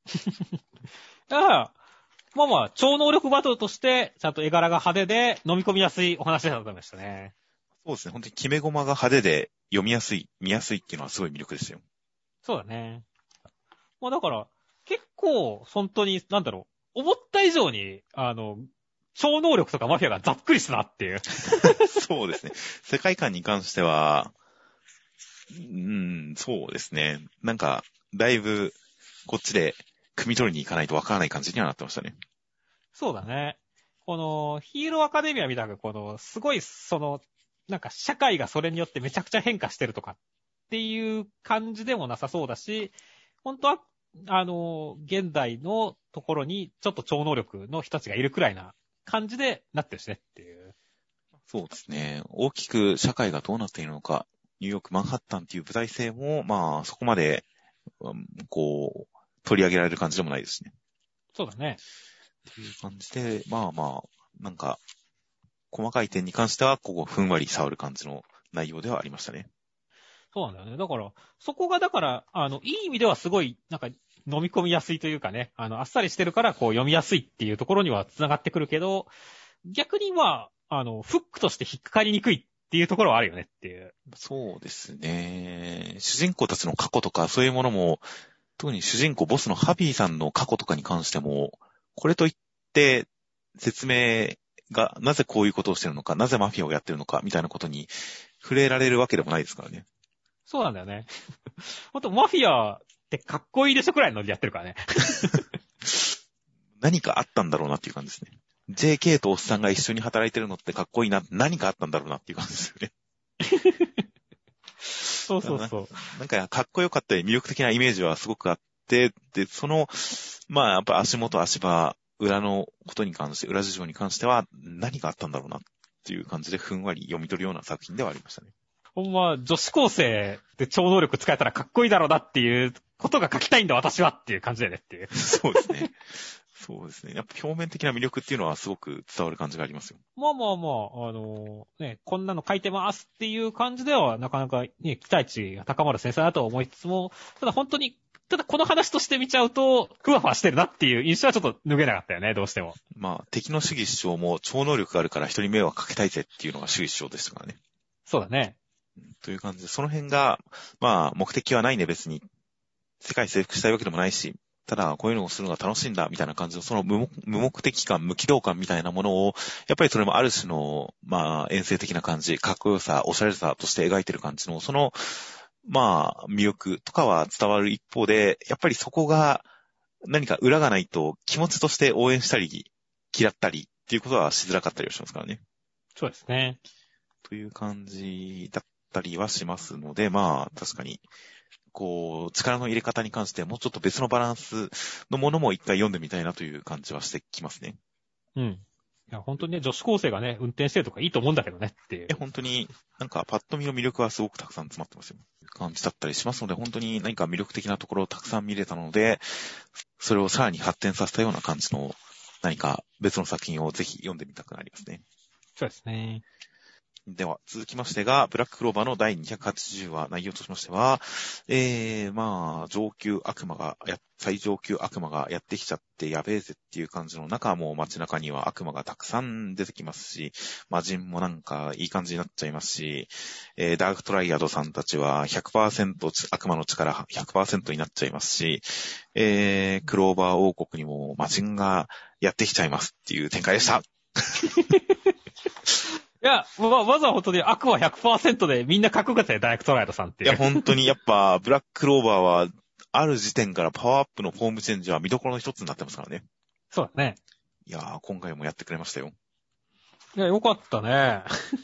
まあ、超能力バトルとして、ちゃんと絵柄が派手で飲み込みやすいお話だと思いましたね。 そうですね。本当に決め駒が派手で読みやすい、見やすいっていうのはすごい魅力ですよ。 そうだね。まあだから、結構、本当に、思った以上に、超能力とかマフィアがざっくりしたなっていう。 そうですね。世界観に関しては、そうですね。なんか、だいぶ、こっちで、汲み取りに行かないとわからない感じにはなってましたね。 そうだね。この、ヒーローアカデミアみたいな、すごい、社会がそれによってめちゃくちゃ変化してるとかっていう感じでもなさそうだし、本当は、現代のところにちょっと超能力の人たちがいるくらいな感じでなってるしねっていう。 そうですね。大きく社会がどうなっているのか、ニューヨーク、マンハッタンっていう舞台性も、まあ、そこまで、取り上げられる感じでもないですね。 そうだね。 っていう感じで、まあ、なんか、細かい点に関しては、ふんわり触る感じの内容ではありましたね。 そうなんだよね。だから、そこがだから、いい意味ではすごい、飲み込みやすいというかね、あっさりしてるから読みやすいっていうところには繋がってくるけど、逆には、フックとして引っかかりにくいっていうところはあるよねっていう。 そうですね。主人公たちの過去とかそういうものも、特に主人公ボスのハビーさんの過去とかに関しても、これといって説明がなぜこういうことをしてるのか、なぜマフィアをやってるのかみたいなことに触れられるわけでもないですからね。 そうなんだよね。ほんと、マフィアってかっこいいでしょくらいのでやってるからね。 何かあったんだろうなっていう感じですね。JK とおっさんが一緒に働いてるのってかっこいいな、何かあったんだろうなっていう感じですよね。 そうそうそう。 なんかかっこよかったり魅力的なイメージはすごくあって、で、まあやっぱ足元足場、裏のことに関して、裏事情に関しては何があったんだろうなっていう感じでふんわり読み取るような作品ではありましたね。 ほんま、女子高生で超能力使えたらかっこいいだろうなっていうことが書きたいんだ私はっていう感じだよねっていう。 そうですね。そうですね。やっぱ表面的な魅力っていうのはすごく伝わる感じがありますよ。 まあ、こんなの書いてますっていう感じではなかなかね、期待値が高まる先生だと思いつつも、ただ本当にただこの話として見ちゃうと、ふわふわしてるなっていう印象はちょっと脱げなかったよね、どうしても。 まあ、敵の主義主張も超能力があるから人に迷惑かけたいぜっていうのが主義主張でしたからね。 そうだね。 という感じで、その辺が、まあ、目的はないね、別に。世界征服したいわけでもないし、ただ、こういうのをするのが楽しいんだ、みたいな感じの、その無目的感、無軌道感みたいなものを、やっぱりそれもある種の、まあ、遠征的な感じ、かっこよさ、おしゃれさとして描いてる感じの、その、まあ、魅力とかは伝わる一方で、やっぱりそこが何か裏がないと気持ちとして応援したり、嫌ったりっていうことはしづらかったりはしますからね。 そうですね。 という感じだったりはしますので、まあ、確かに、こう、力の入れ方に関してもうちょっと別のバランスのものも一回読んでみたいなという感じはしてきますね。 うん。いや、本当にね、女子高生がね、運転してるとかいいと思うんだけどねっていう。 本当になんかパッと見の魅力はすごくたくさん詰まってますよ。感じだったりしますので、本当に何か魅力的なところをたくさん見れたので、それをさらに発展させたような感じの何か別の作品をぜひ読んでみたくなりますね。 そうですね。 では、続きましてが、ブラッククローバーの第280話、内容としましては、まあ、最上級悪魔がやってきちゃってやべえぜっていう感じの中、もう街中には悪魔がたくさん出てきますし、魔人もなんかいい感じになっちゃいますし、ダークトライアドさんたちは 100% 悪魔の力 100% になっちゃいますし、クローバー王国にも魔人がやってきちゃいますっていう展開でした。 いや、まずは本当に悪魔 100% でみんなかっこよかったよ、ダイレクトライドさんっていう。 いや、本当にやっぱ、ブラッククローバーは、ある時点からパワーアップのフォームチェンジは見どころの一つになってますからね。 そうだね。 いやー、今回もやってくれましたよ。 いや、よかったね。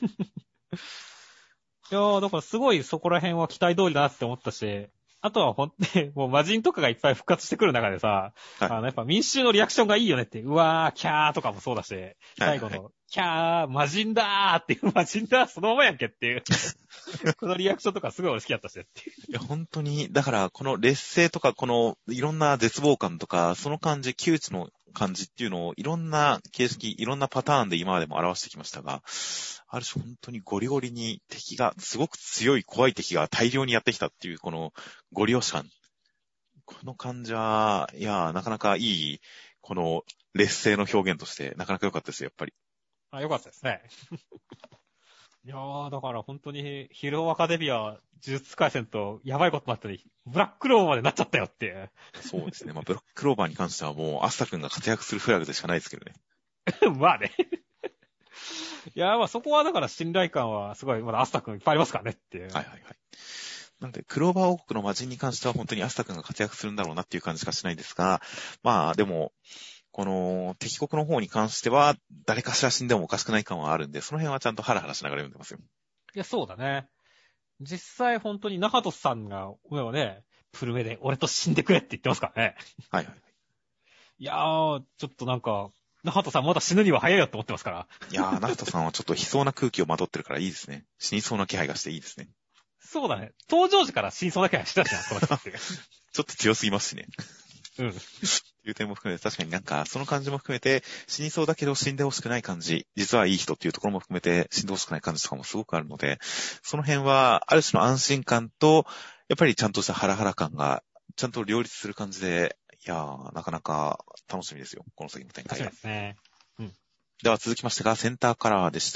いやー、だからすごいそこら辺は期待通りだなって思ったし、あとはほんとに、もう魔人とかがいっぱい復活してくる中でさ、 はいやっぱ民衆のリアクションがいいよねって、うわー、キャーとかもそうだし、最後の、キャー、魔人だーっていう、魔人だー、そのままやんけっていう、このリアクションとかすごい俺好きだったしっていう。 いや、本当に、だから、この劣勢とか、この、いろんな絶望感とか、その感じ、窮地の感じっていうのを、いろんな形式、いろんなパターンで今までも表してきましたが、ある種本当にゴリゴリに敵が、すごく強い怖い敵が大量にやってきたっていう、このゴリ押し感。この感じは、いや、なかなかいい、この劣勢の表現として、なかなか良かったですよ、やっぱり。 あ、よかったですね。いやー、だから本当に、ヒーローアカデミア、呪術廻戦とやばいことになったり、ブラックローバーまでなっちゃったよっていう。 そうですね。まあ、ブラッククローバーに関してはもう、アスタ君が活躍するフラグでしかないですけどね。 まあね。いやー、まあそこはだから信頼感はすごい、まだアスタ君いっぱいありますからねっていう。 はいはいはい。なので、クローバー王国の魔人に関しては本当にアスタ君が活躍するんだろうなっていう感じしかしないですが、まあでも、この敵国の方に関しては、誰かしら死んでもおかしくない感はあるんで、その辺はちゃんとハラハラしながら読んでますよ。 いや、そうだね。実際本当に中戸さんが、ね、プルメで俺と死んでくれって言ってますからね。 はいはい。 いやー、ちょっとなんか、中戸さんまだ死ぬには早いよって思ってますから。 いやー、ナフトさんはちょっと悲壮な空気をまとってるからいいですね。死にそうな気配がしていいですね。 そうだね。登場時から死にそうな気がしてたじゃん、この人って。 ちょっと強すぎますしね。 うん。 いう点も含めて、確かになんか、その感じも含めて、死にそうだけど死んでほしくない感じ、実はいい人っていうところも含めて、死んでほしくない感じとかもすごくあるので、その辺は、ある種の安心感と、やっぱりちゃんとしたハラハラ感が、ちゃんと両立する感じで、いやー、なかなか楽しみですよ、この先の展開が。 そうですね。 では続きましてが、センターカラーでした。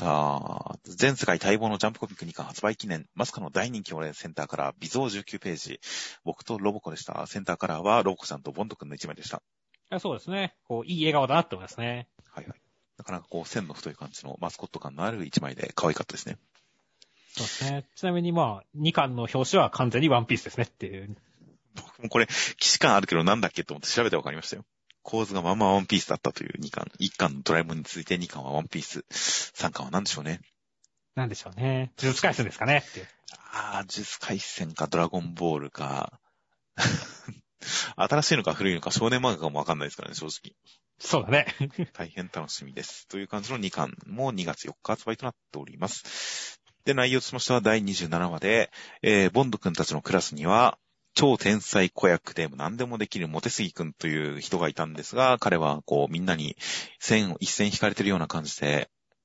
全世界待望のジャンプコミック2巻発売記念、まさかの大人気をセンターカラー、微増19ページ。僕とロボコでした。センターカラーはロボコさんとボンド君の1枚でした。 そうですね。こう、いい笑顔だなって思いますね。 はいはい。なかなかこう、線の太い感じのマスコット感のある1枚で可愛かったですね。 そうですね。ちなみにまあ、2巻の表紙は完全にワンピースですねっていう。 僕もこれ、既視感あるけどなんだっけと思って調べてわかりましたよ。構図がまあまあワンピースだったという2巻。1巻のドラえもんに続いて2巻はワンピース。3巻は何でしょうね。 なんでしょうね。呪術廻戦ですかねっていう。 呪術廻戦かドラゴンボールか。新しいのか古いのか少年漫画かもわかんないですからね、正直。 そうだね。 大変楽しみです。という感じの2巻も2月4日発売となっております。で、内容としましては第27話で、ボンド君たちのクラスには、超天才子役で何でもできるモテスギ君という人がいたんですが、彼はこうみんなに一線引かれてるような感じで、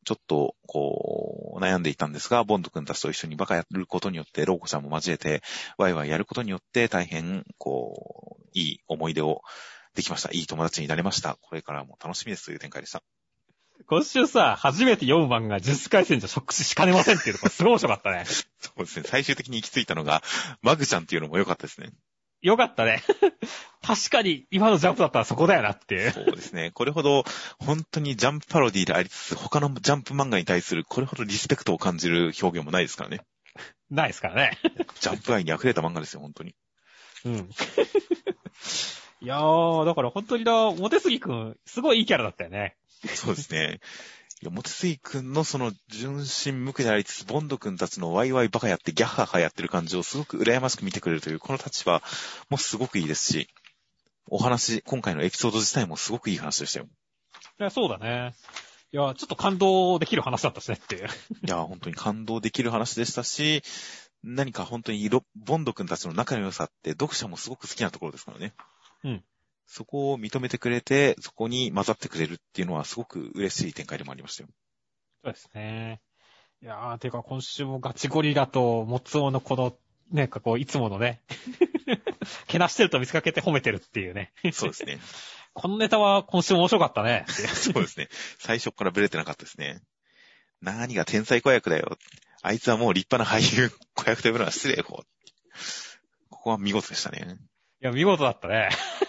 ちょっと、こう、悩んでいたんですが、ボンド君たちと一緒にバカやることによって、ローコちゃんも交えて、ワイワイやることによって、大変、こう、いい思い出をできました。いい友達になれました。これからも楽しみですという展開でした。 今週さ、初めて読む漫画、呪術廻戦じゃ触手しかねませんっていうところ、すごい面白かったね。 そうですね。最終的に行き着いたのが、マグちゃんっていうのも良かったですね。 よかったね。確かに、今のジャンプだったらそこだよなっていう。 そうですね。これほど、本当にジャンプパロディでありつつ、他のジャンプ漫画に対する、これほどリスペクトを感じる表現もないですからね。 ないですからね。 ジャンプ愛に溢れた漫画ですよ、本当に。 うん。いやー、だから本当にモテスギくん、すごいいいキャラだったよね。 そうですね。いや、モテスイ君のその純真無垢でありつつ、ボンド君たちのワイワイバカやってギャッハハやってる感じをすごく羨ましく見てくれるという、この立場もすごくいいですし、今回のエピソード自体もすごくいい話でしたよ。 いや、そうだね。いや、ちょっと感動できる話だったしねっていう。 いや、本当に感動できる話でしたし、何か本当にボンド君たちの仲の良さって読者もすごく好きなところですからね。 うん。 そこを認めてくれて、そこに混ざってくれるっていうのはすごく嬉しい展開でもありましたよ。 そうですね。いやー、てか今週もガチゴリラとモツオのこの、なんかこう、いつものね、けなしてると見せかけて褒めてるっていうね。 そうですね。 このネタは今週も面白かったね。 そうですね。最初からブレてなかったですね。何が天才子役だよ。あいつはもう立派な俳優子役と呼ぶのは失礼よ。ここは見事でしたね。 いや、見事だったね。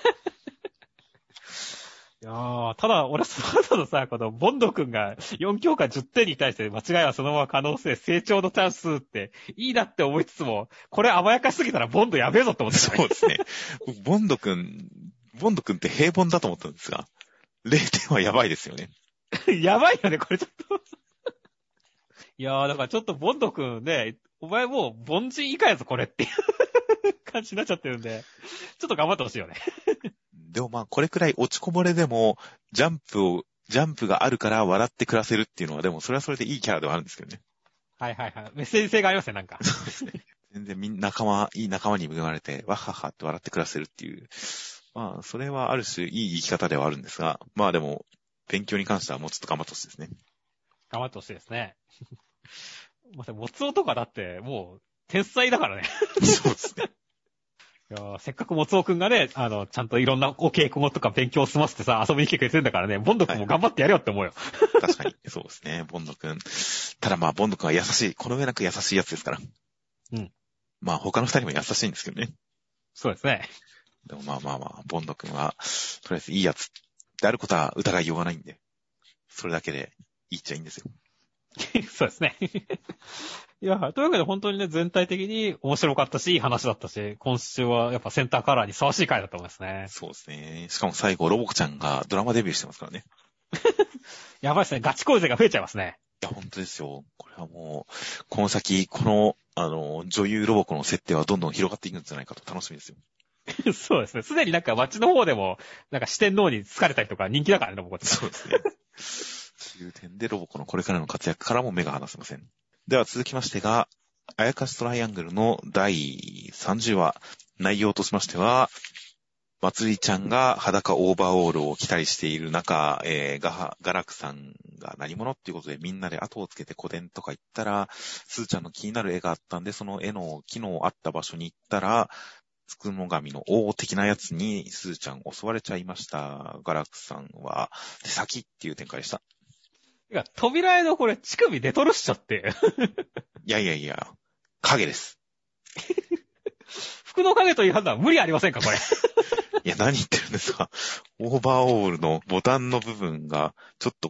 いやー、ただ、俺、その後のさ、この、ボンド君が4教科10点に対して間違いはそのまま可能性、成長のチャンスって、いいなって思いつつも、これ甘やかしすぎたらボンドやべえぞって思ってた、ね。 そうですね。ボンド君って平凡だと思ったんですが、0点はやばいですよね。 やばいよね、これちょっと。いやー、だからちょっとボンド君ね、お前もう凡人以下やぞ、これっていう感じになっちゃってるんで、ちょっと頑張ってほしいよね。 でもまあ、これくらい落ちこぼれでも、ジャンプがあるから笑って暮らせるっていうのは、でもそれはそれでいいキャラではあるんですけどね。 はいはいはい。メッセージ性がありますね、なんか。 そうですね。全然いい仲間に恵まれて、わっはっはって笑って暮らせるっていう。まあ、それはある種いい生き方ではあるんですが、まあでも、勉強に関してはもうちょっと頑張ってほしいですね。 頑張ってほしいですね。また、モツオとかだって、もう、天才だからね。 そうですね。 いやーせっかくモツオくんがね、ちゃんといろんなお稽古後とか勉強を済ませてさ、遊びに来てくれてるんだからね、ボンドくんも頑張ってやれよって思うよ。 確かに。そうですね。ボンド君。ただまあ、ボンド君は優しい。この上なく優しいやつですから。 うん。 まあ、他の二人も優しいんですけどね。 そうですね。 でもまあ、ボンド君は、とりあえずいいやつであることは疑いようがないんで、それだけでいいっちゃいいんですよ。 そうですね。いや、というわけで本当にね、全体的に面白かったし、いい話だったし、今週はやっぱセンターカラーにふさわしい回だと思いますね。 そうですね。しかも最後、ロボコちゃんがドラマデビューしてますからね。 やばいですね。ガチ恋勢が増えちゃいますね。 いや、本当ですよ。これはもう、この先、女優ロボコの設定はどんどん広がっていくんじゃないかと楽しみですよ。 そうですね。すでになんか街の方でも、なんか四天王に好かれたりとか人気だからね、ロボコって。 そうですね。という点でロボコのこれからの活躍からも目が離せません。では続きましてが、あやかしトライアングルの第30話、内容としましては、まつりちゃんが裸オーバーオールを着たりしている中、ガラクさんが何者っていうことでみんなで後をつけて個展とか行ったら、スーちゃんの気になる絵があったんで、その絵の木のあった場所に行ったら、つくも神の王的なやつにスーちゃん襲われちゃいました。ガラクさんは手先っていう展開でした。 いや、扉絵のこれ、乳首出とるっしょって。 いや、影です。 服の影という判断は無理ありませんか、これ。 いや、何言ってるんですか。オーバーオールのボタンの部分が、ちょっと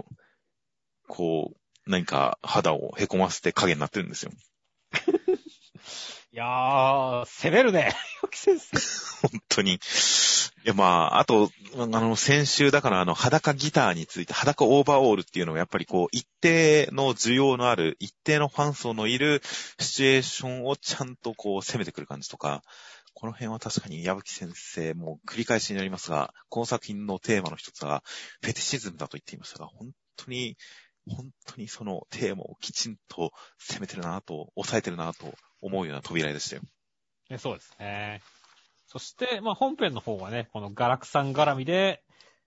何か肌を凹ませて影になってるんですよ。 いやー、攻めるね、よき先生。 本当に。いや、まあ、あと、先週だから裸ギターについて、裸オーバーオールっていうのはやっぱり一定の需要のある、一定のファン層のいるシチュエーションをちゃんと攻めてくる感じとか、この辺は確かに矢吹先生も繰り返しになりますが、この作品のテーマの一つは、フェティシズムだと言っていましたが、本当にそのテーマをきちんと攻めてるなと、抑えてるなと思うような扉絵でしたよ。 そうですね。そして、まあ本編の方はね、このガラクさん絡みで、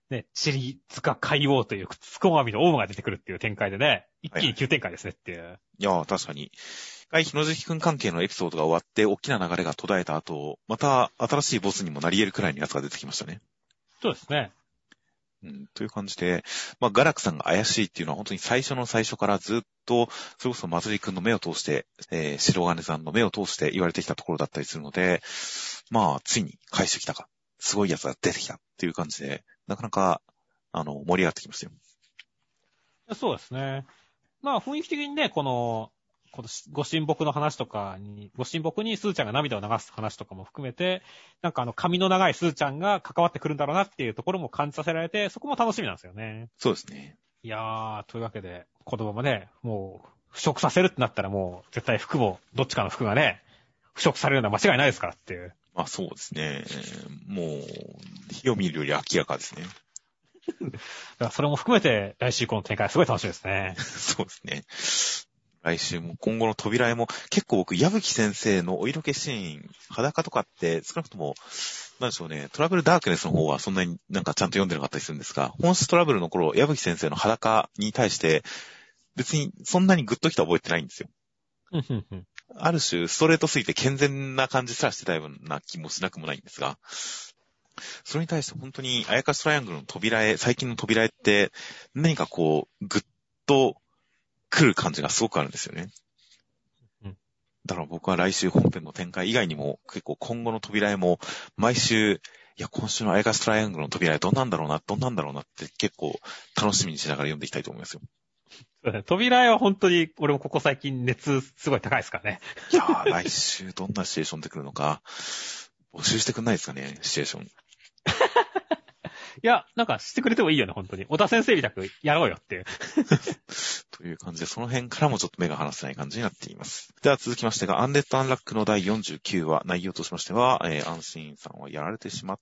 ね、チリ塚海王というツコ神の王が出てくるっていう展開でね、一気に急展開ですねっていう。 いやー、確かに。一回、日野関くん関係のエピソードが終わって、大きな流れが途絶えた後、また新しいボスにもなり得るくらいのやつが出てきましたね。 そうですね。 という感じで、まあ、ガラクさんが怪しいっていうのは本当に最初の最初からずっと、それこそまつりくんの目を通して、白金さんの目を通して言われてきたところだったりするので、まあ、ついに返してきたか。すごいやつが出てきたっていう感じで、なかなか、盛り上がってきましたよ。 そうですね。まあ雰囲気的にね、このご神木の話とかに、ご神木にスーちゃんが涙を流す話とかも含めて、なんか髪の長いスーちゃんが関わってくるんだろうなっていうところも感じさせられて、そこも楽しみなんですよね。 そうですね。 いやー、というわけで、子供もね、もう、腐食させるってなったらもう、絶対服も、どっちかの服がね、腐食されるのは間違いないですからっていう。 まあそうですね。もう、火を見るより明らかですね。 だからそれも含めて、来週以降の展開すごい楽しみですね。 そうですね。来週も今後の扉絵も結構僕、矢吹先生のお色気シーン、裸とかって少なくとも、なんでしょうね、トラブルダークネスの方はそんなになんかちゃんと読んでなかったりするんですが、本質トラブルの頃、矢吹先生の裸に対して別にそんなにグッときた覚えてないんですよ。ある種ストレートすぎて健全な感じすらしてたような気もしなくもないんですが、それに対して本当にあやかしトライアングルの扉絵、最近の扉絵って何かこう、グッと来る感じがすごくあるんですよね。だから僕は来週本編の展開以外にも結構今後の扉絵も毎週、いや今週のあやかしトライアングルの扉絵どんなんだろうなって結構楽しみにしながら読んでいきたいと思いますよ。 扉絵は本当に俺もここ最近熱すごい高いですからね。 いやー来週どんなシチュエーションで来るのか募集してくんないですかね、シチュエーション。 いや、なんかしてくれてもいいよね、本当に。小田先生みたくやろうよっていう。 という感じで、その辺からもちょっと目が離せない感じになっています。では続きましてが、アンデッド・アンラックの第49話、内容としましては、アンシーンさんはやられてしまって、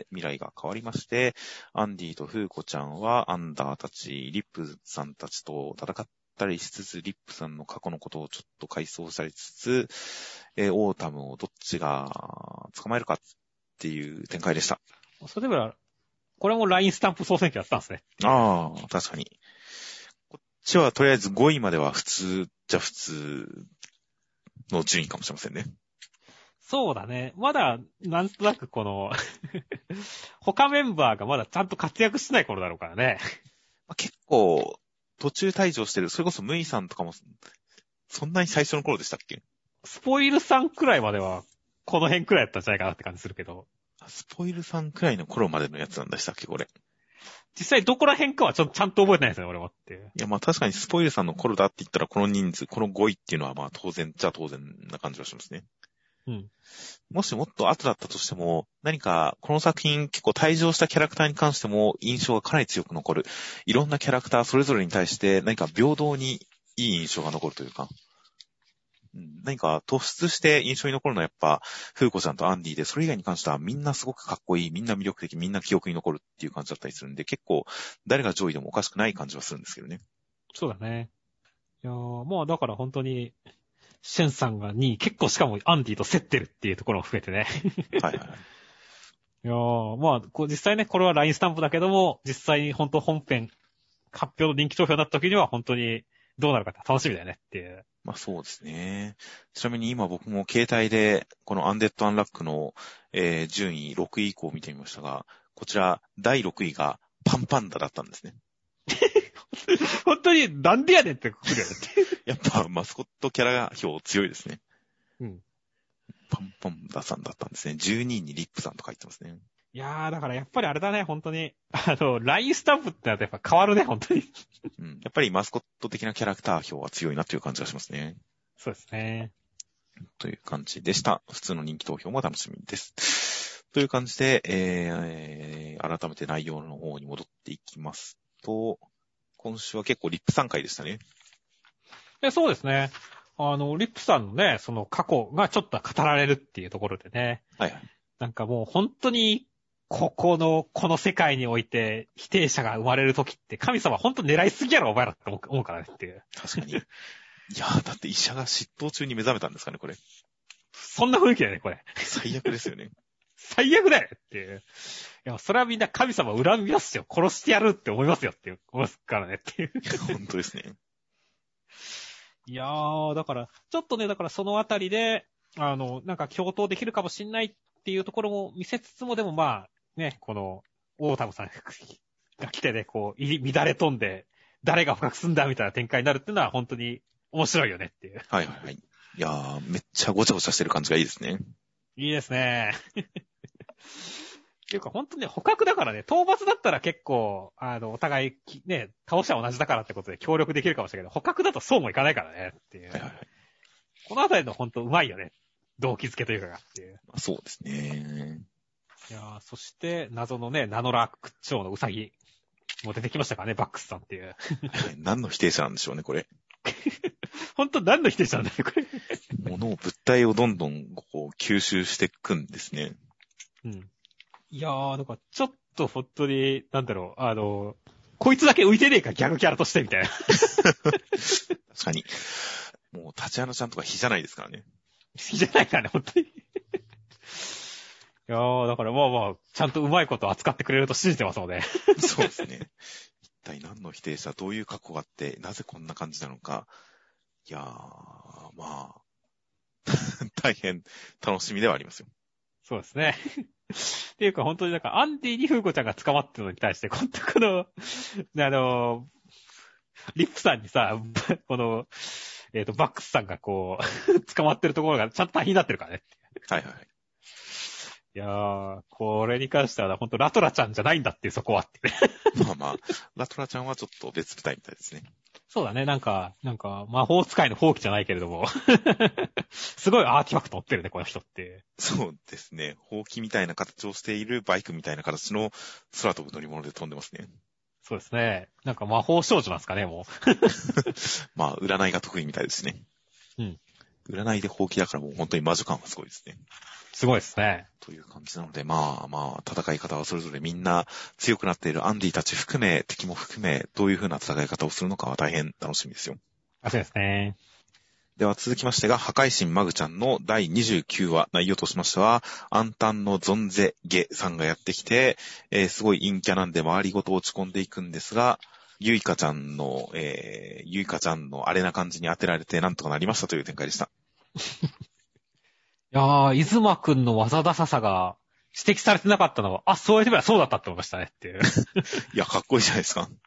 未来が変わりまして、アンディとフーコちゃんはアンダーたち、リップさんたちと戦ったりしつつ、リップさんの過去のことをちょっと回想されつつ、オータムをどっちが捕まえるかっていう展開でした。 それでも、これも LINE スタンプ総選挙やったんですね。 ああ、確かに。こっちはとりあえず5位までは普通じゃ普通の順位かもしれませんね。 そうだね。まだ、なんとなくこの他メンバーがまだちゃんと活躍してない頃だろうからね。 結構、途中退場してる、それこそムイさんとかも、そんなに最初の頃でしたっけ？ スポイルさんくらいまでは、この辺くらいやったんじゃないかなって感じするけど。 スポイルさんくらいの頃までのやつなんでしたっけ、これ。 実際どこら辺かはちゃんと覚えてないですね、俺もっていう。 いや、まあ確かにスポイルさんの頃だって言ったら、この人数、この5位っていうのはまあ当然じゃ当然な感じがしますね。 うん。 もしもっと後だったとしても、何かこの作品結構退場したキャラクターに関しても印象がかなり強く残る。いろんなキャラクターそれぞれに対して何か平等にいい印象が残るというか。何か突出して印象に残るのはやっぱ、フーコちゃんとアンディで、それ以外に関してはみんなすごくかっこいい、みんな魅力的、みんな記憶に残るっていう感じだったりするんで、結構誰が上位でもおかしくない感じはするんですけどね。 そうだね。いやー、まあだから本当に、シェンさんが2位、結構しかもアンディと競ってるっていうところも含めてね。 はいはい。 いやー、まあ、実際ね、これは LINE スタンプだけども、実際に本当本編、発表の人気投票になった時には本当にどうなるかって楽しみだよねっていう。 まあそうですね。ちなみに今僕も携帯でこのアンデッド・アンラックの、順位6位以降を見てみましたが、こちら第6位がパンパンダだったんですね。 本当になんでやねんって来るよねって。 やっぱマスコットキャラ票強いですね。 うん。 パンパンダさんだったんですね。12位にリップさんとか言ってますね。 いやー、だからやっぱりあれだね、本当に。LINE スタンプってのはやっぱ変わるね、本当に。 うん。やっぱりマスコット的なキャラクター票は強いなという感じがしますね。 そうですね。 という感じでした。普通の人気投票も楽しみです。という感じで、改めて内容の方に戻っていきますと、今週は結構リップ3回でしたね。 そうですね。リップさんのね、その過去がちょっと語られるっていうところでね。 はいはい。 なんかもう本当に、この世界において否定者が生まれるときって神様本当狙いすぎやろお前らって思うからねっていう。 確かに。いやー、だって医者が嫉妬中に目覚めたんですかね、これ。 そんな雰囲気だよね、これ。 最悪ですよね。 最悪だよっていう。いや、それはみんな神様恨みますよ。殺してやるって思いますよって思いますからねっていう。 本当ですね。 いやー、だから、ちょっとね、だからそのあたりで、なんか共闘できるかもしんないっていうところも見せつつも、でもまあ、ね、この、オータムさんが来てね、こう、乱れ飛んで、誰が捕獲すんだみたいな展開になるっていうのは本当に面白いよねっていう。 はいはいはい。いやー、めっちゃごちゃごちゃしてる感じがいいですね。 いいですね。っていうか本当に捕獲だからね、討伐だったら結構、お互い、ね、倒しは同じだからってことで協力できるかもしれないけど、捕獲だとそうもいかないからねっていう。 はいはいはい。 このあたりの本当うまいよね。動機づけというかがっていう。 そうですね。 いやー、そして謎のね、ナノラ区長のウサギも出てきましたからね、バックスさんっていう。 何の否定者なんでしょうね、これ。 本当何の否定者なんだよ、これ。 物体をどんどんこう吸収していくんですね。 うん。いやー、なんかちょっと本当に、なんだろう、こいつだけ浮いてねえか、ギャグキャラとしてみたいな。 確かに。もう、タチアナちゃんとか火じゃないですからね。 じゃないからね、本当に。いやー、だからまあまあ、ちゃんとうまいこと扱ってくれると信じてますので。 そうですね。一体何の否定者、どういう過去があって、なぜこんな感じなのか。いやー、まあ、大変楽しみではありますよ。 そうですね。っていうか本当になんか、アンディにフーコちゃんが捕まってるのに対して、この、リップさんにさ、この、バックスさんがこう、捕まってるところがちゃんと大変になってるからね。 はいはいはい。 いやー、これに関しては本当ラトラちゃんじゃないんだっていうそこはって。 まあまあ、ラトラちゃんはちょっと別舞台みたいですね。 そうだね、なんか、魔法使いの放棄じゃないけれども。すごいアーティファクト持ってるね、この人って。 そうですね。ほうきみたいな形をしているバイクみたいな形の空飛ぶ乗り物で飛んでますね。 そうですね。なんか魔法少女なんですかね、もまあ、占いが得意みたいですね。 う。うん。 占いでほうきだからもう本当に魔女感がすごいですね。 すごいですね。 という感じなので、まあまあ、戦い方はそれぞれみんな強くなっているアンディたち含め、敵も含め、どういう風な戦い方をするのかは大変楽しみですよ。 そうですね。 では続きましてが、破壊神マグちゃんの第29話、内容としましては、アンタンのゾンゼゲさんがやってきて、すごい陰キャなんで周りごと落ち込んでいくんですが、ゆいかちゃんのあれな感じに当てられてなんとかなりましたという展開でした。 いやー、イズマくんの技ダサさが指摘されてなかったのは、あ、そうやってみればそうだったって思いましたねっていう。 いや、かっこいいじゃないですか。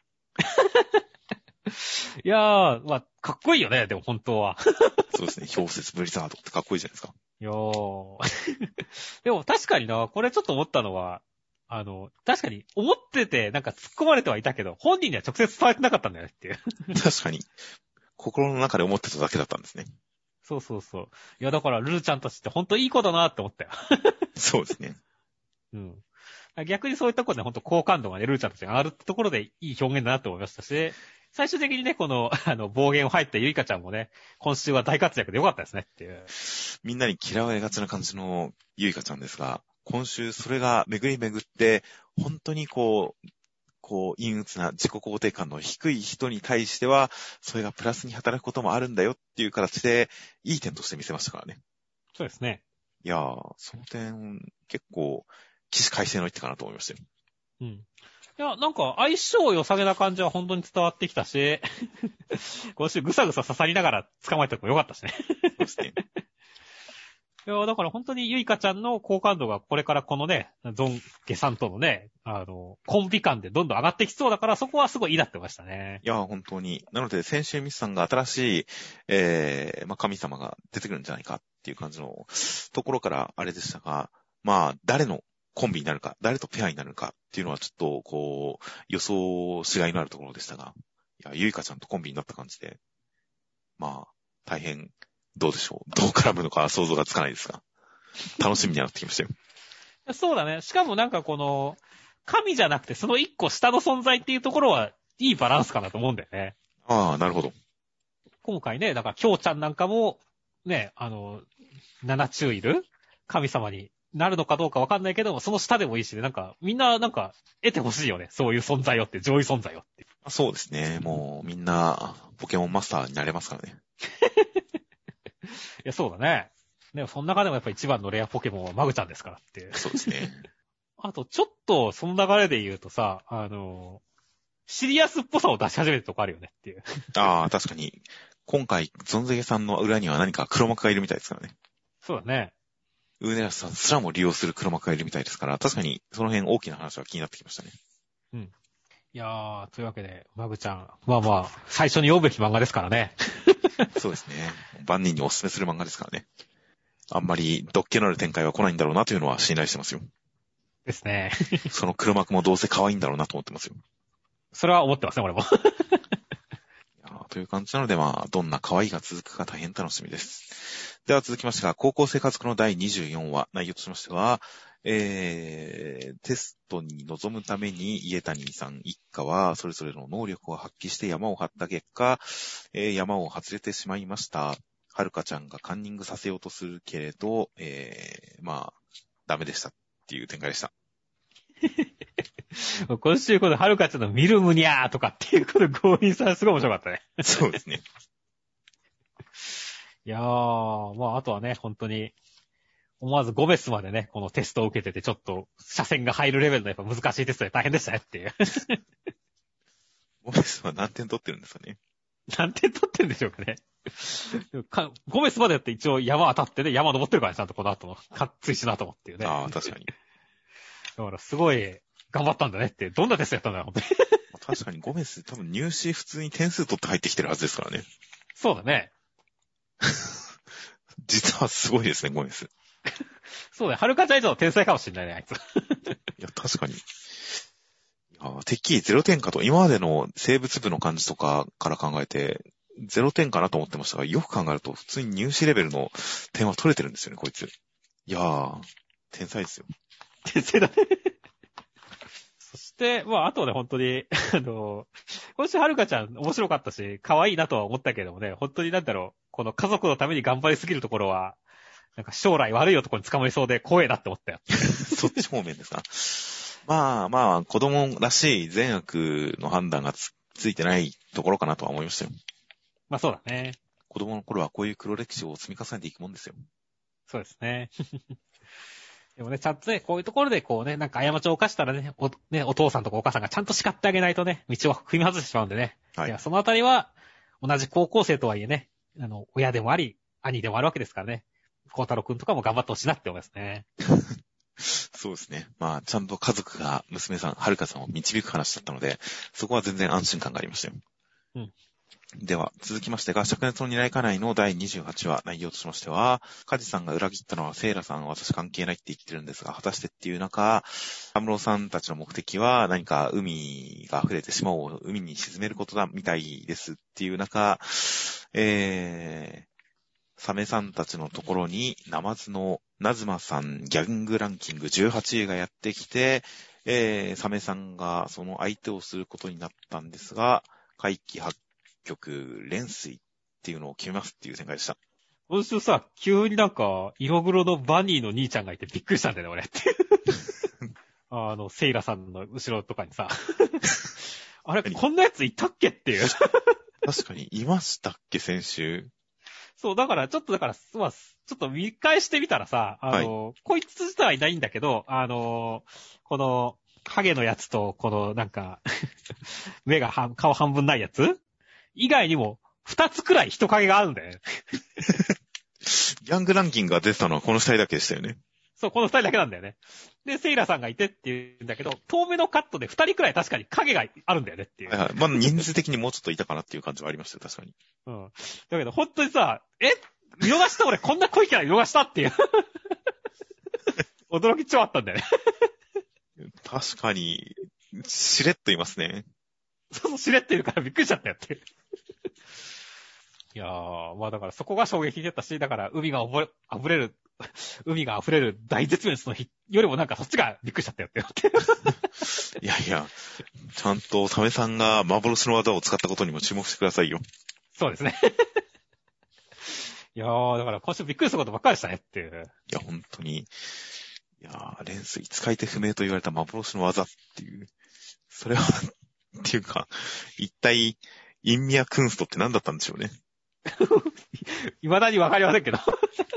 いやー、まあ、かっこいいよね、でも本当は。 そうですね。氷雪ブリザードってかっこいいじゃないですか。 いやー。でも確かにな、これちょっと思ったのは、確かに思っててなんか突っ込まれてはいたけど、本人には直接伝えてなかったんだよねっていう。 確かに。心の中で思ってただけだったんですね。 そうそうそう。いや、だからルルちゃんたちって本当いい子だなって思ったよ。 そうですね。 うん。逆にそういったことで本当好感度がね、ルルちゃんたちが上がるってところでいい表現だなって思いましたし、最終的にね、この、暴言を吐いたゆいかちゃんもね、今週は大活躍でよかったですねっていう。 みんなに嫌われがちな感じのゆいかちゃんですが、今週それが巡り巡って、本当にこう、陰鬱な自己肯定感の低い人に対しては、それがプラスに働くこともあるんだよっていう形で、いい点として見せましたからね。 そうですね。 いやー、その点、結構、起死回生の一手かなと思いましたよ。 うん。いや、なんか相性良さげな感じは本当に伝わってきたし、今週ぐさぐさ刺さりながら捕まえたとこよかったしね。 そうですね。 いや、だから本当にゆいかちゃんの好感度がこれからこのね、ゾンゲさんとのね、コンビ感でどんどん上がってきそうだから、そこはすごいいいなってましたね。 いや、本当に。なので、先週ミスさんが新しい、神様が出てくるんじゃないかっていう感じのところからあれでしたが、誰のコンビになるか、誰とペアになるかっていうのはちょっと、予想しがいのあるところでしたが、いや、ゆいかちゃんとコンビになった感じで、大変、どうでしょう。どう絡むのか想像がつかないですが、楽しみになってきましたよ。 そうだね。しかもなんかこの、神じゃなくてその一個下の存在っていうところはいいバランスかなと思うんだよね。 ああ、なるほど。 今回ね、だからきょうちゃんなんかも、ね、七中いる神様になるのかどうかわかんないけども、その下でもいいしね、なんか、みんななんか、得てほしいよね。そういう存在よって、上位存在よって。 そうですね。もう、みんな、ポケモンマスターになれますからね。 いや、そうだね。 ね、その中でもやっぱ一番のレアポケモンはマグちゃんですからっていう。 そうですね。 あと、ちょっと、その流れで言うとさ、シリアスっぽさを出し始めるとこあるよねっていう。 ああ、確かに。今回、ゾンゼゲさんの裏には何か黒幕がいるみたいですからね。 そうだね。 ウーネラスさんすらも利用する黒幕がいるみたいですから、確かにその辺大きな話は気になってきましたね。 うん。いやー、というわけで、マグちゃん。まあまあ、最初に読むべき漫画ですからね。 そうですね。万人にお勧めする漫画ですからね。あんまり、どっけのある展開は来ないんだろうなというのは信頼してますよ。 ですね。 その黒幕もどうせ可愛いんだろうなと思ってますよ。 それは思ってますね、俺も。 という感じなので、まあ、どんな可愛いが続くか大変楽しみです。では続きましてが、高校生活の第24話、内容としましては、テストに臨むために家谷さん一家はそれぞれの能力を発揮して山を張った結果、山を外れてしまいました。はるかちゃんがカンニングさせようとするけれど、まあ、ダメでしたっていう展開でした。 今週このはるかちゃんの見るむにゃーとかっていうこと強引さすごい面白かったね。 そうですね。 いやー、まああとはね、本当に、思わず5ベスまでね、このテストを受けててちょっと車線が入るレベルのやっぱ難しいテストで大変でしたねっていう。 ゴメスは何点取ってるんですかね。 何点取ってるんでしょうかね。5ベスまでやって一応山当たってね、山登ってるからね、ちゃんとこの後の、追試の後もっていうね。 ああ、確かに。 だからすごい頑張ったんだねって、どんなテストやったんだよ、本当に。 確かにゴメス多分入試普通に点数取って入ってきてるはずですからね。 そうだね。 実はすごいですね、ゴメス。 そうだよ、はるかちゃん以上の天才かもしれないね、あいつ。 いや、確かに。てっきり0点かと、今までの生物部の感じとかから考えて、0点かなと思ってましたが、よく考えると普通に入試レベルの点は取れてるんですよね、こいつ。いやー、天才ですよ。 天才だね。そして、まあ、あとね、本当に、今週はるかちゃん面白かったし、可愛いなとは思ったけどもね、本当になんだろう、この家族のために頑張りすぎるところは、なんか将来悪い男に捕まりそうで怖えなって思ったよ。 そっち方面ですか。まあまあ、子供らしい善悪の判断がついてないところかなとは思いましたよ。 まあそうだね。 子供の頃はこういう黒歴史を積み重ねていくもんですよ。 そうですね。でもね、ちゃんとね、こういうところでこうね、なんか過ちを犯したらね、お父さんとかお母さんがちゃんと叱ってあげないとね、道を踏み外してしまうんでね。 はい。 いや、そのあたりは、同じ高校生とはいえね、親でもあり、兄でもあるわけですからね。孝太郎くんとかも頑張ってほしいなって思いますね。 そうですね。まあ、ちゃんと家族が娘さん、はるかさんを導く話だったので、そこは全然安心感がありましたよ。 うん。 では、続きましてが、灼熱の二来家内の第28話、内容としましては、カジさんが裏切ったのはセイラさん、私関係ないって言ってるんですが、果たしてっていう中、アムロさんたちの目的は何か海が溢れて島を海に沈めることだみたいですっていう中、サメさんたちのところに、ナマズのナズマさんギャングランキング18位がやってきて、サメさんがその相手をすることになったんですが、怪奇発曲、連水っていうのを決めますっていう展開でした。 今週さ、急になんか、色黒のバニーの兄ちゃんがいてびっくりしたんだよね、俺って。セイラさんの後ろとかにさ。あれ、こんなやついたっけっていう。 確かに、いましたっけ、先週。 そう、だから、ちょっと、まあ、ちょっと見返してみたらさ、こいつ自体はいないんだけど、この、影のやつと、この、なんか、顔半分ないやつ以外にも、2つくらい人影があるんだよね。 ギャングランキングが出てたのはこの2人だけでしたよね。 そう、この2人だけなんだよね。で、セイラさんがいてっていうんだけど、遠目のカットで2人くらい確かに影があるんだよねっていう。 はいはい。まあ、人数的にもうちょっといたかなっていう感じはありましたよ、確かに。 うん。だけど、本当にさ、見逃した俺こんな濃いキャラ見逃したっていう。驚き超あったんだよね。 確かに、しれっといますね。 そう、しれっているからびっくりしちゃったよっていう。いやー、まあだからそこが衝撃だったし、だから海が溢れる大絶滅の日よりもなんかそっちがびっくりしちゃったよって。 いやいや、ちゃんとサメさんが幻の技を使ったことにも注目してくださいよ。 そうですね。いやー、だから今週びっくりすることばっかりでしたねっていう。 いや、本当に。いやー、連水使い手不明と言われた幻の技っていう。それは、っていうか、一体、インミアクンストって何だったんでしょうね。 未だにわかりませんけど。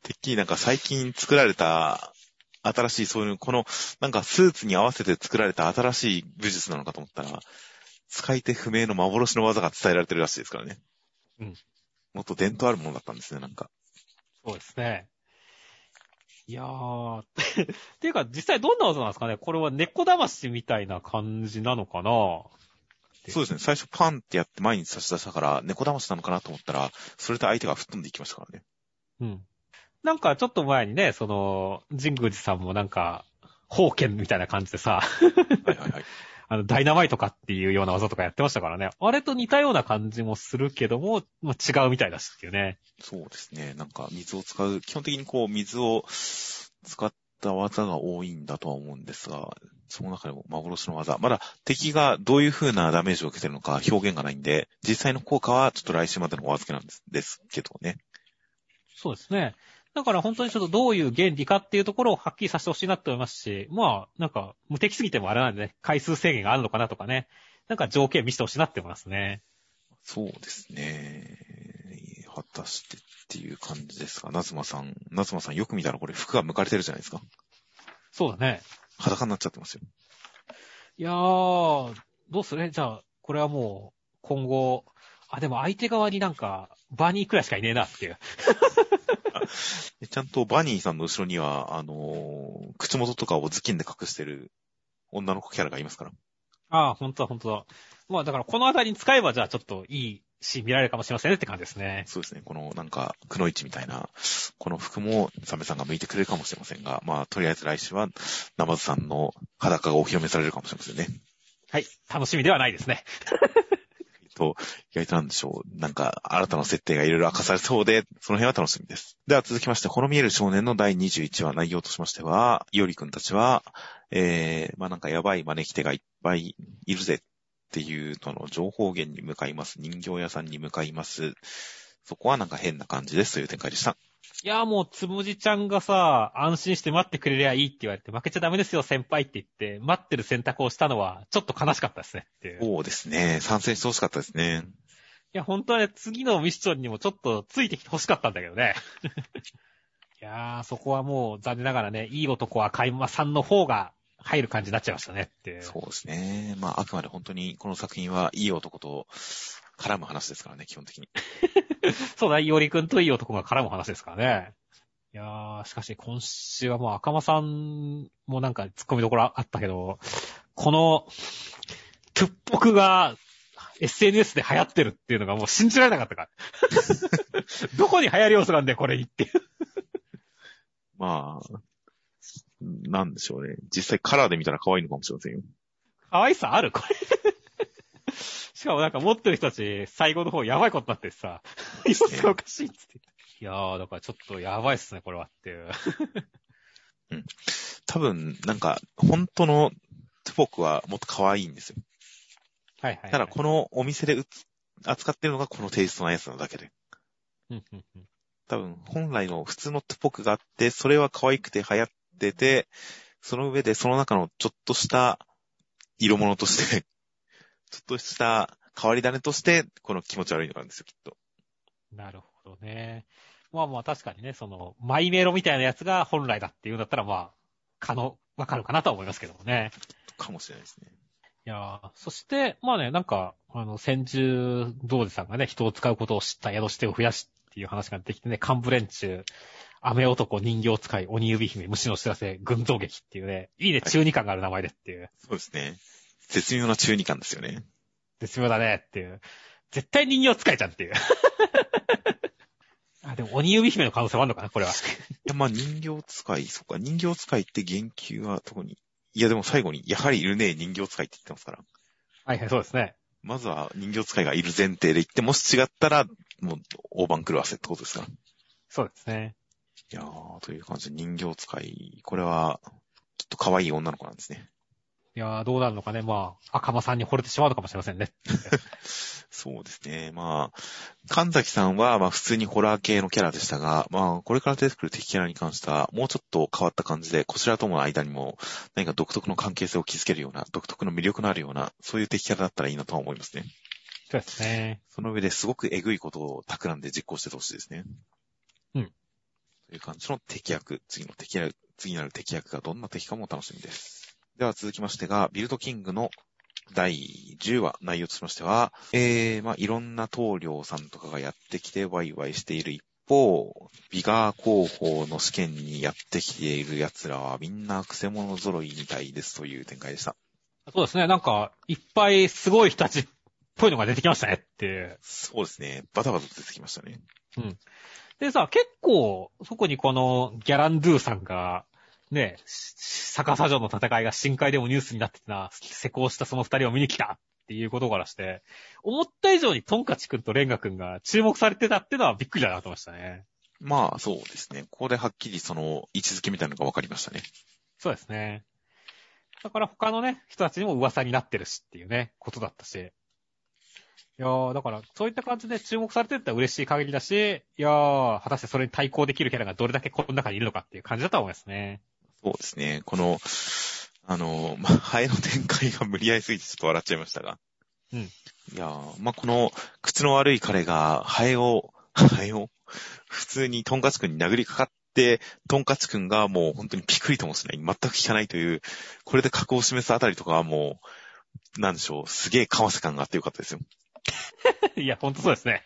てっきりなんか最近作られた、新しいそういう、この、なんかスーツに合わせて作られた新しい武術なのかと思ったら、使い手不明の幻の技が伝えられてるらしいですからね。 うん。 もっと伝統あるものだったんですね、なんか。 そうですね。いやー。っていうか、実際どんな技なんですかね？これは猫魂みたいな感じなのかな？ そうですね、最初パンってやって前に差し出したから、猫魂なのかなと思ったら、それで相手が吹っ飛んでいきましたからね。 うん。なんかちょっと前にね、神宮寺さんもなんか、宝剣みたいな感じでさ、 はいはいはい。 ダイナマイトかっていうような技とかやってましたからね。あれと似たような感じもするけども、まあ、違うみたいだしっていうね。 そうですね。なんか水を使う、基本的にこう水を使った技が多いんだとは思うんですが、その中でも幻の技。まだ敵がどういう風なダメージを受けてるのか表現がないんで、実際の効果はちょっと来週までのお預けなんですけどね。 そうですね。だから本当にちょっとどういう原理かっていうところをはっきりさせてほしいなって思いますし、まあ、なんか無敵すぎてもあれなんでね、回数制限があるのかなとかね、なんか条件見せてほしいなって思いますね。 そうですね。果たしてっていう感じですが、夏馬さんよく見たらこれ服が剥かれてるじゃないですか。 そうだね。 裸になっちゃってますよ。 いやー、どうするね。じゃあ、これはもう、今後、でも相手側になんか、バニーくらいしかいねえなっていう。 ちゃんとバニーさんの後ろには、口元とかを頭巾で隠してる女の子キャラがいますから。 本当だ、本当だ。まあ、だからこのあたりに使えば、じゃあちょっといいシーン見られるかもしれませんねって感じですね。 そうですね。このなんか、くのいちみたいな、この服もサメさんが向いてくれるかもしれませんが、まあ、とりあえず来週は、ナマズさんの裸がお披露目されるかもしれませんね。 はい。楽しみではないですね。 意外となんでしょう。なんか、新たな設定がいろいろ明かされそうで、その辺は楽しみです。では続きまして、この見える少年の第21話内容としましては、いおりくんたちは、まあなんかやばい招き手がいっぱいいるぜっていうの情報源に向かいます。人形屋さんに向かいます。そこはなんか変な感じですという展開でした。 いや、もう、つむじちゃんがさ、安心して待ってくれりゃいいって言われて、負けちゃダメですよ、先輩って言って、待ってる選択をしたのは、ちょっと悲しかったですねっていう。 そうですね。参戦してほしかったですね。 いや、本当はね、次のミッションにもちょっとついてきてほしかったんだけどね。いやー、そこはもう残念ながらね、いい男は海馬さんの方が入る感じになっちゃいましたねっていう。 そうですね。まあ、あくまで本当にこの作品はいい男と絡む話ですからね、基本的に。 そうだ、いおりくんといい男が絡む話ですからね。いやー、しかし今週はもう赤間さんもなんか突っ込みどころあったけど、この、トゥッポクが SNS で流行ってるっていうのがもう信じられなかったから。どこに流行り要素なんだよ、これにっていう。 まあ、なんでしょうね。実際カラーで見たら可愛いのかもしれませんよ。 可愛さあるこれ。しかもなんか持ってる人たち、最後の方やばいことになってさ、様子がおかしいっつって。いやー、だからちょっとやばいっすね、これはっていう。 うん。多分、なんか、本当のトゥポクはもっと可愛いんですよ。 はいはい、はい。 ただ、このお店で扱ってるのがこのテイストのやつなだけで。多分、本来の普通のトゥポクがあって、それは可愛くて流行ってて、その上でその中のちょっとした色物としてちょっとした変わり種として、この気持ち悪いのがあるんですよ、きっと。 なるほどね。まあまあ確かにね、マイメロみたいなやつが本来だっていうんだったらまあ、わかるかなとは思いますけどもね。 かもしれないですね。 いやー、そして、まあね、なんか、先住道寺さんがね、人を使うことを知った宿し手を増やしっていう話が出てきてね、幹部連中、雨男、人形使い、鬼指姫、虫の知らせ、群像劇っていうね、いいね、中二感がある名前でっていう。 そうですね。絶妙な中二感ですよね。 絶妙だねっていう。絶対人形使いじゃんっていう。でも鬼指姫の可能性もあるのかなこれは。 いや、まあ人形使い、そっか、人形使いって言及は特に。いや、でも最後に、やはりいるね、人形使いって言ってますから。 はいはい、そうですね。 まずは人形使いがいる前提で言って、もし違ったら、もう大番狂わせってことですから。 そうですね。 いやー、という感じで人形使い、これは、きっと可愛い女の子なんですね。 いやー、どうなるのかね。まあ、赤間さんに惚れてしまうのかもしれませんね。 そうですね。まあ、神崎さんは、まあ普通にホラー系のキャラでしたが、まあこれから出てくる敵キャラに関しては、もうちょっと変わった感じで、こちらとの間にも何か独特の関係性を築けるような、独特の魅力のあるような、そういう敵キャラだったらいいなとは思いますね。 そうですね。 その上ですごくエグいことを企んで実行しててほしいですね。 うん。 という感じの敵役、次なる敵役がどんな敵かも楽しみです。では続きましてが、ビルドキングの第10話、内容としましては、いろんな棟梁さんとかがやってきてワイワイしている一方、ビガー候補の試験にやってきている奴らはみんなクセ者揃いみたいですという展開でした。 そうですね。なんか、いっぱいすごい人たちっぽいのが出てきましたねっていう。 そうですね。バタバタ出てきましたね。 うん。でさ、結構、そこにこのギャランドゥさんが、ね、逆さ城の戦いが深海でもニュースになっててな、施工したその二人を見に来たっていうことからして、思った以上にトンカチ君とレンガ君が注目されてたってのはびっくりだなと思いましたね。 まあそうですね。ここではっきりその位置づけみたいなのが分かりましたね。 そうですね。だから他のね、人たちにも噂になってるしっていうね、ことだったし。いやー、だから、そういった感じで注目されてったら嬉しい限りだし、いやー、果たしてそれに対抗できるキャラがどれだけこの中にいるのかっていう感じだと思いますね。 そうですね。この、ハエの展開が無理やりすぎてちょっと笑っちゃいましたが。 うん。 いやー、この、口の悪い彼が、ハエを、普通にトンカチ君に殴りかかって、トンカチ君がもう本当にピクリともしない、全く効かないという、これで格を示すあたりとかはもう、なんでしょう、すげえかませ感があってよかったですよ。 いや、ほんとそうですね。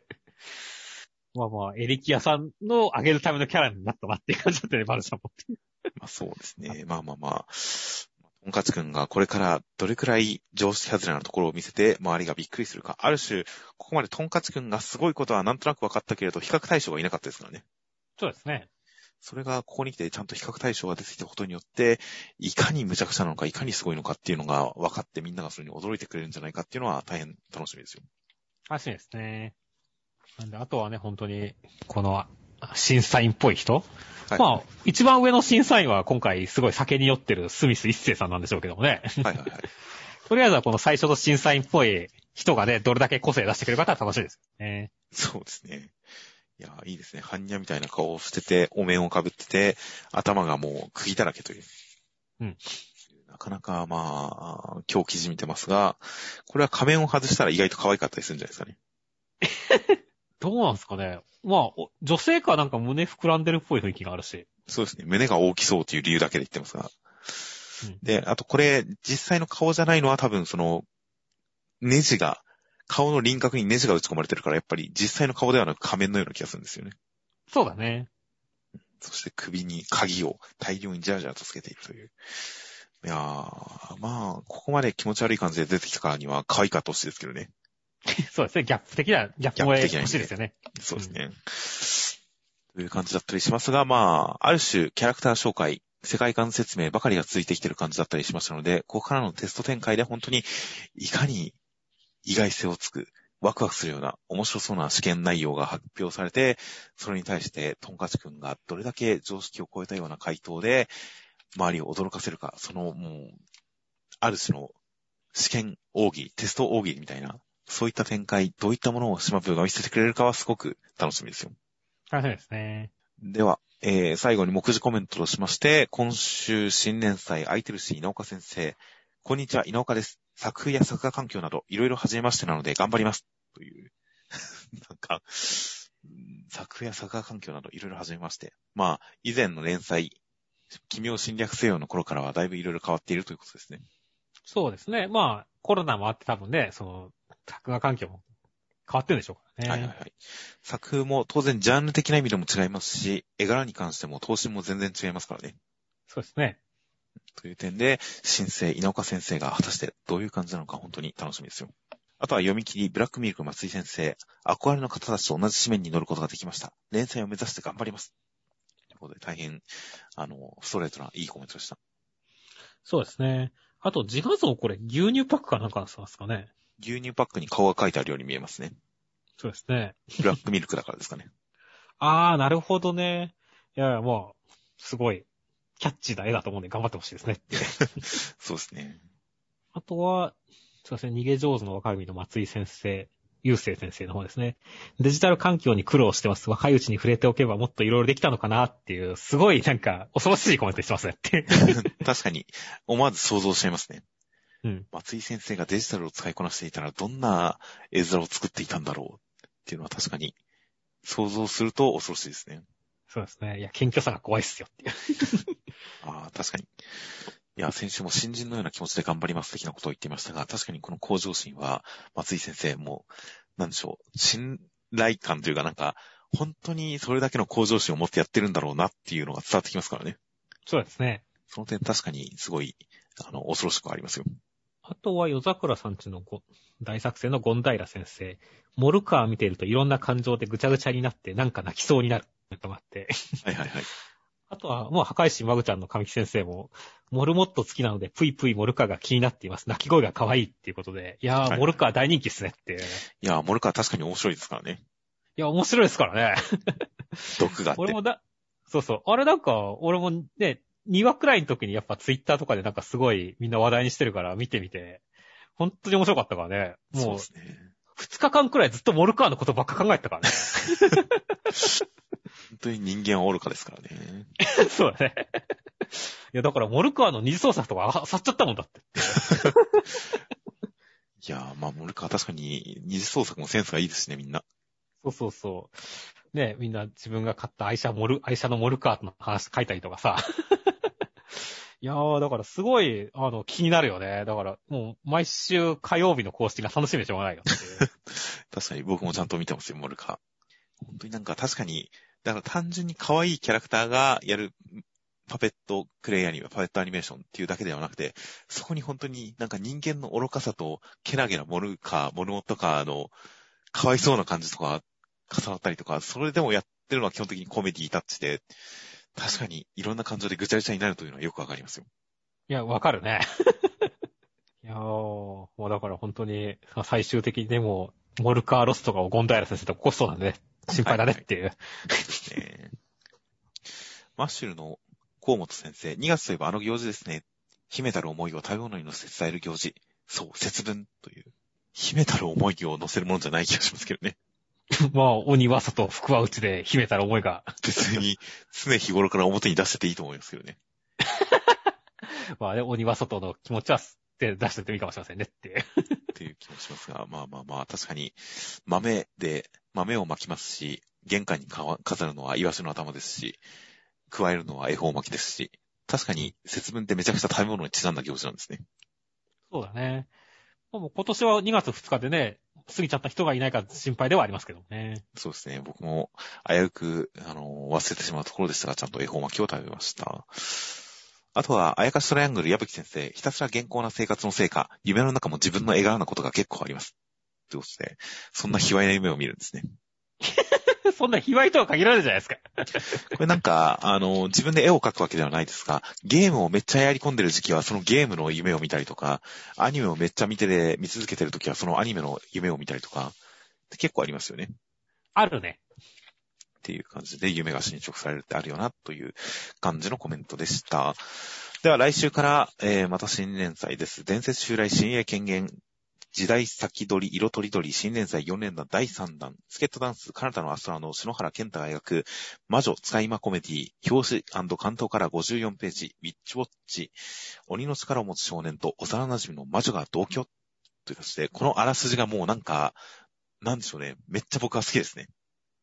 エリキヤさんの上げるためのキャラになったなっていう感じだったね、バルさんも。 そうですね。トンカチ君がこれからどれくらい常識外れなところを見せて周りがびっくりするか。ある種、ここまでトンカチ君がすごいことはなんとなく分かったけれど、比較対象がいなかったですからね。 そうですね。 それがここに来てちゃんと比較対象が出てきたことによって、いかに無茶苦茶なのか、いかにすごいのかっていうのが分かってみんながそれに驚いてくれるんじゃないかっていうのは大変楽しみですよ。 楽しみですね。なんで、あとはね、本当に、この、審査員っぽい人、はい、一番上の審査員は今回すごい酒に酔ってるスミス一世さんなんでしょうけどもね。とりあえずはこの最初の審査員っぽい人がね、どれだけ個性出してくれるかは楽しいですね。 そうですね。いや、いいですね。般若みたいな顔をしてて、お面をかぶってて、頭がもう釘だらけという。 うん。 なかなか今日記事見てますが、これは仮面を外したら意外と可愛かったりするんじゃないですかね。 どうなんですかね。女性かなんか胸膨らんでるっぽい雰囲気があるし。 そうですね。胸が大きそうという理由だけで言ってますが。うん、で、あとこれ、実際の顔じゃないのは多分ネジが、顔の輪郭にネジが打ち込まれてるから、やっぱり実際の顔ではなく仮面のような気がするんですよね。 そうだね。 そして首に鍵を大量にジャージャーとつけているという。いやー、ここまで気持ち悪い感じで出てきたからには可愛かったほしいですけどね。 そうですね。ギャップ的な、ギャップも欲しいですよね。 そうですね。という感じだったりしますが、ある種キャラクター紹介、世界観説明ばかりが続いてきている感じだったりしましたので、ここからのテスト展開で本当にいかに意外性をつく、ワクワクするような面白そうな試験内容が発表されて、それに対してトンカチ君がどれだけ常識を超えたような回答で、周りを驚かせるか、ある種の試験大喜利、テスト大喜利みたいな、そういった展開、どういったものを島風が見せてくれるかはすごく楽しみですよ。 楽しみですね。 では、最後に目次コメントとしまして、今週新年祭空いてるし、稲岡先生。こんにちは、稲岡です。作風や作画環境など、いろいろ始めましてなので頑張ります。という、作風や作画環境など、いろいろ始めまして。以前の連載、奇妙侵略西洋の頃からはだいぶいろいろ変わっているということですね。 そうですね。コロナもあって多分ね、作画環境も変わってるんでしょうからね。 作風も当然ジャンル的な意味でも違いますし、絵柄に関しても頭身も全然違いますからね。 そうですね。 という点で、新生稲岡先生が果たしてどういう感じなのか本当に楽しみですよ。あとは読み切り、ブラックミルク松井先生、憧れの方たちと同じ紙面に乗ることができました。連載を目指して頑張ります。ということで大変、ストレートないいコメントでした。 そうですね。あと、自画像これ牛乳パックかなんかなんですかね。 牛乳パックに顔が書いてあるように見えますね。 そうですね。 ブラックミルクだからですかね。 なるほどね。いや、すごい、キャッチーな絵だと思うんで頑張ってほしいですねって。 そうですね。 あとは、そうですね、逃げ上手の若君の松井先生、優生先生の方ですね。デジタル環境に苦労してます。若いうちに触れておけばもっといろいろできたのかなっていう、すごい恐ろしいコメントしてますねって。 確かに、思わず想像しちゃいますね。 うん。 松井先生がデジタルを使いこなしていたらどんな絵面を作っていたんだろうっていうのは確かに想像すると恐ろしいですね。 そうですね。いや、謙虚さが怖いっすよっていう。 ああ、確かに。いや、先週も新人のような気持ちで頑張ります的なことを言っていましたが、確かにこの向上心は、松井先生も、なんでしょう、信頼感というかなんか、本当にそれだけの向上心を持ってやってるんだろうなっていうのが伝わってきますからね。 そうですね。 その点確かにすごい、恐ろしくありますよ。 あとは夜桜さんちの大作戦の権平先生。モルカー見てるといろんな感情でぐちゃぐちゃになってなんか泣きそうになるとかあって。 はいはいはい。 あとは、もう破壊神マグちゃんの神木先生も、モルモット好きなので、ぷいぷいモルカーが気になっています。鳴き声が可愛いっていうことで。いやー、 はいはいモルカー大人気っすねっていう。 いや、モルカー確かに面白いですからね。 いや、面白いですからね。 毒があって。 俺もそうそう。あれなんか、俺もね、2話くらいの時にやっぱツイッターとかでなんかすごいみんな話題にしてるから見てみて、本当に面白かったからね。もう、 そうですね。 2日間くらいずっとモルカーのことばっか考えてたからね。 本当に人間は愚かですからね。 そうだね。いや、だからモルカーの二次創作とか漁っちゃったもんだって。 いやー、まあ、モルカー確かに二次創作もセンスがいいですしね、みんな。 そうそうそう。ね、みんな自分が買った愛車のモルカーの話書いたりとかさ。いやー、だからすごい、気になるよね。だから、もう、毎週火曜日の公式が楽しみでしょうがないよっていう。 確かに僕もちゃんと見てますよ、モルカー。本当になんか確かに、だから単純に可愛いキャラクターがやるパペットクレイアニメ、パペットアニメーションっていうだけではなくて、そこに本当になんか人間の愚かさとけなげなモルモットカーのかわいそうな感じとか重なったりとか、それでもやってるのは基本的にコメディタッチで、確かにいろんな感情でぐちゃぐちゃになるというのはよくわかりますよ。 いや、わかるね。いやー、もうだから本当に、最終的にでも、モルカーロスとかをゴンダイラ先生と起こしそうなんで、心配だねっていう。 はいはいマッシュルの河本先生、2月といえばあの行事ですね。秘めたる思いを食べ物に乗せて伝える行事。そう、節分という。秘めたる思いを乗せるものじゃない気がしますけどね。 まあ、鬼は外、福は内で秘めたら思いが。 別に常日頃から表に出してていいと思いますけどね。 まあね、鬼は外の気持ちは出しててもいいかもしれませんねっていう。 っていう気もしますが、まあ、確かに豆を巻きますし、玄関に飾るのはイワシの頭ですし、加えるのは恵方巻きですし、確かに節分ってめちゃくちゃ食べ物にちなんだ行事なんですね。 そうだね。もう今年は2月2日でね、過ぎちゃった人がいないか心配ではありますけどね。 そうですね。僕も危うく、忘れてしまうところでしたが、ちゃんと恵方巻きを食べました。あとは、あやかしトライアングル矢吹先生、ひたすら健康な生活のせいか、夢の中も自分の笑顔なことが結構あります。ということで、そんな卑猥な夢を見るんですね。 そんな卑猥とは限られるじゃないですか。 これなんか、自分で絵を描くわけではないですが、ゲームをめっちゃやり込んでる時期はそのゲームの夢を見たりとか、アニメをめっちゃ見続けてる時はそのアニメの夢を見たりとか、結構ありますよね。 あるね。 っていう感じで夢が侵食されるってあるよなという感じのコメントでした。では来週から、また新連載です。伝説襲来新鋭権限時代先取り色とりどり新連載4連弾第3弾スケットダンスカナダのアストラの篠原健太が描く魔女使い魔コメディ表紙関東から54ページウィッチウォッチ鬼の力を持つ少年と幼馴染の魔女が同居という形でこのあらすじがもうなんかなんでしょうねめっちゃ僕は好きですね。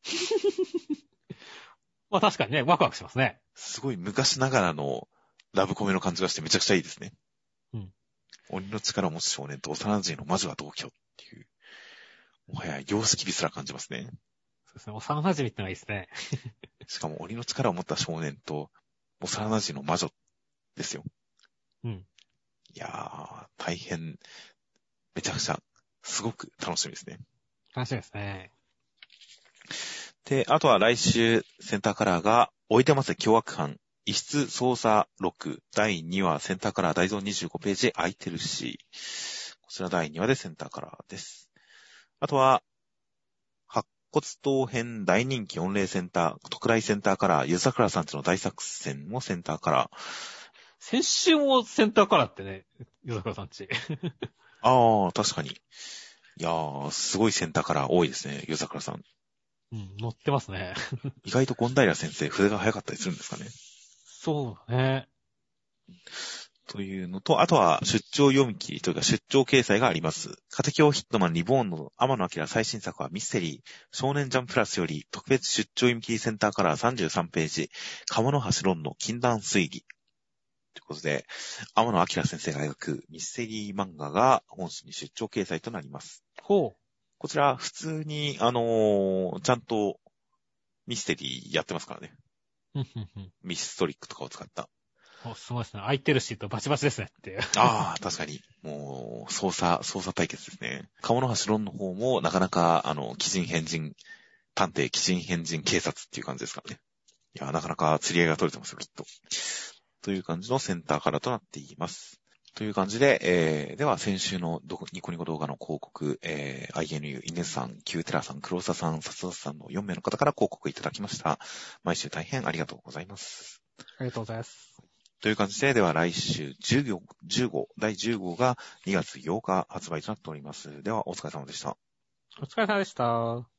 まあ確かにね、ワクワクしますね。 すごい昔ながらのラブコメの感じがしてめちゃくちゃいいですね。 うん。 鬼の力を持つ少年と幼馴染の魔女が同居っていう、もはや様式美すら感じますね。 そうですね、幼馴染ってのがいいですね。 しかも鬼の力を持った少年と幼馴染の魔女ですよ。 うん。 いやー、大変、めちゃくちゃ、すごく楽しみですね。 楽しみですね。 で、あとは来週、センターカラーが、置いてます凶悪犯、異質捜査録、第2話、センターカラー、大蔵25ページ空いてるし、こちら第2話でセンターカラーです。あとは、白骨刀編大人気御礼センター、特大センターカラー、湯桜さんちの大作戦もセンターカラー。 先週もセンターカラーってね、湯桜さんち。 ああ、確かに。いやー、すごいセンターカラー多いですね、湯桜さん。 うん、乗ってますね。 意外と権平先生、筆が早かったりするんですかね。 そうだね。 というのと、あとは出張読み切りというか出張掲載があります。家庭教ヒットマンリボーンの天野明最新作はミステリー、少年ジャンププラスより特別出張読み切りセンターカラー33ページ、鴨の橋論の禁断推理。ということで、天野明先生が描くミステリー漫画が本誌に出張掲載となります。 ほう。 こちら普通に、ちゃんとミステリーやってますからね。ミストリックとかを使った。 すごいですね。空いてるしとバチバチですねっていう。 ああ、確かに。もう、捜査対決ですね。鴨の橋論の方も、なかなか、鬼人変人、探偵、鬼人変人警察っていう感じですからね。いや、なかなか釣り合いが取れてますよ、きっと。という感じのセンターカラーとなっています。という感じで、では先週のニコニコ動画の広告、INU、イネスさん、キューテラさん、クローサさん、サツダさんの4名の方から広告いただきました。毎週大変ありがとうございます。 ありがとうございます。 という感じで、では来週第10号が2月8日発売となっております。ではお疲れ様でした。 お疲れ様でした。